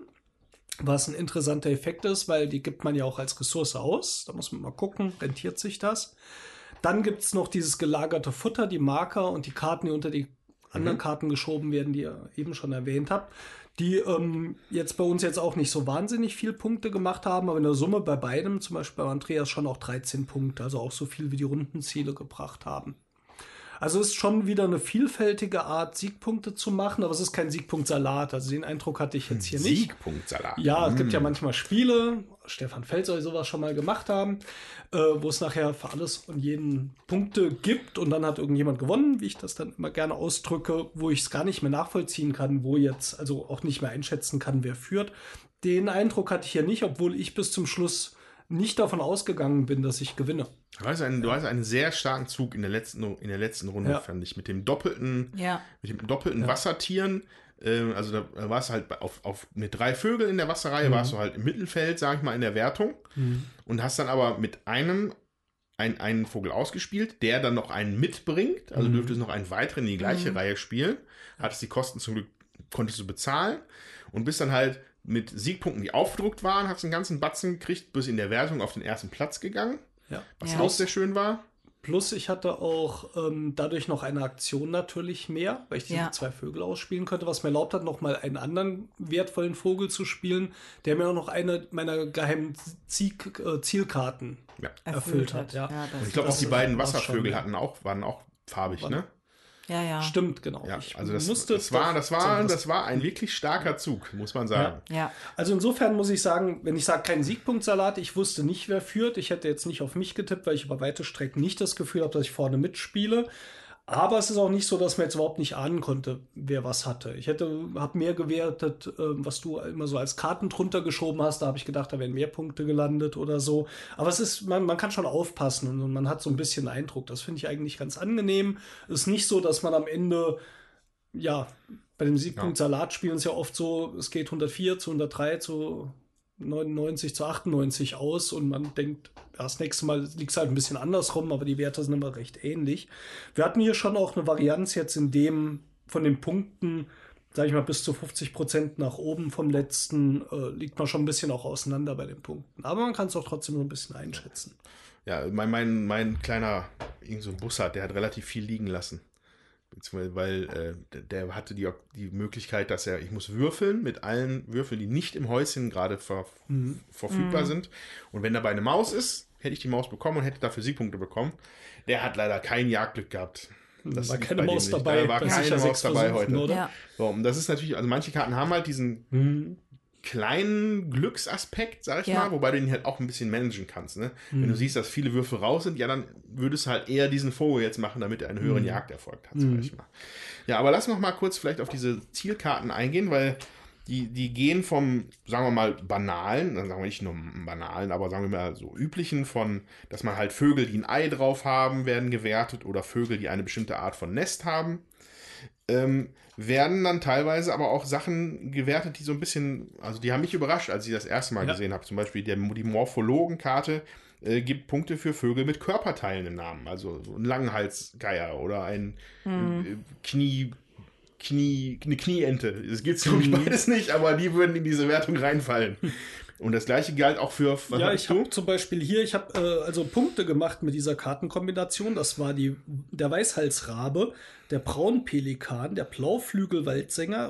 Was ein interessanter Effekt ist, weil die gibt man ja auch als Ressource aus. Da muss man mal gucken, rentiert sich das. Dann gibt es noch dieses gelagerte Futter, die Marker und die Karten, die unter die anderen Mhm. Karten geschoben werden, die ihr eben schon erwähnt habt, die ähm, jetzt bei uns jetzt auch nicht so wahnsinnig viel Punkte gemacht haben, aber in der Summe bei beidem, zum Beispiel bei Andreas, schon auch dreizehn Punkte, also auch so viel wie die Rundenziele gebracht haben. Also es ist schon wieder eine vielfältige Art, Siegpunkte zu machen, aber es ist kein Siegpunktsalat. Also den Eindruck hatte ich jetzt hier nicht. Siegpunktsalat. Ja, es Mm. gibt ja manchmal Spiele, Stefan Feld soll sowas schon mal gemacht haben, äh, wo es nachher für alles und jeden Punkte gibt und dann hat irgendjemand gewonnen, wie ich das dann immer gerne ausdrücke, wo ich es gar nicht mehr nachvollziehen kann, wo jetzt, also auch nicht mehr einschätzen kann, wer führt. Den Eindruck hatte ich hier nicht, obwohl ich bis zum Schluss nicht davon ausgegangen bin, dass ich gewinne. Du hast einen, du hast einen sehr starken Zug in der letzten, in der letzten Runde, Ja. fand ich, mit dem doppelten, Ja. mit dem doppelten Ja. Wassertieren. Ähm, also da, da warst du halt auf, auf, mit drei Vögeln in der Wasserreihe, Mhm. warst du halt im Mittelfeld, sag ich mal, in der Wertung. Mhm. Und hast dann aber mit einem ein, einen Vogel ausgespielt, der dann noch einen mitbringt. Also Mhm. dürftest noch einen weiteren in die gleiche Mhm. Reihe spielen. Hattest die Kosten zum Glück, konntest du bezahlen. Und bist dann halt mit Siegpunkten, die aufgedruckt waren, hast einen ganzen Batzen gekriegt, bis in der Wertung auf den ersten Platz gegangen. Ja. Was Ja. auch sehr schön war. Plus ich hatte auch ähm, dadurch noch eine Aktion natürlich mehr, weil ich diese Ja. zwei Vögel ausspielen konnte, was mir erlaubt hat, noch mal einen anderen wertvollen Vogel zu spielen, der mir auch noch eine meiner geheimen Sieg, äh, Zielkarten Ja. erfüllt hat. Ja. Ja, das, Und ich glaube, Das auch die ist- beiden war's Wasservögel schon, hatten auch, waren auch farbig, Waren- ne? ja, ja. Stimmt, genau. Ja, Ich also das, musste das, war, doch das, war, zum- das war ein wirklich starker Zug, muss man sagen. Ja. Also insofern muss ich sagen, wenn ich sage, kein Siegpunktsalat, ich wusste nicht, wer führt. Ich hätte jetzt nicht auf mich getippt, weil ich über weite Strecken nicht das Gefühl habe, dass ich vorne mitspiele. Aber es ist auch nicht so, dass man jetzt überhaupt nicht ahnen konnte, wer was hatte. Ich hätte, habe mehr gewertet, äh, was du immer so als Karten drunter geschoben hast. Da habe ich gedacht, da wären mehr Punkte gelandet oder so. Aber es ist, man, man kann schon aufpassen und, und man hat so ein bisschen Eindruck. Das finde ich eigentlich ganz angenehm. Es ist nicht so, dass man am Ende, ja, bei dem Siegpunkt Salat spielen es ja oft so, es geht hundertvier zu hundertdrei zu neunundneunzig zu achtundneunzig aus und man denkt, ja, das nächste Mal liegt es halt ein bisschen andersrum, aber die Werte sind immer recht ähnlich. Wir hatten hier schon auch eine Varianz jetzt, in dem von den Punkten, sage ich mal, bis zu fünfzig Prozent nach oben vom letzten, äh, liegt man schon ein bisschen auch auseinander bei den Punkten. Aber man kann es auch trotzdem so ein bisschen einschätzen. Ja, mein, mein, mein kleiner, irgend so ein Bussard, der hat relativ viel liegen lassen. Weil äh, der, der hatte die, die Möglichkeit, dass er, ich muss würfeln mit allen Würfeln, die nicht im Häuschen gerade ver, mhm. verfügbar mhm. sind. Und wenn dabei eine Maus ist, hätte ich die Maus bekommen und hätte dafür Siegpunkte bekommen. Der hat leider kein Jagdglück gehabt. Das war keine Maus dabei. Da war keine Maus dabei heute. Oder? Ja. So, und das ist natürlich, also manche Karten haben halt diesen mhm. kleinen Glücksaspekt, sag ich ja. mal, wobei du ihn halt auch ein bisschen managen kannst. Ne? Mhm. Wenn du siehst, dass viele Würfel raus sind, ja, dann würdest du halt eher diesen Vogel jetzt machen, damit er einen höheren mhm. Jagderfolg hat, sag ich mal. Ja, aber lass noch mal kurz vielleicht auf diese Zielkarten eingehen, weil die, die gehen vom, sagen wir mal, banalen, dann sagen wir nicht nur banalen, aber sagen wir mal so üblichen von, dass man halt Vögel, die ein Ei drauf haben, werden gewertet oder Vögel, die eine bestimmte Art von Nest haben. Ähm, werden dann teilweise aber auch Sachen gewertet, die so ein bisschen, also die haben mich überrascht, als ich das erste Mal ja. gesehen habe. Zum Beispiel der, die Morphologenkarte äh, gibt Punkte für Vögel mit Körperteilen im Namen. Also so ein Langhalsgeier oder ein hm. äh, Knie, Knie, eine Knieente. Das gibt es, glaube ich, beides nicht, aber die würden in diese Wertung reinfallen. Und das gleiche galt auch für... Was ja, ich habe zum Beispiel hier, ich habe äh, also Punkte gemacht mit dieser Kartenkombination. Das war die, der Weißhalsrabe, der Braunpelikan, der Blauflügelwaldsänger,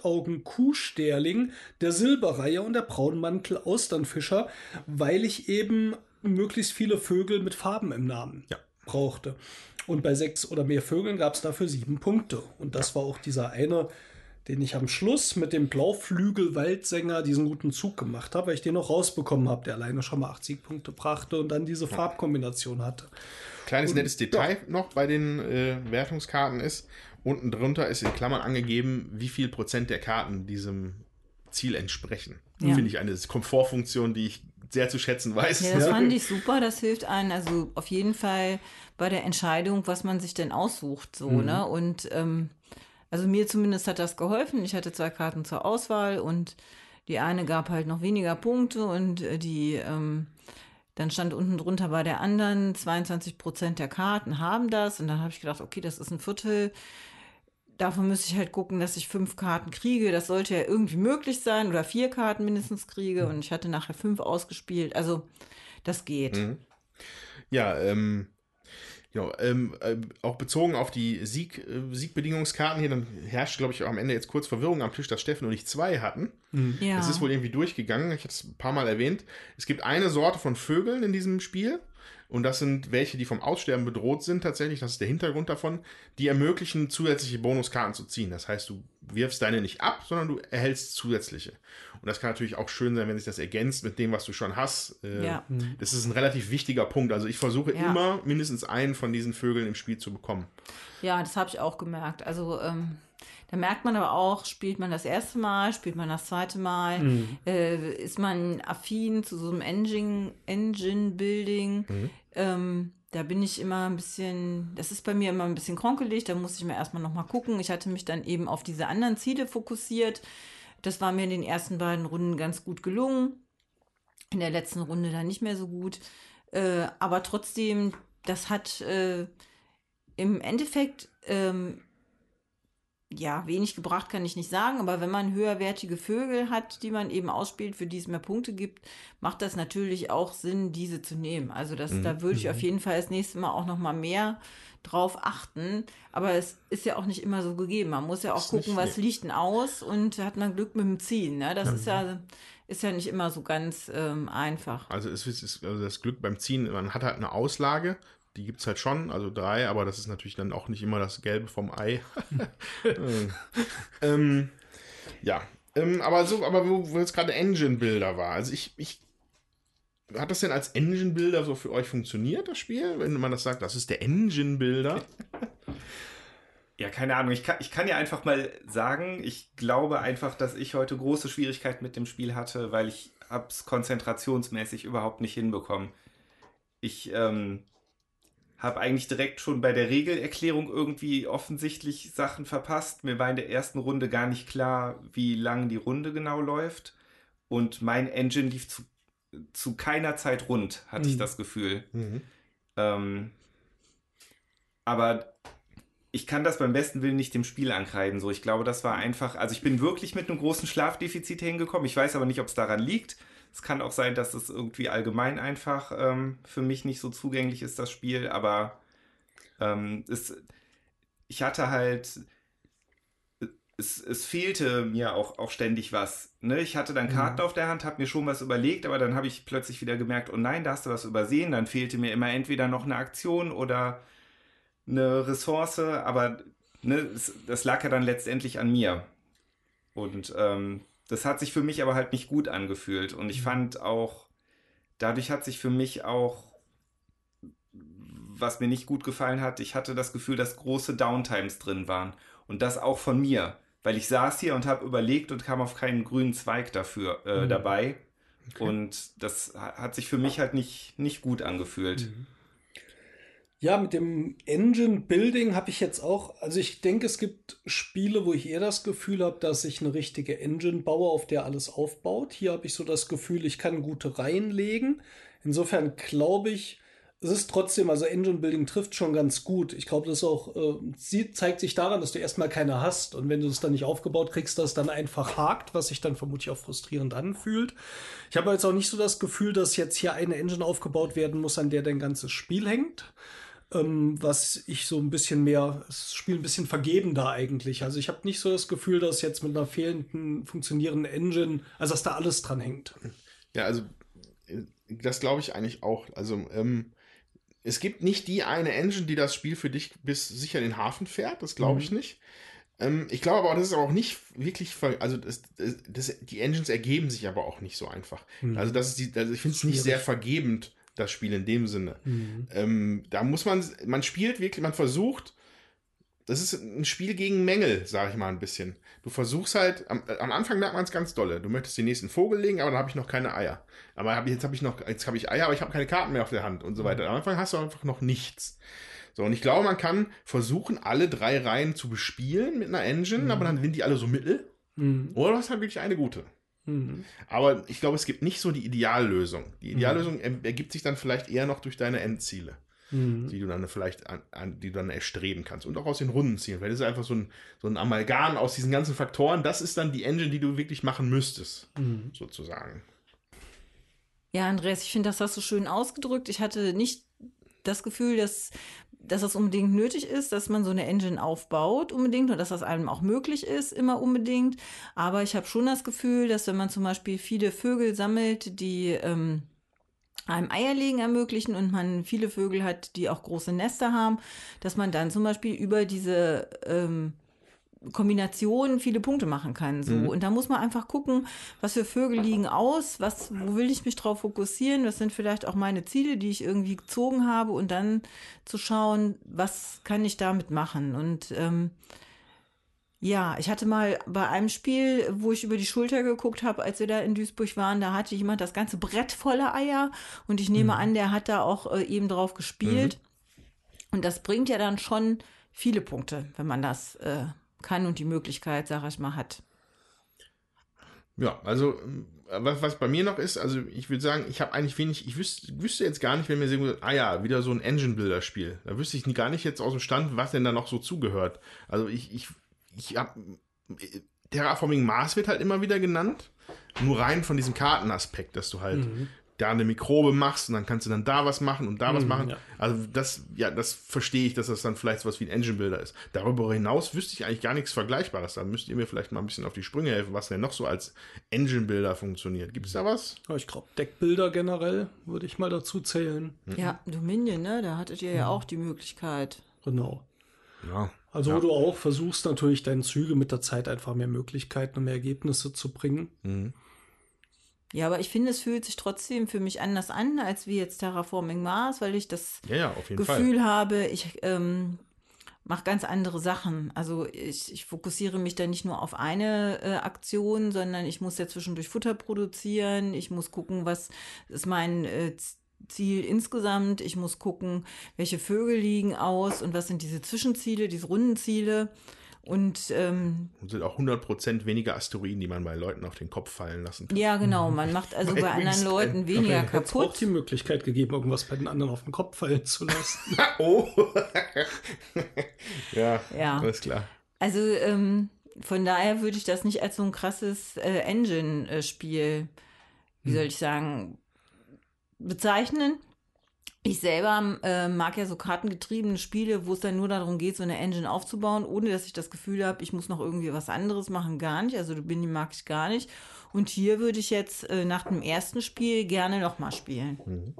Rotaugen-Kuhsterling, der Silberreiher und der Braunmantel-Austernfischer, weil ich eben möglichst viele Vögel mit Farben im Namen ja. brauchte. Und bei sechs oder mehr Vögeln gab es dafür sieben Punkte. Und das war auch dieser eine, den ich am Schluss mit dem Blauflügel-Waldsänger diesen guten Zug gemacht habe, weil ich den noch rausbekommen habe, der alleine schon mal achtzig Punkte brachte und dann diese Farbkombination hatte. Kleines und, nettes Detail ja. noch bei den äh, Wertungskarten ist, unten drunter ist in Klammern angegeben, wie viel Prozent der Karten diesem Ziel entsprechen. Ja. Finde ich eine Komfortfunktion, die ich sehr zu schätzen weiß. Ja, das fand ich super, das hilft einem also auf jeden Fall bei der Entscheidung, was man sich denn aussucht. So, mhm. ne? Und ähm, also mir zumindest hat das geholfen. Ich hatte zwei Karten zur Auswahl und die eine gab halt noch weniger Punkte und die, ähm, dann stand unten drunter bei der anderen, zweiundzwanzig Prozent der Karten haben das. Und dann habe ich gedacht, okay, das ist ein Viertel. Davon müsste ich halt gucken, dass ich fünf Karten kriege. Das sollte ja irgendwie möglich sein oder vier Karten mindestens kriege. Und ich hatte nachher fünf ausgespielt. Also das geht. Mhm. Ja, ähm, ja, ähm, äh, auch bezogen auf die Sieg, äh, Siegbedingungskarten hier, dann herrscht, glaube ich, am Ende jetzt kurz Verwirrung am Tisch, dass Steffen und ich zwei hatten. Mhm. Ja. Das ist wohl irgendwie durchgegangen. Ich hatte es ein paar Mal erwähnt. Es gibt eine Sorte von Vögeln in diesem Spiel. Und das sind welche, die vom Aussterben bedroht sind tatsächlich. Das ist der Hintergrund davon. Die ermöglichen, zusätzliche Bonuskarten zu ziehen. Das heißt, du wirfst deine nicht ab, sondern du erhältst zusätzliche. Und das kann natürlich auch schön sein, wenn sich das ergänzt mit dem, was du schon hast. Ja. Das ist ein relativ wichtiger Punkt. Also ich versuche ja. immer, mindestens einen von diesen Vögeln im Spiel zu bekommen. Ja, das habe ich auch gemerkt. Also ähm, da merkt man aber auch, spielt man das erste Mal, spielt man das zweite Mal, mhm. äh, ist man affin zu so einem Engine, Engine-Building. Mhm. Ähm, da bin ich immer ein bisschen, das ist bei mir immer ein bisschen kronkelig, da muss ich mir erstmal nochmal gucken. Ich hatte mich dann eben auf diese anderen Ziele fokussiert. Das war mir in den ersten beiden Runden ganz gut gelungen. In der letzten Runde dann nicht mehr so gut. Äh, aber trotzdem, das hat äh, im Endeffekt ähm, ja, wenig gebracht kann ich nicht sagen, aber wenn man höherwertige Vögel hat, die man eben ausspielt, für die es mehr Punkte gibt, macht das natürlich auch Sinn, diese zu nehmen. Also das, mhm. da würde ich auf jeden Fall das nächste Mal auch noch mal mehr drauf achten. Aber es ist ja auch nicht immer so gegeben. Man muss ja auch gucken, was liegt denn aus und hat man Glück mit dem Ziehen. Ne? Das mhm. ist ja ist ja nicht immer so ganz ähm, einfach. Also es ist also das Glück beim Ziehen, man hat halt eine Auslage. Die gibt es halt schon, also drei, aber das ist natürlich dann auch nicht immer das Gelbe vom Ei. ähm, ja, ähm, aber so, aber wo, wo jetzt gerade Engine-Builder war, also ich, ich, hat das denn als Engine-Builder so für euch funktioniert, das Spiel? Wenn man das sagt, das ist der Engine-Builder? Ja, keine Ahnung. Ich kann, ich kann ja einfach mal sagen, ich glaube einfach, dass ich heute große Schwierigkeiten mit dem Spiel hatte, weil ich es konzentrationsmäßig überhaupt nicht hinbekommen. Ich, ähm, habe eigentlich direkt schon bei der Regelerklärung irgendwie offensichtlich Sachen verpasst. Mir war in der ersten Runde gar nicht klar, wie lang die Runde genau läuft. und mein Engine lief zu, zu keiner Zeit rund, hatte Mhm. ich das Gefühl. Mhm. Ähm, aber ich kann das beim besten Willen nicht dem Spiel ankreiden. So, ich glaube, das war einfach, also ich bin wirklich mit einem großen Schlafdefizit hingekommen. Ich weiß aber nicht, ob es daran liegt. Es kann auch sein, dass es irgendwie allgemein einfach ähm, für mich nicht so zugänglich ist, das Spiel. Aber ähm, es, ich hatte halt, es, es fehlte mir auch, auch ständig was. Ne? Ich hatte dann Karten Mhm. auf der Hand, habe mir schon was überlegt, aber dann habe ich plötzlich wieder gemerkt, oh nein, da hast du was übersehen. Dann fehlte mir immer entweder noch eine Aktion oder eine Ressource, aber ne, es, das lag ja dann letztendlich an mir. Und ähm, das hat sich für mich aber halt nicht gut angefühlt. Und ich fand auch, dadurch hat sich für mich auch, was mir nicht gut gefallen hat, ich hatte das Gefühl, dass große Downtimes drin waren. Und das auch von mir. Weil ich saß hier und habe überlegt und kam auf keinen grünen Zweig dafür äh, Mhm. dabei. Und das ha- hat sich für mich halt nicht, nicht gut angefühlt. Ja, mit dem Engine Building habe ich jetzt auch, also ich denke, es gibt Spiele, wo ich eher das Gefühl habe, dass ich eine richtige Engine baue, auf der alles aufbaut. Hier habe ich so das Gefühl, ich kann gute Reihen legen. Insofern glaube ich, es ist trotzdem, also Engine Building trifft schon ganz gut. Ich glaube, das auch, äh, sie zeigt sich daran, dass du erstmal keine hast. Und wenn du es dann nicht aufgebaut kriegst, dass es dann einfach hakt, was sich dann vermutlich auch frustrierend anfühlt. Ich habe jetzt auch nicht so das Gefühl, dass jetzt hier eine Engine aufgebaut werden muss, an der dein ganzes Spiel hängt. Ähm, was ich so ein bisschen mehr, das Spiel ein bisschen vergebender eigentlich. Also ich habe nicht so das Gefühl, dass jetzt mit einer fehlenden, funktionierenden Engine, also dass da alles dran hängt. Ja, also äh, das glaube ich eigentlich auch. Also ähm, es gibt nicht die eine Engine, die das Spiel für dich bis sicher in den Hafen fährt. Das glaube ich Mhm. nicht. Ähm, ich glaube aber auch, das ist auch nicht wirklich, ver also das, das, das, die Engines ergeben sich aber auch nicht so einfach. Mhm. Also das ist die, also ich finde es nicht Schwierig. sehr vergebend, das Spiel in dem Sinne. Mhm. Ähm, da muss man, man spielt wirklich, man versucht, das ist ein Spiel gegen Mängel, sage ich mal ein bisschen. Du versuchst halt, am, am Anfang merkt man es ganz dolle. Du möchtest den nächsten Vogel legen, aber dann habe ich noch keine Eier. Aber hab, jetzt habe ich noch, jetzt habe ich Eier, aber ich habe keine Karten mehr auf der Hand und so weiter. Am Anfang hast du einfach noch nichts. So, und ich glaube, man kann versuchen, alle drei Reihen zu bespielen mit einer Engine, Mhm. aber dann sind die alle so mittel. Mhm. Oder du hast halt wirklich eine gute. Mhm. Aber ich glaube, es gibt nicht so die Ideallösung. Die Ideallösung er- ergibt sich dann vielleicht eher noch durch deine Endziele, Mhm. die du dann vielleicht an, an, die du dann erstreben kannst. Und auch aus den Rundenzielen. Weil das ist einfach so ein, so ein Amalgam aus diesen ganzen Faktoren. Das ist dann die Engine, die du wirklich machen müsstest, Mhm. sozusagen. Ja, Andreas, ich finde, das hast du schön ausgedrückt. Ich hatte nicht das Gefühl, dass, dass das unbedingt nötig ist, dass man so eine Engine aufbaut unbedingt und dass das einem auch möglich ist, immer unbedingt. Aber ich habe schon das Gefühl, dass wenn man zum Beispiel viele Vögel sammelt, die ähm, einem Eierlegen ermöglichen und man viele Vögel hat, die auch große Nester haben, dass man dann zum Beispiel über diese ähm, Kombinationen viele Punkte machen kann. So. Mhm. Und da muss man einfach gucken, was für Vögel liegen aus, was, wo will ich mich drauf fokussieren, was sind vielleicht auch meine Ziele, die ich irgendwie gezogen habe und dann zu schauen, was kann ich damit machen. Und ähm, ja, ich hatte mal bei einem Spiel, wo ich über die Schulter geguckt habe, als wir da in Duisburg waren, da hatte jemand das ganze Brett voller Eier und ich nehme an, der hat da auch äh, eben drauf gespielt. Und das bringt ja dann schon viele Punkte, wenn man das äh, kann und die Möglichkeit, sag ich mal, hat. Ja, also ähm, was, was bei mir noch ist, also ich würde sagen, ich habe eigentlich wenig, ich wüsste, wüsste jetzt gar nicht, wenn mir sagen, ah ja, wieder so ein Engine-Builder-Spiel. Da wüsste ich gar nicht jetzt aus dem Stand, was denn da noch so zugehört. Also ich, ich, ich habe, Terraforming Mars wird halt immer wieder genannt, nur rein von diesem Kartenaspekt, dass du halt Mhm. da eine Mikrobe machst und dann kannst du dann da was machen und da was Mhm, machen. ja. Also das, ja, das verstehe ich, dass das dann vielleicht sowas wie ein Engine-Builder ist. Darüber hinaus wüsste ich eigentlich gar nichts Vergleichbares. Da müsst ihr mir vielleicht mal ein bisschen auf die Sprünge helfen, was denn noch so als Engine-Builder funktioniert. Gibt es da was? Ja, ich glaube, Deckbilder generell würde ich mal dazu zählen. Ja, Dominion, ne? Da hattet ihr ja auch die Möglichkeit. Genau. Ja. Also Ja. wo du auch versuchst natürlich deinen Züge mit der Zeit einfach mehr Möglichkeiten und mehr Ergebnisse zu bringen. Mhm. Ja, aber ich finde, es fühlt sich trotzdem für mich anders an, als wie jetzt Terraforming Mars, weil ich das Ja, ja, auf jeden Gefühl Fall. habe, ich ähm, mache ganz andere Sachen. Also ich, ich fokussiere mich da nicht nur auf eine äh, Aktion, sondern ich muss ja zwischendurch Futter produzieren. Ich muss gucken, was ist mein äh, Ziel insgesamt. Ich muss gucken, welche Vögel liegen aus und was sind diese Zwischenziele, diese Rundenziele. Und ähm, sind auch hundert Prozent weniger Asteroiden, die man bei Leuten auf den Kopf fallen lassen kann. ja, genau, man macht also bei anderen Leuten weniger Hätte es auch kaputt. die Möglichkeit gegeben, irgendwas bei den anderen auf den Kopf fallen zu lassen. Oh! ja, Ja. alles klar. Also ähm, von daher würde ich das nicht als so ein krasses äh, Engine-Spiel, wie soll ich sagen, bezeichnen. Ich selber äh, mag ja so kartengetriebene Spiele, wo es dann nur darum geht, so eine Engine aufzubauen, ohne dass ich das Gefühl habe, ich muss noch irgendwie was anderes machen, gar nicht. Also Bindi mag ich gar nicht. Und hier würde ich jetzt äh, nach dem ersten Spiel gerne nochmal spielen.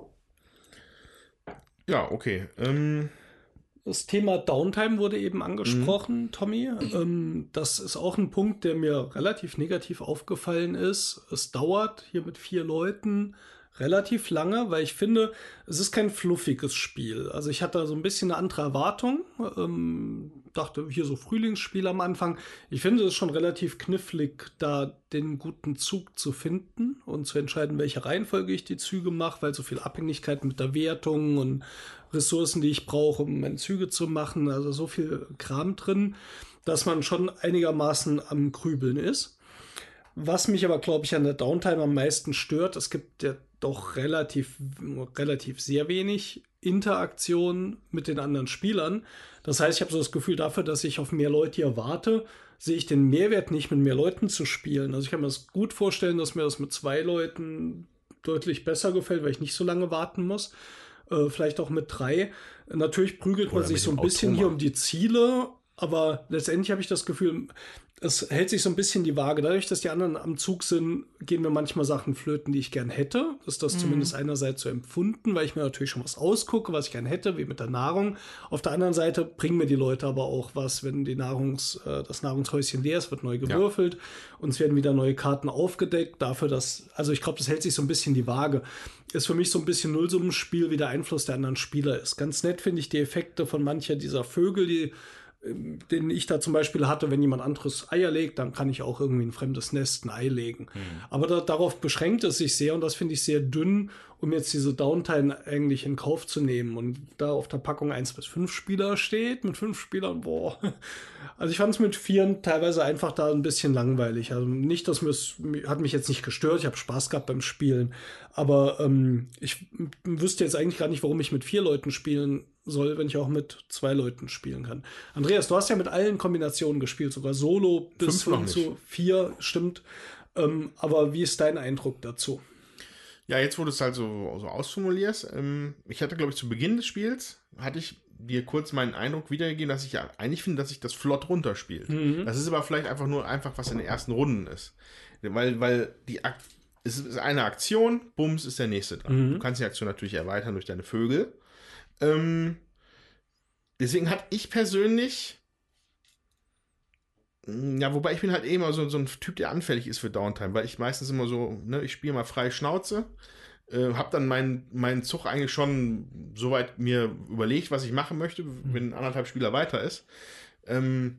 Ja, okay. Ähm, Das Thema Downtime wurde eben angesprochen, mhm. Tommy. Ähm, das ist auch ein Punkt, der mir relativ negativ aufgefallen ist. Es dauert hier mit vier Leuten relativ lange, weil ich finde, es ist kein fluffiges Spiel. Also ich hatte so ein bisschen eine andere Erwartung. Ähm, dachte, hier so Frühlingsspiel am Anfang. Ich finde es schon relativ knifflig, da den guten Zug zu finden und zu entscheiden, welche Reihenfolge ich die Züge mache, weil so viel Abhängigkeit mit der Wertung und Ressourcen, die ich brauche, um meine Züge zu machen, also so viel Kram drin, dass man schon einigermaßen am Grübeln ist. Was mich aber, glaube ich, an der Downtime am meisten stört, es gibt ja doch relativ, relativ sehr wenig Interaktion mit den anderen Spielern. Das heißt, ich habe so das Gefühl dafür, dass ich auf mehr Leute hier warte, sehe ich den Mehrwert nicht, mit mehr Leuten zu spielen. Also ich kann mir das gut vorstellen, dass mir das mit zwei Leuten deutlich besser gefällt, weil ich nicht so lange warten muss. Äh, vielleicht auch mit drei. Natürlich prügelt man Oder sich mit so ein dem bisschen Automat. hier um die Ziele, aber letztendlich habe ich das Gefühl, es hält sich so ein bisschen die Waage. Dadurch, dass die anderen am Zug sind, gehen mir manchmal Sachen flöten, die ich gern hätte. Das ist das mhm. zumindest einerseits so empfunden, weil ich mir natürlich schon was ausgucke, was ich gern hätte, wie mit der Nahrung. Auf der anderen Seite bringen mir die Leute aber auch was, wenn die Nahrungs, äh, das Nahrungshäuschen leer ist, wird neu gewürfelt, ja. und es werden wieder neue Karten aufgedeckt. Dafür, dass, also ich glaube, das hält sich so ein bisschen die Waage. Ist für mich so ein bisschen Nullsummenspiel, wie der Einfluss der anderen Spieler ist. Ganz nett finde ich die Effekte von mancher dieser Vögel, die den ich da zum Beispiel hatte, wenn jemand anderes Eier legt, dann kann ich auch irgendwie ein fremdes Nest ein Ei legen. Mhm. Aber da, darauf beschränkt es sich sehr und das finde ich sehr dünn, um jetzt diese Downtime eigentlich in Kauf zu nehmen. Und da auf der Packung eins bis fünf Spieler steht, mit fünf Spielern, boah. Also ich fand es mit vieren teilweise einfach da ein bisschen langweilig. Also nicht, dass mir es, hat mich jetzt nicht gestört, ich habe Spaß gehabt beim Spielen. Aber ähm, ich wüsste jetzt eigentlich gar nicht, warum ich mit vier Leuten spielen soll, wenn ich auch mit zwei Leuten spielen kann. Andreas, du hast ja mit allen Kombinationen gespielt, sogar Solo bis hin zu vier, stimmt. Ähm, aber wie ist dein Eindruck dazu? Ja, jetzt, wo du es halt so, so ausformulierst, ähm, ich hatte, glaube ich, zu Beginn des Spiels, hatte ich dir kurz meinen Eindruck wiedergegeben, dass ich ja eigentlich finde, dass sich das flott runterspielt. Mhm. Das ist aber vielleicht einfach nur einfach, was in den ersten Runden ist. Weil, weil die Akt es ist eine Aktion, bums, ist der nächste dran. Mhm. Du kannst die Aktion natürlich erweitern durch deine Vögel. Ähm, deswegen hatte ich persönlich, ja, wobei ich bin halt eh immer so, so ein Typ, der anfällig ist für Downtime, weil ich meistens immer so, ne, ich spiele mal freie Schnauze, äh, habe dann meinen meinen Zug eigentlich schon soweit mir überlegt, was ich machen möchte, wenn anderthalb Spieler weiter ist. Ähm,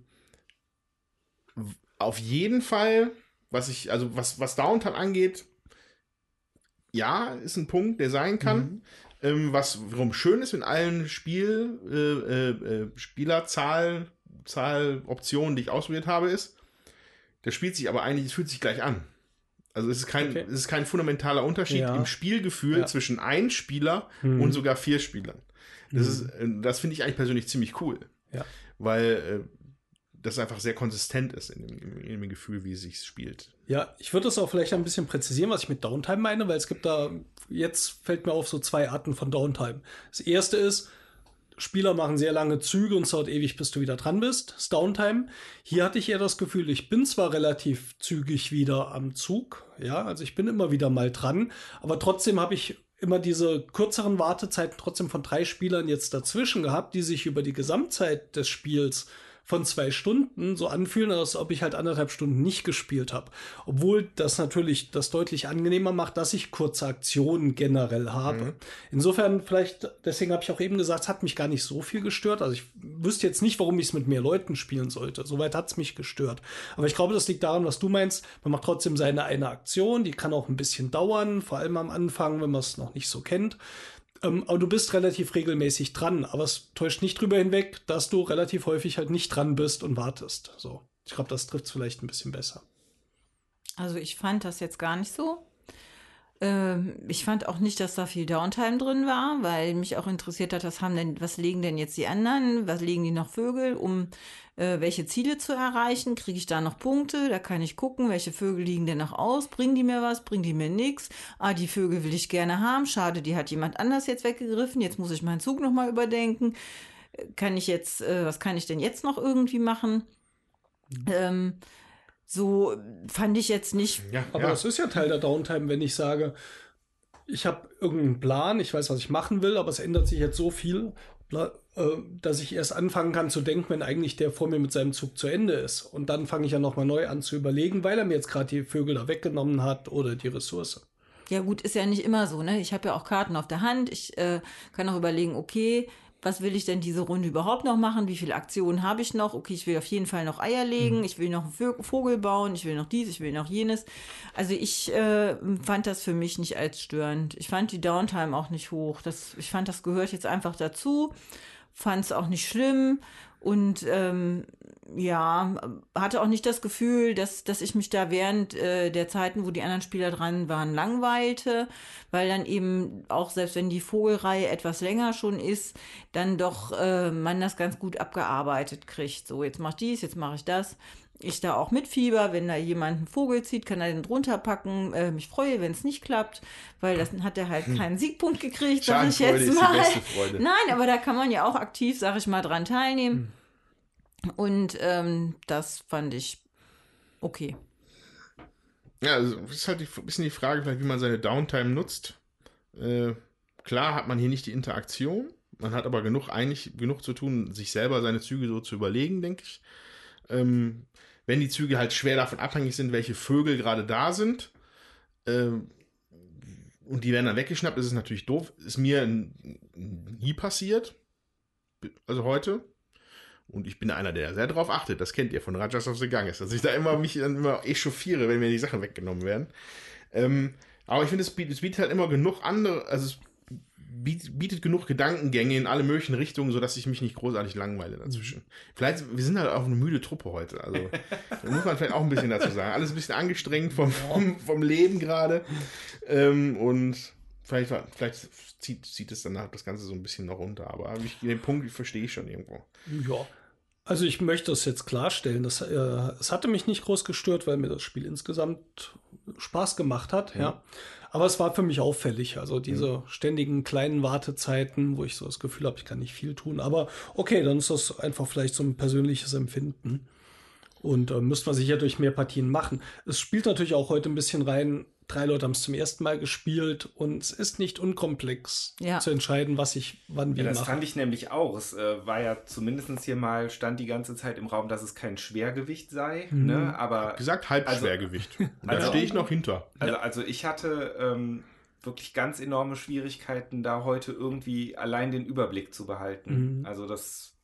auf jeden Fall, was ich, also was, was Downtime angeht, ja, ist ein Punkt, der sein kann. Mhm. Ähm, was warum schön ist, in allen Spiel, äh, äh, Spielerzahl, Zahloptionen, die ich ausprobiert habe, ist, der spielt sich aber eigentlich, es fühlt sich gleich an. Also es ist kein, okay. es ist kein fundamentaler Unterschied ja. im Spielgefühl ja. zwischen ein Spieler hm. und sogar vier Spielern. Das hm. ist, das finde ich eigentlich persönlich ziemlich cool. Ja. Weil äh, das einfach sehr konsistent ist in dem, in dem Gefühl, wie es sich spielt. Ja, ich würde das auch vielleicht ein bisschen präzisieren, was ich mit Downtime meine, weil es gibt da, jetzt fällt mir auf, so zwei Arten von Downtime. Das erste ist, Spieler machen sehr lange Züge und es dauert ewig, bis du wieder dran bist. Das Downtime. Hier hatte ich eher das Gefühl, ich bin zwar relativ zügig wieder am Zug, ja, also ich bin immer wieder mal dran, aber trotzdem habe ich immer diese kürzeren Wartezeiten trotzdem von drei Spielern jetzt dazwischen gehabt, die sich über die Gesamtzeit des Spiels von zwei Stunden so anfühlen, als ob ich halt anderthalb Stunden nicht gespielt habe. Obwohl das natürlich das deutlich angenehmer macht, dass ich kurze Aktionen generell habe. Mhm. Insofern vielleicht, deswegen habe ich auch eben gesagt, es hat mich gar nicht so viel gestört. Also ich wüsste jetzt nicht, warum ich es mit mehr Leuten spielen sollte. Soweit hat es mich gestört. Aber ich glaube, das liegt daran, was du meinst. Man macht trotzdem seine eine Aktion, die kann auch ein bisschen dauern, vor allem am Anfang, wenn man es noch nicht so kennt. Ähm, aber du bist relativ regelmäßig dran. Aber es täuscht nicht drüber hinweg, dass du relativ häufig halt nicht dran bist und wartest. So. Ich glaube, das trifft es vielleicht ein bisschen besser. Also ich fand das jetzt gar nicht so. Ähm, ich fand auch nicht, dass da viel Downtime drin war, weil mich auch interessiert hat, was haben denn, was legen denn jetzt die anderen, was legen die noch Vögel, um äh, welche Ziele zu erreichen? Kriege ich da noch Punkte? Da kann ich gucken, welche Vögel liegen denn noch aus? Bringen die mir was? Bringen die mir nichts? Ah, die Vögel will ich gerne haben. Schade, die hat jemand anders jetzt weggegriffen. Jetzt muss ich meinen Zug nochmal überdenken. Kann ich jetzt, äh, was kann ich denn jetzt noch irgendwie machen? Mhm. Ähm, So fand ich jetzt nicht. Ja, aber ja. das ist ja Teil der Downtime, wenn ich sage, ich habe irgendeinen Plan, ich weiß, was ich machen will, aber es ändert sich jetzt so viel, dass ich erst anfangen kann zu denken, wenn eigentlich der vor mir mit seinem Zug zu Ende ist. Und dann fange ich ja nochmal neu an zu überlegen, weil er mir jetzt gerade die Vögel da weggenommen hat oder die Ressource. Ja gut, ist ja nicht immer so, ne? Ich habe ja auch Karten auf der Hand. Ich äh, kann auch überlegen, okay, was will ich denn diese Runde überhaupt noch machen? Wie viele Aktionen habe ich noch? Okay, ich will auf jeden Fall noch Eier legen, mhm. ich will noch einen Vogel bauen, ich will noch dies, ich will noch jenes. Also ich äh, fand das für mich nicht als störend. Ich fand die Downtime auch nicht hoch. Das, ich fand, das gehört jetzt einfach dazu. Fand es auch nicht schlimm. Und ähm, ja, hatte auch nicht das Gefühl, dass, dass ich mich da während äh, der Zeiten, wo die anderen Spieler dran waren, langweilte, weil dann eben auch, selbst wenn die Vogelreihe etwas länger schon ist, dann doch äh, man das ganz gut abgearbeitet kriegt. So, jetzt mach ich dies, jetzt mache ich das. Ich da auch mitfieber, wenn da jemand einen Vogel zieht, kann er den drunter packen. Äh, mich freue, wenn es nicht klappt, weil dann hat er halt keinen Siegpunkt gekriegt, sag ich jetzt ist mal. Die beste Freude. Nein, aber da kann man ja auch aktiv, sag ich mal, dran teilnehmen. Hm. Und ähm, das fand ich okay. Ja, also das ist halt ein bisschen die Frage, vielleicht, wie man seine Downtime nutzt. Äh, klar hat man hier nicht die Interaktion, man hat aber genug, eigentlich genug zu tun, sich selber seine Züge so zu überlegen, denke ich. Ähm, wenn die Züge halt schwer davon abhängig sind, welche Vögel gerade da sind, ähm, und die werden dann weggeschnappt, ist es natürlich doof. Ist mir nie passiert, also heute. Und ich bin einer, der sehr darauf achtet. Das kennt ihr von Rajas of the Ganges, dass ich da immer mich dann immer echauffiere, wenn mir die Sachen weggenommen werden. Ähm, aber ich finde, es bietet, es bietet halt immer genug andere, also es bietet, bietet genug Gedankengänge in alle möglichen Richtungen, sodass ich mich nicht großartig langweile dazwischen. Mhm. Vielleicht, wir sind halt auch eine müde Truppe heute. Also da muss man vielleicht auch ein bisschen dazu sagen. Alles ein bisschen angestrengt vom, vom, vom Leben gerade. Ähm, und vielleicht, vielleicht zieht, zieht es dann das Ganze so ein bisschen noch runter. Aber ich, den Punkt verstehe ich schon irgendwo. Ja. Also ich möchte das jetzt klarstellen. Das, äh, es hatte mich nicht groß gestört, weil mir das Spiel insgesamt Spaß gemacht hat. Mhm. Ja. Aber es war für mich auffällig. Also diese mhm. ständigen kleinen Wartezeiten, wo ich so das Gefühl habe, ich kann nicht viel tun. Aber okay, dann ist das einfach vielleicht so ein persönliches Empfinden. Und äh, müsste man sicher durch mehr Partien machen. Es spielt natürlich auch heute ein bisschen rein. Drei Leute haben es zum ersten Mal gespielt und es ist nicht unkomplex ja. zu entscheiden, was ich wann wie ja, das mache. Das fand ich nämlich auch. Es äh, war ja zumindest hier mal, stand die ganze Zeit im Raum, dass es kein Schwergewicht sei. Mhm. Ne? Aber gesagt Halbschwergewicht. Also, da also, stehe ich noch hinter. Also, also ich hatte ähm, wirklich ganz enorme Schwierigkeiten, da heute irgendwie allein den Überblick zu behalten. Mhm. Also das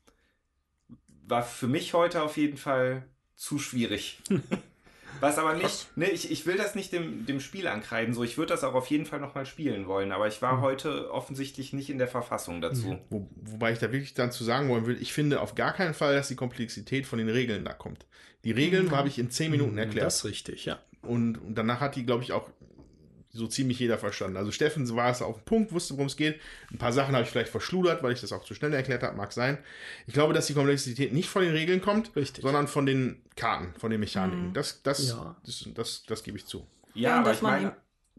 war für mich heute auf jeden Fall zu schwierig. Was aber nicht, ne, ich, ich will das nicht dem, dem Spiel ankreiden, so, ich würde das auch auf jeden Fall nochmal spielen wollen, aber ich war mhm. heute offensichtlich nicht in der Verfassung dazu. Wo, wobei ich da wirklich dann zu sagen wollen will, ich finde auf gar keinen Fall, dass die Komplexität von den Regeln da kommt. Die Regeln mhm. habe ich in zehn Minuten erklärt. Das ist richtig, ja. Und, und danach hat die, glaube ich, auch so ziemlich jeder verstanden. Also Steffen war es auf den Punkt, wusste, worum es geht. Ein paar Sachen habe ich vielleicht verschludert, weil ich das auch zu schnell erklärt habe, mag sein. Ich glaube, dass die Komplexität nicht von den Regeln kommt, Richtig. sondern von den Karten, von den Mechaniken. Mhm. Das, das, ja. das, das, das, das gebe ich zu. Ja, ja aber ich meine,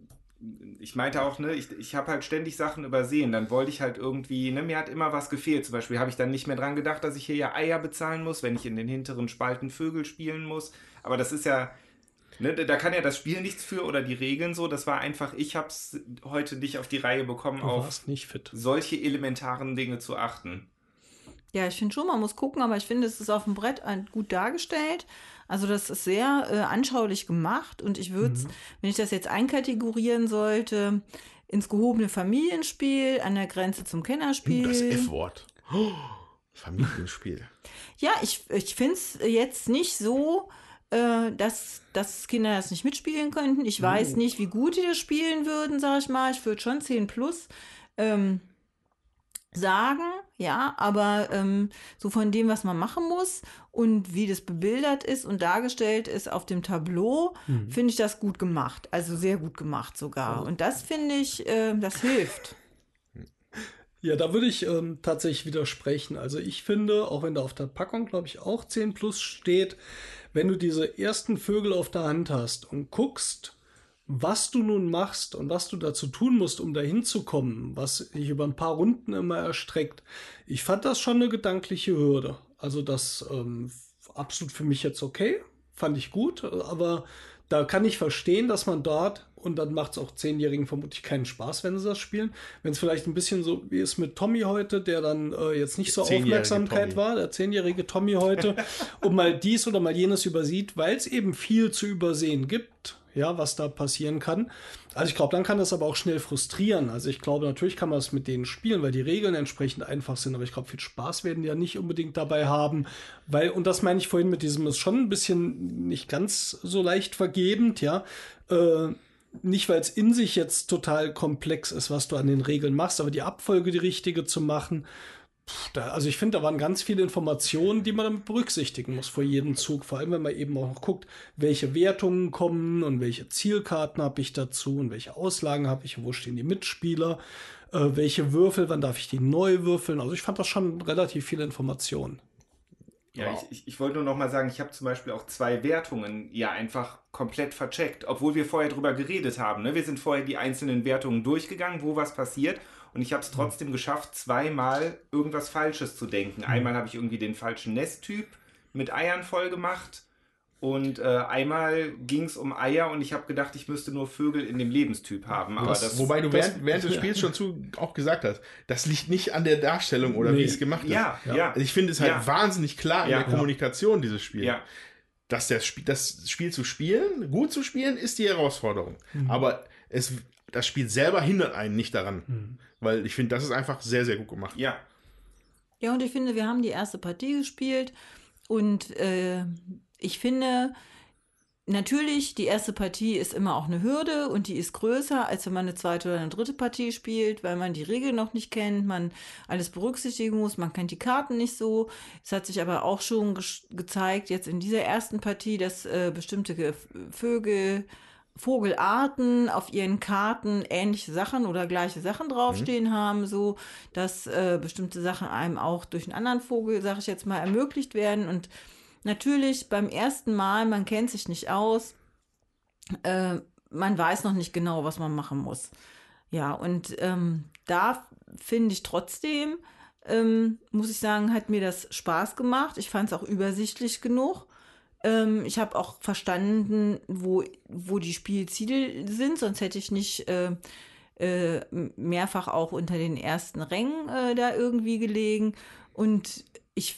ich meinte auch, ne, ich, ich habe halt ständig Sachen übersehen. Dann wollte ich halt irgendwie, ne, mir hat immer was gefehlt. Zum Beispiel habe ich dann nicht mehr dran gedacht, dass ich hier ja Eier bezahlen muss, wenn ich in den hinteren Spalten Vögel spielen muss. Aber das ist ja... Ne, da kann ja das Spiel nichts für oder die Regeln so. Das war einfach, ich habe es heute nicht auf die Reihe bekommen, du auf nicht fit. solche elementaren Dinge zu achten. Ja, ich finde schon, man muss gucken, aber ich finde, es ist auf dem Brett gut dargestellt. Also das ist sehr äh, anschaulich gemacht und ich würde es, mhm. wenn ich das jetzt einkategorieren sollte, ins gehobene Familienspiel, an der Grenze zum Kennerspiel. Das F-Wort. Oh, Familienspiel. Ja, ich, ich finde es jetzt nicht so... Dass, dass Kinder das nicht mitspielen könnten. Ich weiß nicht, wie gut die das spielen würden, sag ich mal. Ich würde schon zehn plus. Ähm, sagen, ja, aber ähm, so von dem, was man machen muss und wie das bebildert ist und dargestellt ist auf dem Tableau, mhm. finde ich das gut gemacht. Also sehr gut gemacht sogar. Und das finde ich, äh, das hilft. Ja, da würde ich ähm, tatsächlich widersprechen. Also ich finde, auch wenn da auf der Packung, glaube ich, auch zehn plus steht, wenn du diese ersten Vögel auf der Hand hast und guckst, was du nun machst und was du dazu tun musst, um dahin zu kommen, was sich über ein paar Runden immer erstreckt, ich fand das schon eine gedankliche Hürde. Also das ähm, absolut für mich jetzt okay, fand ich gut, aber da kann ich verstehen, dass man dort, und dann macht es auch Zehnjährigen vermutlich keinen Spaß, wenn sie das spielen, wenn es vielleicht ein bisschen so wie es mit Tommy heute, der dann äh, jetzt nicht so Aufmerksamkeit Tommy. war, der zehnjährige Tommy heute, und mal dies oder mal jenes übersieht, weil es eben viel zu übersehen gibt, ja, was da passieren kann. Also ich glaube, dann kann das aber auch schnell frustrieren. Also ich glaube, natürlich kann man das mit denen spielen, weil die Regeln entsprechend einfach sind, aber ich glaube, viel Spaß werden die ja nicht unbedingt dabei haben, weil, und das meine ich vorhin mit diesem, ist schon ein bisschen nicht ganz so leicht vergebend, ja, äh, nicht, weil es in sich jetzt total komplex ist, was du an den Regeln machst, aber die Abfolge, die richtige zu machen, pff, da, also ich finde, da waren ganz viele Informationen, die man damit berücksichtigen muss vor jedem Zug, vor allem wenn man eben auch noch guckt, welche Wertungen kommen und welche Zielkarten habe ich dazu und welche Auslagen habe ich und wo stehen die Mitspieler, äh, welche Würfel, wann darf ich die neu würfeln, also ich fand das schon relativ viele Informationen. Ja, wow. ich, ich, ich wollte nur noch mal sagen, ich habe zum Beispiel auch zwei Wertungen ja einfach komplett vercheckt, obwohl wir vorher drüber geredet haben. Ne? Wir sind vorher die einzelnen Wertungen durchgegangen, wo was passiert, und ich habe es trotzdem mhm. geschafft, zweimal irgendwas Falsches zu denken. Mhm. Einmal habe ich irgendwie den falschen Nesttyp mit Eiern voll gemacht und äh, einmal ging es um Eier und ich habe gedacht, ich müsste nur Vögel in dem Lebenstyp haben. Aber das, das, wobei du das, während, während des Spiels schon zu auch gesagt hast, das liegt nicht an der Darstellung oder nee. wie es gemacht ist. Ja, ja. Also ich finde es halt ja. wahnsinnig klar in ja. der Kommunikation, dieses Spiel. Ja. Dass das Spiel, das Spiel zu spielen, gut zu spielen, ist die Herausforderung. Mhm. Aber es, das Spiel selber hindert einen nicht daran. Mhm. Weil ich finde, das ist einfach sehr, sehr gut gemacht. Ja. Ja, und ich finde, wir haben die erste Partie gespielt und äh, ich finde, natürlich, die erste Partie ist immer auch eine Hürde und die ist größer, als wenn man eine zweite oder eine dritte Partie spielt, weil man die Regeln noch nicht kennt, man alles berücksichtigen muss, man kennt die Karten nicht so. Es hat sich aber auch schon ge- gezeigt, jetzt in dieser ersten Partie, dass äh, bestimmte Ge- Vögel, Vogelarten auf ihren Karten ähnliche Sachen oder gleiche Sachen draufstehen mhm. haben, so dass äh, bestimmte Sachen einem auch durch einen anderen Vogel, sage ich jetzt mal, ermöglicht werden. Und natürlich beim ersten Mal, man kennt sich nicht aus, äh, man weiß noch nicht genau, was man machen muss. Ja, und ähm, da finde ich trotzdem, ähm, muss ich sagen, hat mir das Spaß gemacht. Ich fand es auch übersichtlich genug. Ähm, ich habe auch verstanden, wo, wo die Spielziele sind, sonst hätte ich nicht äh, äh, mehrfach auch unter den ersten Rängen äh, da irgendwie gelegen. Und ich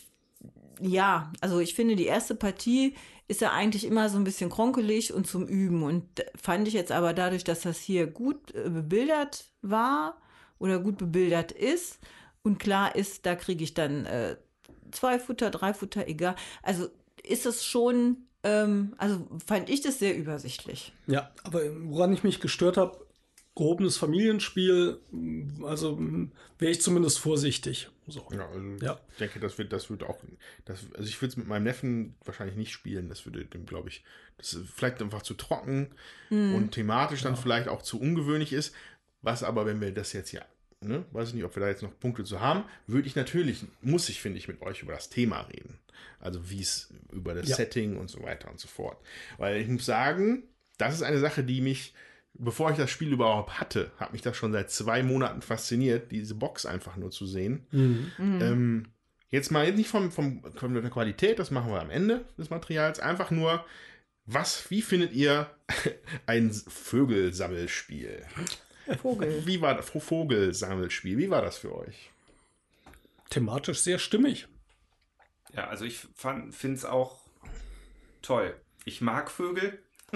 Ja, also ich finde, die erste Partie ist ja eigentlich immer so ein bisschen kronkelig und zum Üben. Und fand ich jetzt aber dadurch, dass das hier gut äh, bebildert war oder gut bebildert ist und klar ist, da kriege ich dann äh, zwei Futter, drei Futter, egal. Also ist es schon, ähm, also fand ich das sehr übersichtlich. Ja, aber woran ich mich gestört habe, gehobenes Familienspiel, also wäre ich zumindest vorsichtig. So. Ja, also ja. Ich denke, das wird, das wird auch, das, also ich würde es mit meinem Neffen wahrscheinlich nicht spielen. Das würde dem, glaube ich, das ist vielleicht einfach zu trocken mm. und thematisch dann ja. vielleicht auch zu ungewöhnlich ist. Was aber, wenn wir das jetzt ja, ne, weiß ich nicht, ob wir da jetzt noch Punkte zu haben, würde ich natürlich, muss ich, finde ich, mit euch über das Thema reden. Also wie es über das ja. Setting und so weiter und so fort. Weil ich muss sagen, das ist eine Sache, die mich, bevor ich das Spiel überhaupt hatte, hat mich das schon seit zwei Monaten fasziniert, diese Box einfach nur zu sehen. Mhm. Ähm, jetzt mal nicht vom, vom, von der Qualität, das machen wir am Ende des Materials, einfach nur, was, wie findet ihr ein Vögelsammelspiel? Vogel. Wie war das Vogelsammelspiel? Wie war das für euch? Thematisch sehr stimmig. Ja, also ich finde es auch toll. Ich mag Vögel.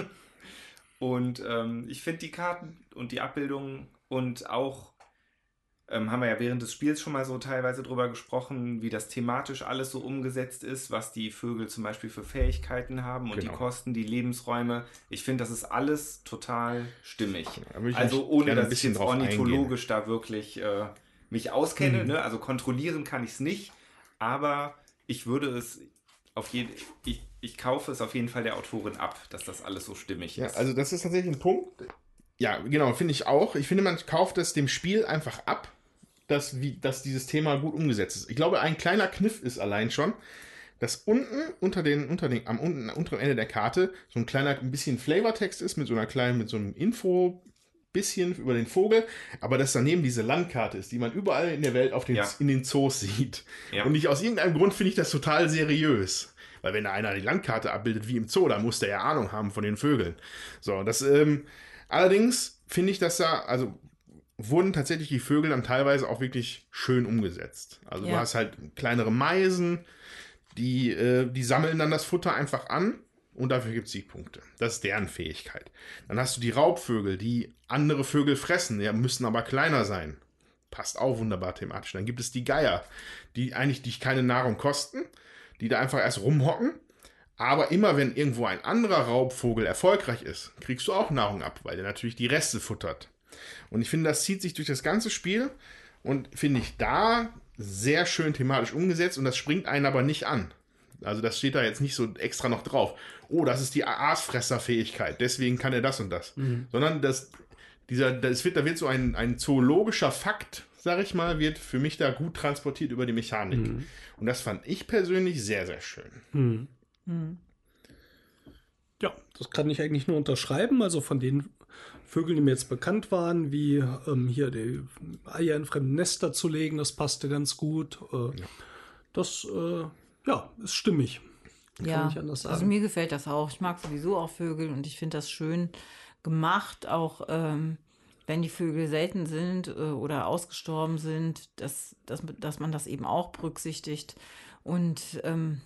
Und ähm, ich finde die Karten und die Abbildungen und auch, ähm, haben wir ja während des Spiels schon mal so teilweise drüber gesprochen, wie das thematisch alles so umgesetzt ist, was die Vögel zum Beispiel für Fähigkeiten haben und genau. die Kosten, die Lebensräume. Ich finde, das ist alles total stimmig. Ja, also ohne, dass ich jetzt ornithologisch eingehen. da wirklich äh, mich auskenne. Mhm. Ne? Also kontrollieren kann ich es nicht, aber ich würde es auf jeden ich, ich kaufe es auf jeden Fall der Autorin ab, dass das alles so stimmig Ja, ist. also das ist tatsächlich ein Punkt. Ja, genau, finde ich auch. Ich finde, man kauft es dem Spiel einfach ab, dass, wie, dass dieses Thema gut umgesetzt ist. Ich glaube, ein kleiner Kniff ist allein schon, dass unten, unter den, unter den, am unten, unteren Ende der Karte, so ein kleiner, ein bisschen Flavortext ist, mit so einer kleinen, mit so einem Info, bisschen über den Vogel, aber dass daneben diese Landkarte ist, die man überall in der Welt auf den, Ja. in den Zoos sieht. Ja. Und ich, aus irgendeinem Grund finde ich das total seriös. Weil wenn da einer die Landkarte abbildet wie im Zoo, dann muss der ja Ahnung haben von den Vögeln. So, das, ähm, allerdings finde ich, dass da, also wurden tatsächlich die Vögel dann teilweise auch wirklich schön umgesetzt. Also Ja. du hast halt kleinere Meisen, die, äh, die sammeln dann das Futter einfach an und dafür gibt es Siegpunkte. Das ist deren Fähigkeit. Dann hast du die Raubvögel, die andere Vögel fressen, ja, müssen aber kleiner sein. Passt auch wunderbar thematisch. Dann gibt es die Geier, die eigentlich dich keine Nahrung kosten, die da einfach erst rumhocken. Aber immer wenn irgendwo ein anderer Raubvogel erfolgreich ist, kriegst du auch Nahrung ab, weil der natürlich die Reste futtert. Und ich finde, das zieht sich durch das ganze Spiel und finde ich da sehr schön thematisch umgesetzt und das springt einen aber nicht an. Also das steht da jetzt nicht so extra noch drauf. Oh, das ist die Aasfresser-Fähigkeit, deswegen kann er das und das. Mhm. Sondern das, dieser, das wird, da wird so ein, ein zoologischer Fakt, sag ich mal, wird für mich da gut transportiert über die Mechanik. Mhm. Und das fand ich persönlich sehr, sehr schön. Mhm. Mhm. Ja, das kann ich eigentlich nur unterschreiben. Also von den Vögeln, die mir jetzt bekannt waren, wie ähm, hier die Eier in fremden Nester zu legen, das passte ganz gut. Äh, ja. Das, äh, ja, ist stimmig. Kann ja, ich anders sagen. Also mir gefällt das auch. Ich mag sowieso auch Vögel und ich finde das schön gemacht, auch ähm, wenn die Vögel selten sind äh, oder ausgestorben sind, dass, dass, dass man das eben auch berücksichtigt. Und ähm,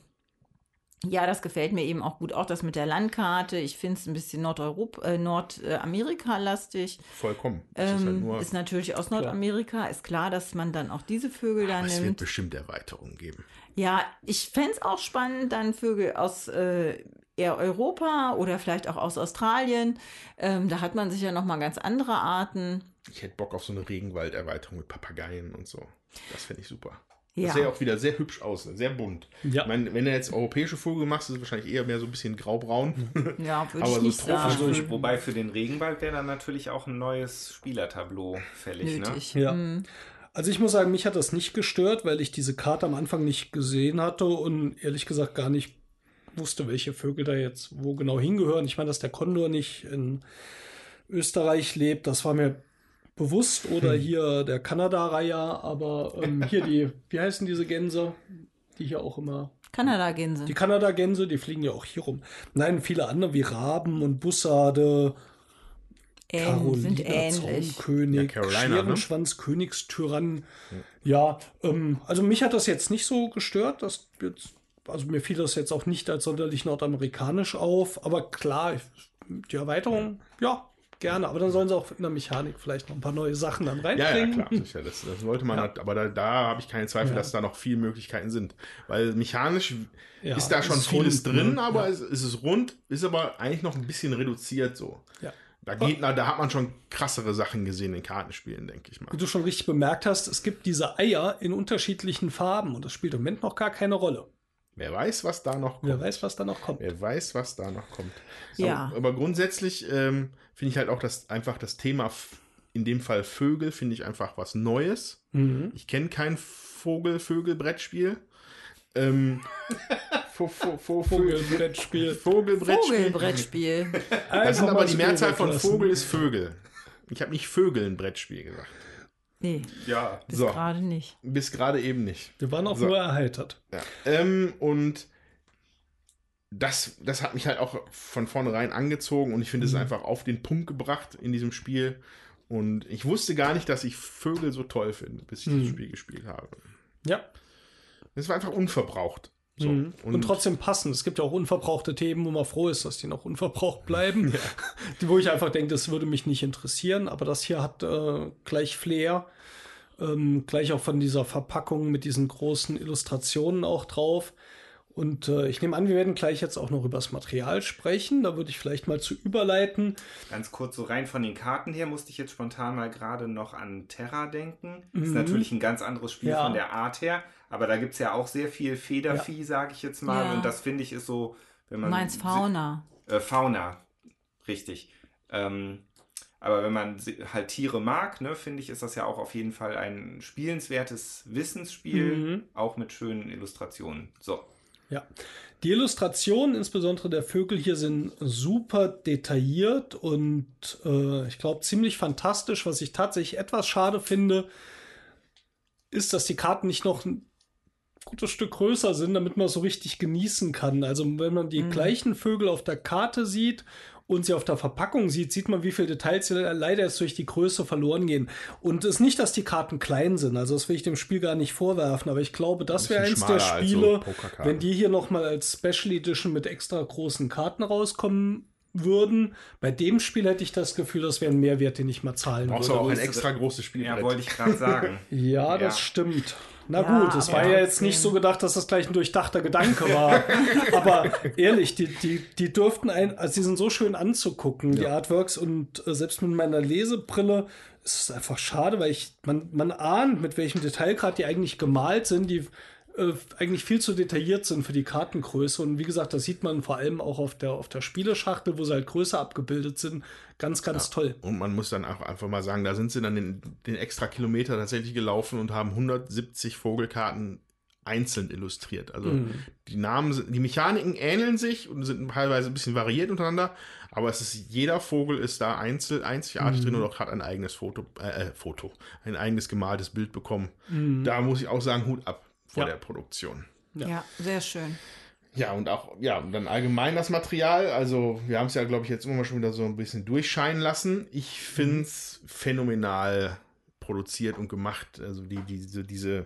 ja, das gefällt mir eben auch gut. Auch das mit der Landkarte. Ich finde es ein bisschen Nordeuropa, äh, Nordamerika-lastig. Vollkommen. Das ähm, ist, halt nur ist natürlich aus Nordamerika. Ist klar, dass man dann auch diese Vögel da nimmt. Es wird bestimmt Erweiterungen geben. Ja, ich fände es auch spannend, dann Vögel aus äh, eher Europa oder vielleicht auch aus Australien. Ähm, da hat man sicher noch mal ganz andere Arten. Ich hätte Bock auf so eine Regenwalderweiterung mit Papageien und so. Das fände ich super. Ja. Das sähe auch wieder sehr hübsch aus, sehr bunt. Ja. Ich meine, wenn du jetzt europäische Vögel machst, ist es wahrscheinlich eher mehr so ein bisschen graubraun. Ja, würde Aber ich so nicht sagen. Also, wobei für den Regenwald wäre dann natürlich auch ein neues Spielertableau fällig. Nötig. Ne? Ja. Mhm. Also ich muss sagen, mich hat das nicht gestört, weil ich diese Karte am Anfang nicht gesehen hatte und ehrlich gesagt gar nicht wusste, welche Vögel da jetzt wo genau hingehören. Ich meine, dass der Kondor nicht in Österreich lebt, das war mir bewusst. Oder hm. hier der Kanada-Reiher, aber ähm, hier die, wie heißen diese Gänse, die hier auch immer... Kanada-Gänse. Die Kanada-Gänse, die fliegen ja auch hier rum. Nein, viele andere wie Raben und Bussarde, Ähn, sind ähnlich. Zaunkönig, ja, Scherenschwanz, ne? Königstyrann. Ja, ja ähm, also mich hat das jetzt nicht so gestört. Das jetzt, also mir fiel das jetzt auch nicht als sonderlich nordamerikanisch auf. Aber klar, die Erweiterung, ja, gerne. Aber dann sollen sie auch in der Mechanik vielleicht noch ein paar neue Sachen dann reinbringen. Ja, ja, klar, sicher. Das, das wollte man, ja. halt, aber da, da habe ich keine Zweifel, ja. dass da noch viele Möglichkeiten sind. Weil mechanisch ja, ist da schon ist vieles rund, drin, ne? aber ja. es, es ist rund, ist aber eigentlich noch ein bisschen reduziert so. Ja. Da, geht, na, da hat man schon krassere Sachen gesehen in Kartenspielen, denke ich mal. Wie du schon richtig bemerkt hast, es gibt diese Eier in unterschiedlichen Farben und das spielt im Moment noch gar keine Rolle. Wer weiß, was da noch kommt. Wer weiß, was da noch kommt. Wer weiß, was da noch kommt. Ja. Aber, aber grundsätzlich ähm, finde ich halt auch das, einfach das Thema, in dem Fall Vögel, finde ich einfach was Neues. Mhm. Ich kenne kein Vogel-Vögel-Brettspiel. Ähm, Vogelbrettspiel. Vogelbrettspiel. Vogelbrettspiel. Das sind aber die Mehrzahl von Vogel ist Vögel. Ich habe nicht Vögel ein Brettspiel gesagt. Nee. Ja. Bis so. gerade nicht. Bis gerade eben nicht. Wir waren auch so. nur erheitert. Ja. Ähm, und das, das hat mich halt auch von vornherein angezogen und ich finde es mhm. einfach auf den Punkt gebracht in diesem Spiel. Und ich wusste gar nicht, dass ich Vögel so toll finde, bis ich mhm. das Spiel gespielt habe. Ja. Es war einfach unverbraucht. So. Mhm. Und, und trotzdem passend. Es gibt ja auch unverbrauchte Themen, wo man froh ist, dass die noch unverbraucht bleiben. Ja. Die, wo ich einfach denke, das würde mich nicht interessieren. Aber das hier hat äh, gleich Flair. Ähm, gleich auch von dieser Verpackung mit diesen großen Illustrationen auch drauf. Und äh, ich nehme an, wir werden gleich jetzt auch noch über das Material sprechen. Da würde ich vielleicht mal zu überleiten. Ganz kurz so rein von den Karten her musste ich jetzt spontan mal gerade noch an Terra denken. Mhm. Ist natürlich ein ganz anderes Spiel Ja. von der Art her, aber da gibt es ja auch sehr viel Federvieh, Ja. sage ich jetzt mal. Ja. Und das finde ich ist so, wenn man... Meins Fauna. Äh, Fauna, richtig. Ähm, aber wenn man si- halt Tiere mag, ne, finde ich, ist das ja auch auf jeden Fall ein spielenswertes Wissensspiel, Mhm. auch mit schönen Illustrationen. So. Ja, die Illustrationen, insbesondere der Vögel hier, sind super detailliert und äh, ich glaube ziemlich fantastisch. Was ich tatsächlich etwas schade finde, ist, dass die Karten nicht noch ein gutes Stück größer sind, damit man so richtig genießen kann. Also wenn man die Mhm. gleichen Vögel auf der Karte sieht und sie auf der Verpackung sieht, sieht man, wie viele Details hier leider jetzt durch die Größe verloren gehen. Und es ist nicht, dass die Karten klein sind, also das will ich dem Spiel gar nicht vorwerfen, aber ich glaube, das wäre bisschen eins der schmaler als so Spiele, Pokerkarten. wenn die hier nochmal als Special Edition mit extra großen Karten rauskommen würden. Bei dem Spiel hätte ich das Gefühl, das wäre ein Mehrwert, den ich mal zahlen Brauchst du würde. auch ein ist extra großes Spielbrett. Ja, wollte ich gerade sagen. Ja, das Ja. stimmt. Na Ja, gut, es aber war ja jetzt trotzdem. nicht so gedacht, dass das gleich ein durchdachter Gedanke war. Aber ehrlich, die, die, die dürften ein, also die sind so schön anzugucken, die Artworks, und äh, selbst mit meiner Lesebrille ist es einfach schade, weil ich, man, man ahnt, mit welchem Detailgrad die eigentlich gemalt sind, die äh, eigentlich viel zu detailliert sind für die Kartengröße. Und wie gesagt, das sieht man vor allem auch auf der, auf der Spieleschachtel, wo sie halt größer abgebildet sind. Ganz, ganz toll. Und man muss dann auch einfach mal sagen, da sind sie dann den, den extra Kilometer tatsächlich gelaufen und haben hundertsiebzig Vogelkarten einzeln illustriert. Also die Namen, sind- die Mechaniken ähneln sich und sind teilweise ein bisschen variiert untereinander, aber es ist, jeder Vogel ist da einzel, einzigartig drin und auch hat ein eigenes Foto, äh, Foto, ein eigenes gemaltes Bild bekommen. Da muss ich auch sagen, Hut ab vor Ja. der Produktion. Ja. Ja, sehr schön. Ja, und auch, ja, und dann allgemein das Material. Also, wir haben es ja, glaube ich, jetzt immer mal schon wieder so ein bisschen durchscheinen lassen. Ich finde es phänomenal produziert und gemacht. Also, die, diese, diese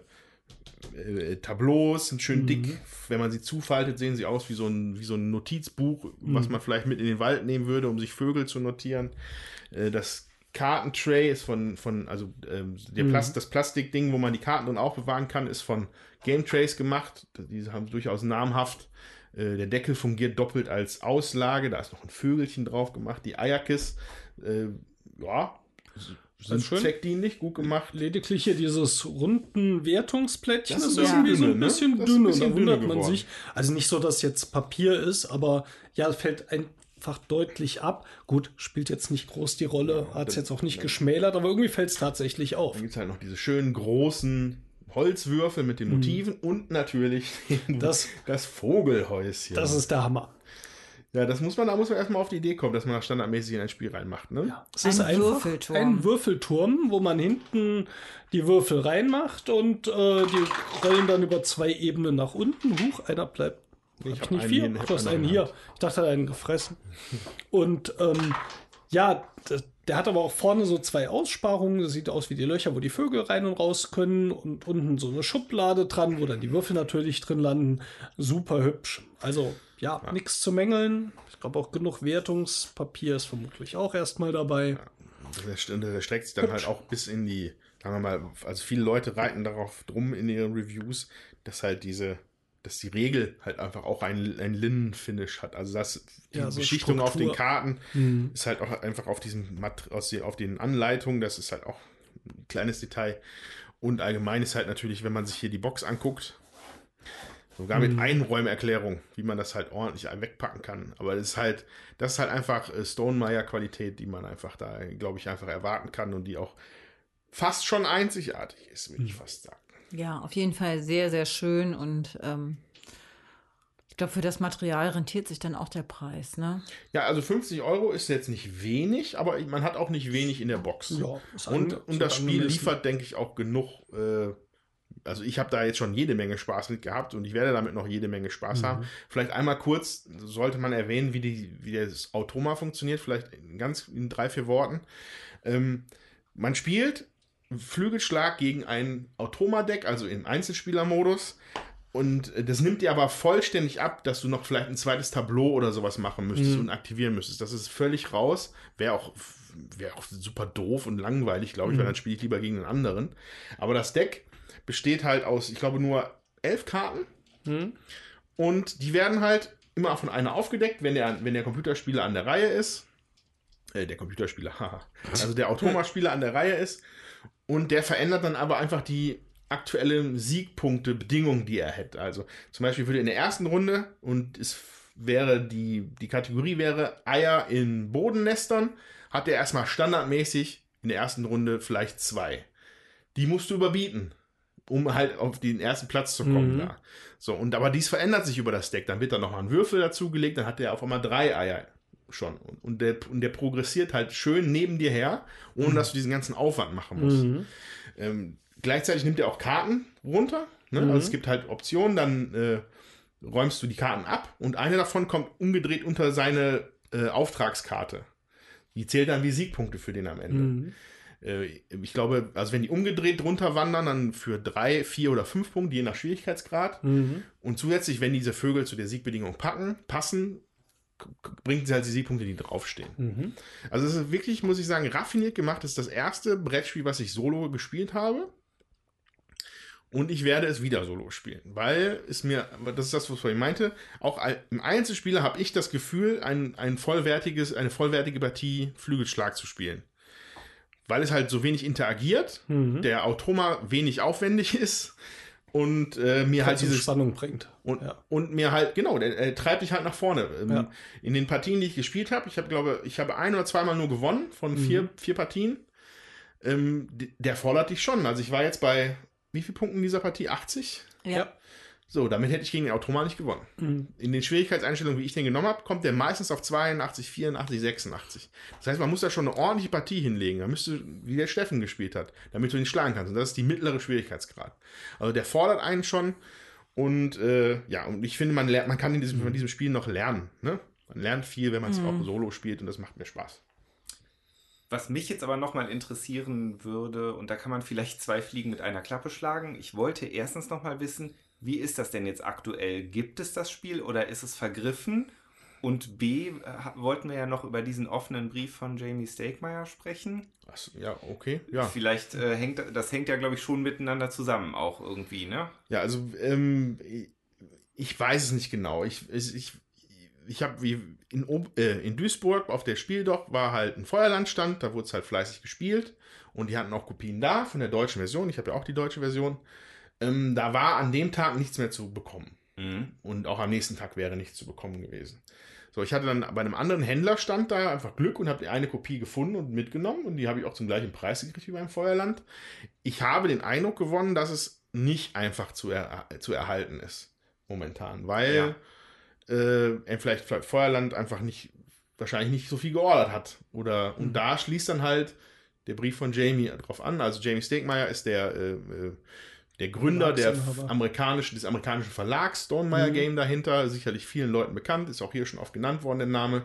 äh, Tableaus sind schön dick. Wenn man sie zufaltet, sehen sie aus wie so ein, wie so ein Notizbuch, was man vielleicht mit in den Wald nehmen würde, um sich Vögel zu notieren. Äh, das Kartentray ist von, von also ähm, der Plast das Plastikding, wo man die Karten drin auch bewahren kann, ist von Game Trays gemacht. Die haben durchaus namhaft. Äh, der Deckel fungiert doppelt als Auslage. Da ist noch ein Vögelchen drauf gemacht. Die Eierkis, äh, ja, sind schön. zweckdienlich, gut gemacht. Lediglich hier dieses runden Wertungsplättchen, Das das ist ist, ein irgendwie bisschen so ein dünne, ne? bisschen Das ist ein dünne. bisschen Da wundert dünne man geworden. sich. Also nicht so, dass jetzt Papier ist, aber ja, es fällt einfach deutlich ab. Gut, spielt jetzt nicht groß die Rolle, hat es jetzt auch nicht geschmälert, aber irgendwie fällt es tatsächlich auf. Dann gibt es halt noch diese schönen großen Holzwürfel mit den Motiven und natürlich den, Das- das Vogelhäuschen. Das ist der Hammer. ja, das muss man, da muss man erstmal auf die Idee kommen, dass man das standardmäßig in ein Spiel reinmacht, ne? Ja, es Ein ist einfach Würfelturm. ein Würfelturm, wo man hinten die Würfel reinmacht und äh, die rollen dann über zwei Ebenen nach unten. Huch, einer bleibt. Ich Ich hab nicht einen vier. hier, ich Ach, hab du hast einen einen in hier. der Hand. Ich dachte, er hat einen gefressen. Und ähm, ja, d- der hat aber auch vorne so zwei Aussparungen. Das sieht aus wie die Löcher, wo die Vögel rein und raus können. Und unten so eine Schublade dran, wo dann die Würfel natürlich drin landen. Super hübsch. Also ja, nichts zu mängeln. Ich glaube auch genug Wertungspapier ist vermutlich auch erstmal dabei. Der, st- der streckt sich dann halt auch bis in die, sagen wir mal, also viele Leute reiten darauf drum in ihren Reviews, dass halt diese, dass die Regel halt einfach auch ein, ein Linnen-Finish hat. Also das, die Ja, so Beschichtung auf den Struktur. Karten Mhm. ist halt auch einfach auf diesem Mat aus die, auf den Anleitungen, das ist halt auch ein kleines Detail. Und allgemein ist halt natürlich, wenn man sich hier die Box anguckt, sogar mit Einräumerklärung, wie man das halt ordentlich wegpacken kann. Aber das ist halt, das ist halt einfach äh, Stonemaier-Qualität, die man einfach da, glaube ich, einfach erwarten kann und die auch fast schon einzigartig ist, würde ich fast sagen. Ja, auf jeden Fall sehr, sehr schön und ähm, ich glaube, für das Material rentiert sich dann auch der Preis, ne? Ja, also fünfzig Euro ist jetzt nicht wenig, aber man hat auch nicht wenig in der Box. Ja, ist und, ange- und das ist Spiel angemessen. liefert, denke ich, auch genug. Äh, also ich habe da jetzt schon jede Menge Spaß mit gehabt und ich werde damit noch jede Menge Spaß Mhm. haben. Vielleicht einmal kurz sollte man erwähnen, wie, die, wie das Automa funktioniert, vielleicht in ganz in drei, vier Worten. Ähm, man spielt Flügelschlag gegen ein Automa-Deck, also im Einzelspielermodus. Und das nimmt dir aber vollständig ab, dass du noch vielleicht ein zweites Tableau oder sowas machen müsstest Mhm. und aktivieren müsstest. Das ist völlig raus. Wäre auch, wär auch super doof und langweilig, glaube ich, Mhm. weil dann spiele ich lieber gegen einen anderen. Aber das Deck besteht halt aus, ich glaube, nur elf Karten. Mhm. Und die werden halt immer von einer aufgedeckt, wenn der, wenn der Computerspieler an der Reihe ist. Äh, der Computerspieler, haha. Also der Automa-Spieler an der Reihe ist. Und der verändert dann aber einfach die aktuellen Siegpunkte, Bedingungen, die er hätte. Also zum Beispiel würde in der ersten Runde, und es wäre die, die Kategorie wäre Eier in Bodennestern, hat er erstmal standardmäßig in der ersten Runde vielleicht zwei. Die musst du überbieten, um halt auf den ersten Platz zu kommen. Mhm. Da. So, und aber dies verändert sich über das Deck. Dann wird da nochmal ein Würfel dazugelegt, dann hat er auf einmal drei Eier schon. Und, und, der, und der progressiert halt schön neben dir her, ohne mhm. dass du diesen ganzen Aufwand machen musst. Mhm. Ähm, gleichzeitig nimmt er auch Karten runter. Ne? Mhm. Also es gibt halt Optionen, dann äh, räumst du die Karten ab und eine davon kommt umgedreht unter seine äh, Auftragskarte. Die zählt dann wie Siegpunkte für den am Ende. Mhm. Äh, ich glaube, also wenn die umgedreht drunter wandern, dann für drei, vier oder fünf Punkte, je nach Schwierigkeitsgrad. Mhm. Und zusätzlich, wenn diese Vögel zu der Siegbedingung packen, passen, bringt sie halt die Siegpunkte, die draufstehen. Mhm. Also es ist wirklich, muss ich sagen, raffiniert gemacht. Das ist das erste Brettspiel, was ich solo gespielt habe. Und ich werde es wieder solo spielen, weil es mir, das ist das, was ich meinte, auch im Einzelspieler habe ich das Gefühl, ein, ein vollwertiges, eine vollwertige Partie Flügelschlag zu spielen. Weil es halt so wenig interagiert, mhm. der Automa wenig aufwendig ist und äh, mir halt diese Spannung bringt. Und, ja. und mir halt, genau, der, der treibt dich halt nach vorne. Ja. In den Partien, die ich gespielt habe, ich habe, glaube ich, habe ein oder zweimal nur gewonnen von vier, mhm. vier Partien. Ähm, der fordert dich schon. Also ich war jetzt bei wie viele Punkten in dieser Partie? achtzig? Ja. So, damit hätte ich gegen den Automa nicht gewonnen. Mhm. In den Schwierigkeitseinstellungen, wie ich den genommen habe, kommt der meistens auf zweiundachtzig, vierundachtzig, sechsundachtzig. Das heißt, man muss da schon eine ordentliche Partie hinlegen. Da müsste, wie der Steffen gespielt hat, damit du ihn schlagen kannst. Und das ist die mittlere Schwierigkeitsgrad. Also der fordert einen schon. Und äh, ja, und ich finde, man lernt, man kann in diesem, mhm. von diesem Spiel noch lernen. Ne? Man lernt viel, wenn man es mhm. auch solo spielt, und das macht mir Spaß. Was mich jetzt aber nochmal interessieren würde, und da kann man vielleicht zwei Fliegen mit einer Klappe schlagen. Ich wollte erstens nochmal wissen, wie ist das denn jetzt aktuell? Gibt es das Spiel oder ist es vergriffen? Und B, wollten wir ja noch über diesen offenen Brief von Jamie Stegmaier sprechen. Ach, ja, okay. Ja. Vielleicht äh, hängt das hängt ja, glaube ich, schon miteinander zusammen auch irgendwie, ne? Ja, also ähm, ich weiß es nicht genau. Ich, ich, ich habe wie in, äh, in Duisburg auf der Spieldoch war halt ein Feuerlandstand, da wurde es halt fleißig gespielt und die hatten auch Kopien da von der deutschen Version. Ich habe ja auch die deutsche Version. Ähm, da war an dem Tag nichts mehr zu bekommen. Mhm. Und auch am nächsten Tag wäre nichts zu bekommen gewesen. So, ich hatte dann bei einem anderen Händlerstand da einfach Glück und habe eine Kopie gefunden und mitgenommen und die habe ich auch zum gleichen Preis gekriegt wie beim Feuerland. Ich habe den Eindruck gewonnen, dass es nicht einfach zu, er zu erhalten ist momentan, weil ja. äh, vielleicht, vielleicht Feuerland einfach nicht, wahrscheinlich nicht so viel geordert hat. Oder, und mhm. da schließt dann halt der Brief von Jamie drauf an. Also Jamie Stegmaier ist der äh, der Gründer der amerikanischen, des amerikanischen Verlags Stonemaier mhm. Game dahinter, sicherlich vielen Leuten bekannt, ist auch hier schon oft genannt worden, der Name.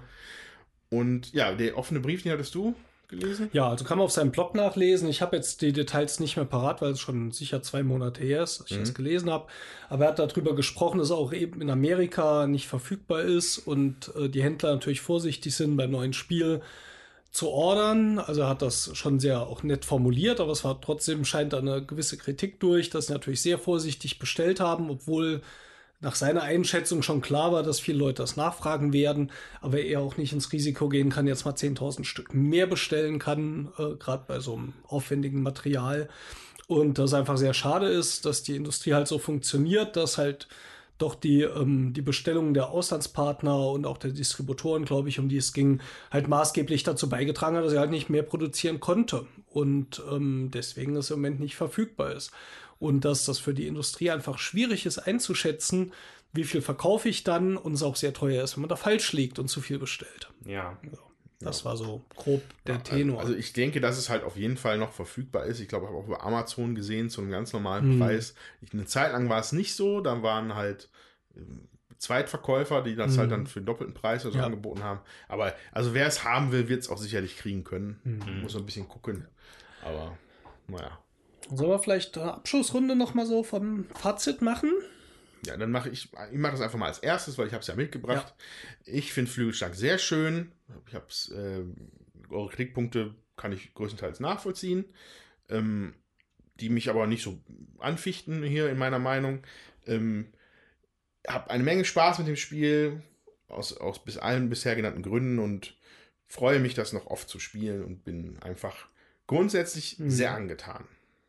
Und ja, der offene Brief, den hattest du gelesen? Ja, also kann man auf seinem Blog nachlesen. Ich habe jetzt die Details nicht mehr parat, weil es schon sicher zwei Monate her ist, dass ich mhm. das gelesen habe. Aber er hat darüber gesprochen, dass er auch eben in Amerika nicht verfügbar ist und äh, die Händler natürlich vorsichtig sind beim neuen Spiel zu ordern. Also er hat das schon sehr auch nett formuliert, aber es war trotzdem, scheint da eine gewisse Kritik durch, dass sie natürlich sehr vorsichtig bestellt haben, obwohl nach seiner Einschätzung schon klar war, dass viele Leute das nachfragen werden, aber er auch nicht ins Risiko gehen kann, jetzt mal zehntausend Stück mehr bestellen kann, äh, gerade bei so einem aufwendigen Material. Und das einfach sehr schade ist, dass die Industrie halt so funktioniert, dass halt doch die, ähm, die Bestellungen der Auslandspartner und auch der Distributoren, glaube ich, um die es ging, halt maßgeblich dazu beigetragen hat, dass er halt nicht mehr produzieren konnte und ähm, deswegen es im Moment nicht verfügbar ist. Und dass das für die Industrie einfach schwierig ist einzuschätzen, wie viel verkaufe ich dann und es auch sehr teuer ist, wenn man da falsch liegt und zu viel bestellt. Ja. ja das ja. war so grob der ja, Tenor. Also ich denke, dass es halt auf jeden Fall noch verfügbar ist. Ich glaube, ich habe auch über Amazon gesehen, zu einem ganz normalen mhm. Preis. Ich, eine Zeit lang war es nicht so. Da waren halt äh, Zweitverkäufer, die das mhm. halt dann für den doppelten Preis oder so ja. angeboten haben. Aber also wer es haben will, wird es auch sicherlich kriegen können. Mhm. Muss ein bisschen gucken. Aber naja. Sollen wir vielleicht eine Abschlussrunde nochmal so vom Fazit machen? Ja, dann mache ich, ich mache das einfach mal als erstes, weil ich habe es ja mitgebracht. Ja. Ich finde Flügelschlag sehr schön. Ich habe es, äh, eure Kritikpunkte kann ich größtenteils nachvollziehen, ähm, die mich aber nicht so anfichten hier in meiner Meinung. Ähm, habe eine Menge Spaß mit dem Spiel, aus, aus bis allen bisher genannten Gründen und freue mich, das noch oft zu spielen und bin einfach grundsätzlich mhm. sehr angetan.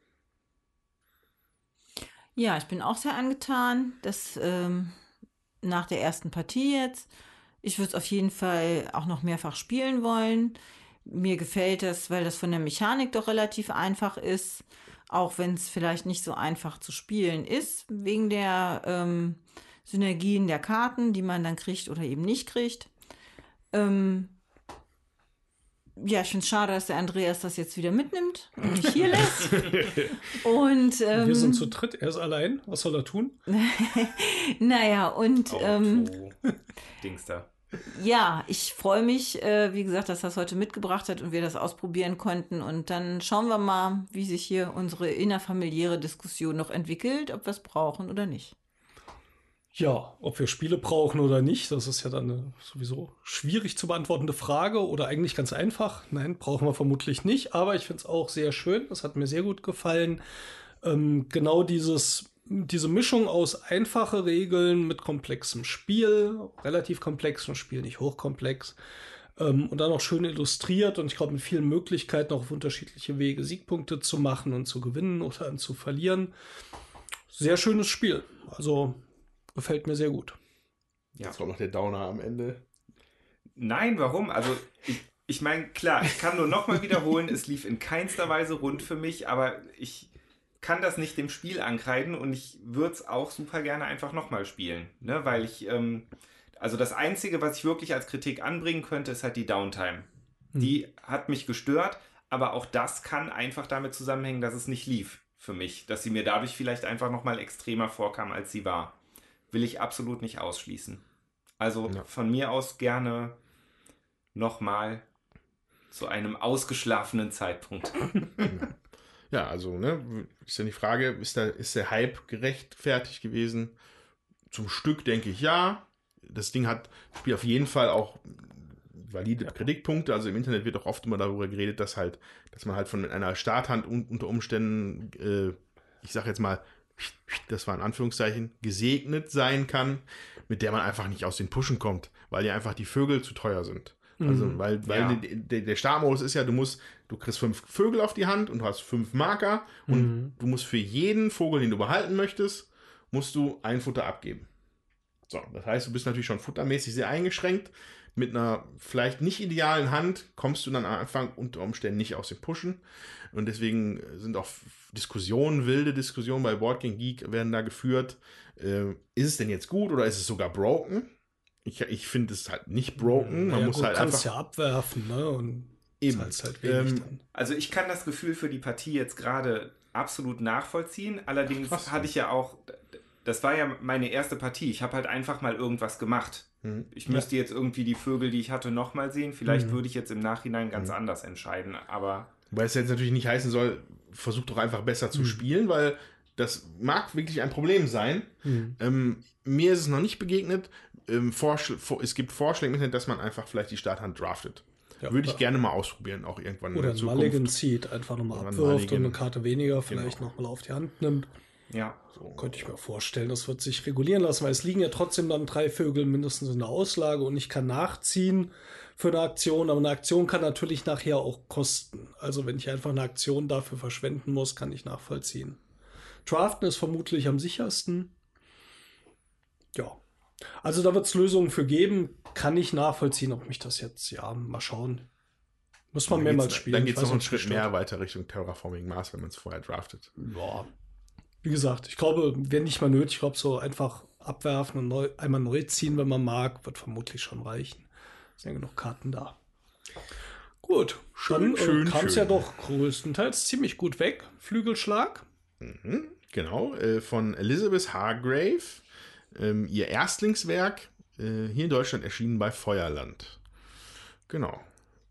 Ja, ich bin auch sehr angetan, dass ähm, nach der ersten Partie jetzt, ich würde es auf jeden Fall auch noch mehrfach spielen wollen. Mir gefällt das, weil das von der Mechanik doch relativ einfach ist, auch wenn es vielleicht nicht so einfach zu spielen ist, wegen der ähm, Synergien der Karten, die man dann kriegt oder eben nicht kriegt. Ähm, ja, ich finde es schade, dass der Andreas das jetzt wieder mitnimmt und mich hier lässt. Und, ähm, wir sind zu dritt, er ist allein. Was soll er tun? Naja, und Auto. Ähm, Dings da. Ja, ich freue mich, äh, wie gesagt, dass das heute mitgebracht hat und wir das ausprobieren konnten. Und dann schauen wir mal, wie sich hier unsere innerfamiliäre Diskussion noch entwickelt, ob wir es brauchen oder nicht. Ja, ob wir Spiele brauchen oder nicht, das ist ja dann eine sowieso schwierig zu beantwortende Frage oder eigentlich ganz einfach. Nein, brauchen wir vermutlich nicht, aber ich finde es auch sehr schön. Das hat mir sehr gut gefallen. Ähm, genau dieses, diese Mischung aus einfache Regeln mit komplexem Spiel, relativ komplexem Spiel, nicht hochkomplex, ähm, und dann auch schön illustriert und ich glaube mit vielen Möglichkeiten auch auf unterschiedliche Wege Siegpunkte zu machen und zu gewinnen oder dann zu verlieren. Sehr schönes Spiel. Also gefällt mir sehr gut. Ja. Jetzt kommt noch der Downer am Ende. Nein, warum? Also ich, ich meine, klar, ich kann nur nochmal wiederholen, es lief in keinster Weise rund für mich, aber ich kann das nicht dem Spiel ankreiden und ich würde es auch super gerne einfach nochmal spielen. Ne? Weil ich, ähm, also das Einzige, was ich wirklich als Kritik anbringen könnte, ist halt die Downtime. Hm. Die hat mich gestört, aber auch das kann einfach damit zusammenhängen, dass es nicht lief für mich. Dass sie mir dadurch vielleicht einfach nochmal extremer vorkam, als sie war. Will ich absolut nicht ausschließen. Also ja. Von mir aus gerne nochmal zu einem ausgeschlafenen Zeitpunkt. Ja, also, ne, ist ja die Frage, ist der, ist der Hype gerechtfertigt gewesen? Zum Stück denke ich ja. Das Ding hat, Spiel auf jeden Fall auch valide ja. Kritikpunkte. Also im Internet wird auch oft immer darüber geredet, dass halt, dass man halt von einer Starthand un, unter Umständen, äh, ich sag jetzt mal, das war in Anführungszeichen, gesegnet sein kann, mit der man einfach nicht aus den Pushen kommt, weil dir einfach die Vögel zu teuer sind. Also, mhm. weil, weil ja. der, der Startmodus ist ja, du musst, du kriegst fünf Vögel auf die Hand und du hast fünf Marker und mhm. du musst für jeden Vogel, den du behalten möchtest, musst du ein Futter abgeben. So, das heißt, du bist natürlich schon futtermäßig sehr eingeschränkt. Mit einer vielleicht nicht idealen Hand kommst du dann am Anfang unter Umständen nicht aus dem Pushen. Und deswegen sind auch Diskussionen, wilde Diskussionen bei Board Game Geek werden da geführt. Äh, ist es denn jetzt gut oder ist es sogar broken? Ich, ich finde es halt nicht broken. Man ja, muss gut, halt kannst einfach ja abwerfen, ne? Und eben. Halt wenig Ähm, dann. Also ich kann das Gefühl für die Partie jetzt gerade absolut nachvollziehen. Allerdings Krass, hatte ich ja auch, das war ja meine erste Partie. Ich habe halt einfach mal irgendwas gemacht. Mhm. Ich müsste ja. jetzt irgendwie die Vögel, die ich hatte, nochmal sehen. Vielleicht mhm. würde ich jetzt im Nachhinein ganz mhm. anders entscheiden. Aber weil es jetzt natürlich nicht heißen soll, versuch doch einfach besser zu mhm. spielen, weil das mag wirklich ein Problem sein. Mhm. Ähm, mir ist es noch nicht begegnet. Ähm, Vorschl- vor, es gibt Vorschläge im Internet, dass man einfach vielleicht die Starthand draftet. Ja, Würde ich gerne mal ausprobieren, auch irgendwann oder in der Zukunft. Oder ein Mulligan zieht, einfach nochmal abwirft und eine Karte weniger vielleicht genau. nochmal auf die Hand nimmt. Ja. So könnte ich mir vorstellen, das wird sich regulieren lassen, weil es liegen ja trotzdem dann drei Vögel mindestens in der Auslage und ich kann nachziehen für eine Aktion, aber eine Aktion kann natürlich nachher auch kosten. Also wenn ich einfach eine Aktion dafür verschwenden muss, kann ich nachvollziehen. Draften ist vermutlich am sichersten. Ja. Also da wird es Lösungen für geben. Kann ich nachvollziehen, ob mich das jetzt, ja, mal schauen. Muss man mehrmals spielen. Dann geht es noch einen Schritt mehr weiter Richtung Terraforming Mars, wenn man es vorher draftet. Ja. Wie gesagt, ich glaube, wäre nicht mal nötig. Ich glaube, so einfach abwerfen und neu, einmal neu ziehen, wenn man mag, wird vermutlich schon reichen. Es sind ja genug Karten da. Gut, schön, dann schön, kam es schön. ja doch größtenteils ziemlich gut weg. Flügelschlag. Mhm, genau, äh, von Elizabeth Hargrave. Ähm, ihr Erstlingswerk, äh, hier in Deutschland erschienen bei Feuerland. Genau.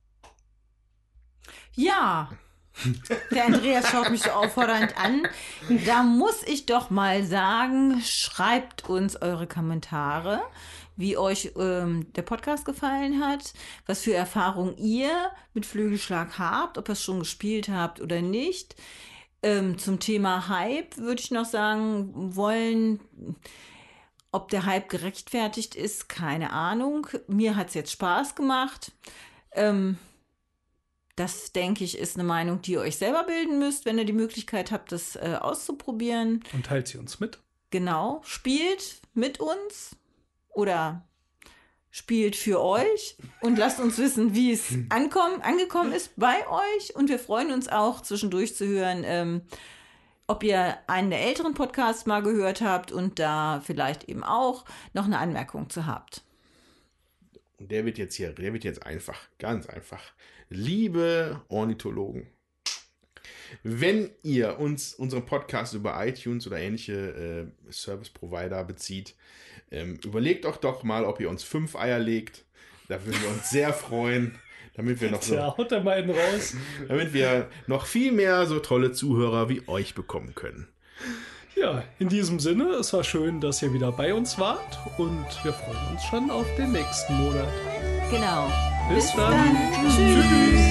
Ja, der Andreas schaut mich so auffordernd an. Da muss ich doch mal sagen, schreibt uns eure Kommentare, wie euch ähm, der Podcast gefallen hat, was für Erfahrungen ihr mit Flügelschlag habt, ob ihr es schon gespielt habt oder nicht. Ähm, zum Thema Hype würde ich noch sagen wollen, Ob der Hype gerechtfertigt ist, keine Ahnung. Mir hat es jetzt Spaß gemacht. Ähm, das, denke ich, ist eine Meinung, die ihr euch selber bilden müsst, wenn ihr die Möglichkeit habt, das äh, auszuprobieren. Und teilt sie uns mit. Genau. Spielt mit uns oder spielt für euch und lasst uns wissen, wie es ankommen, angekommen ist bei euch. Und wir freuen uns auch, zwischendurch zu hören, ähm, ob ihr einen der älteren Podcasts mal gehört habt und da vielleicht eben auch noch eine Anmerkung zu habt. Und der wird jetzt hier, der wird jetzt einfach, ganz einfach. Liebe Ornithologen, wenn ihr uns unseren Podcast über iTunes oder ähnliche äh, Service-Provider bezieht, ähm, überlegt doch doch mal, ob ihr uns fünf Eier legt. Da würden wir uns sehr freuen. Damit wir noch so, Tja, haut da mal einen raus. damit wir noch viel mehr so tolle Zuhörer wie euch bekommen können. Ja, in diesem Sinne, es war schön, dass ihr wieder bei uns wart und wir freuen uns schon auf den nächsten Monat. Genau. Bis, Bis dann. dann. Tschüss. Tschüss.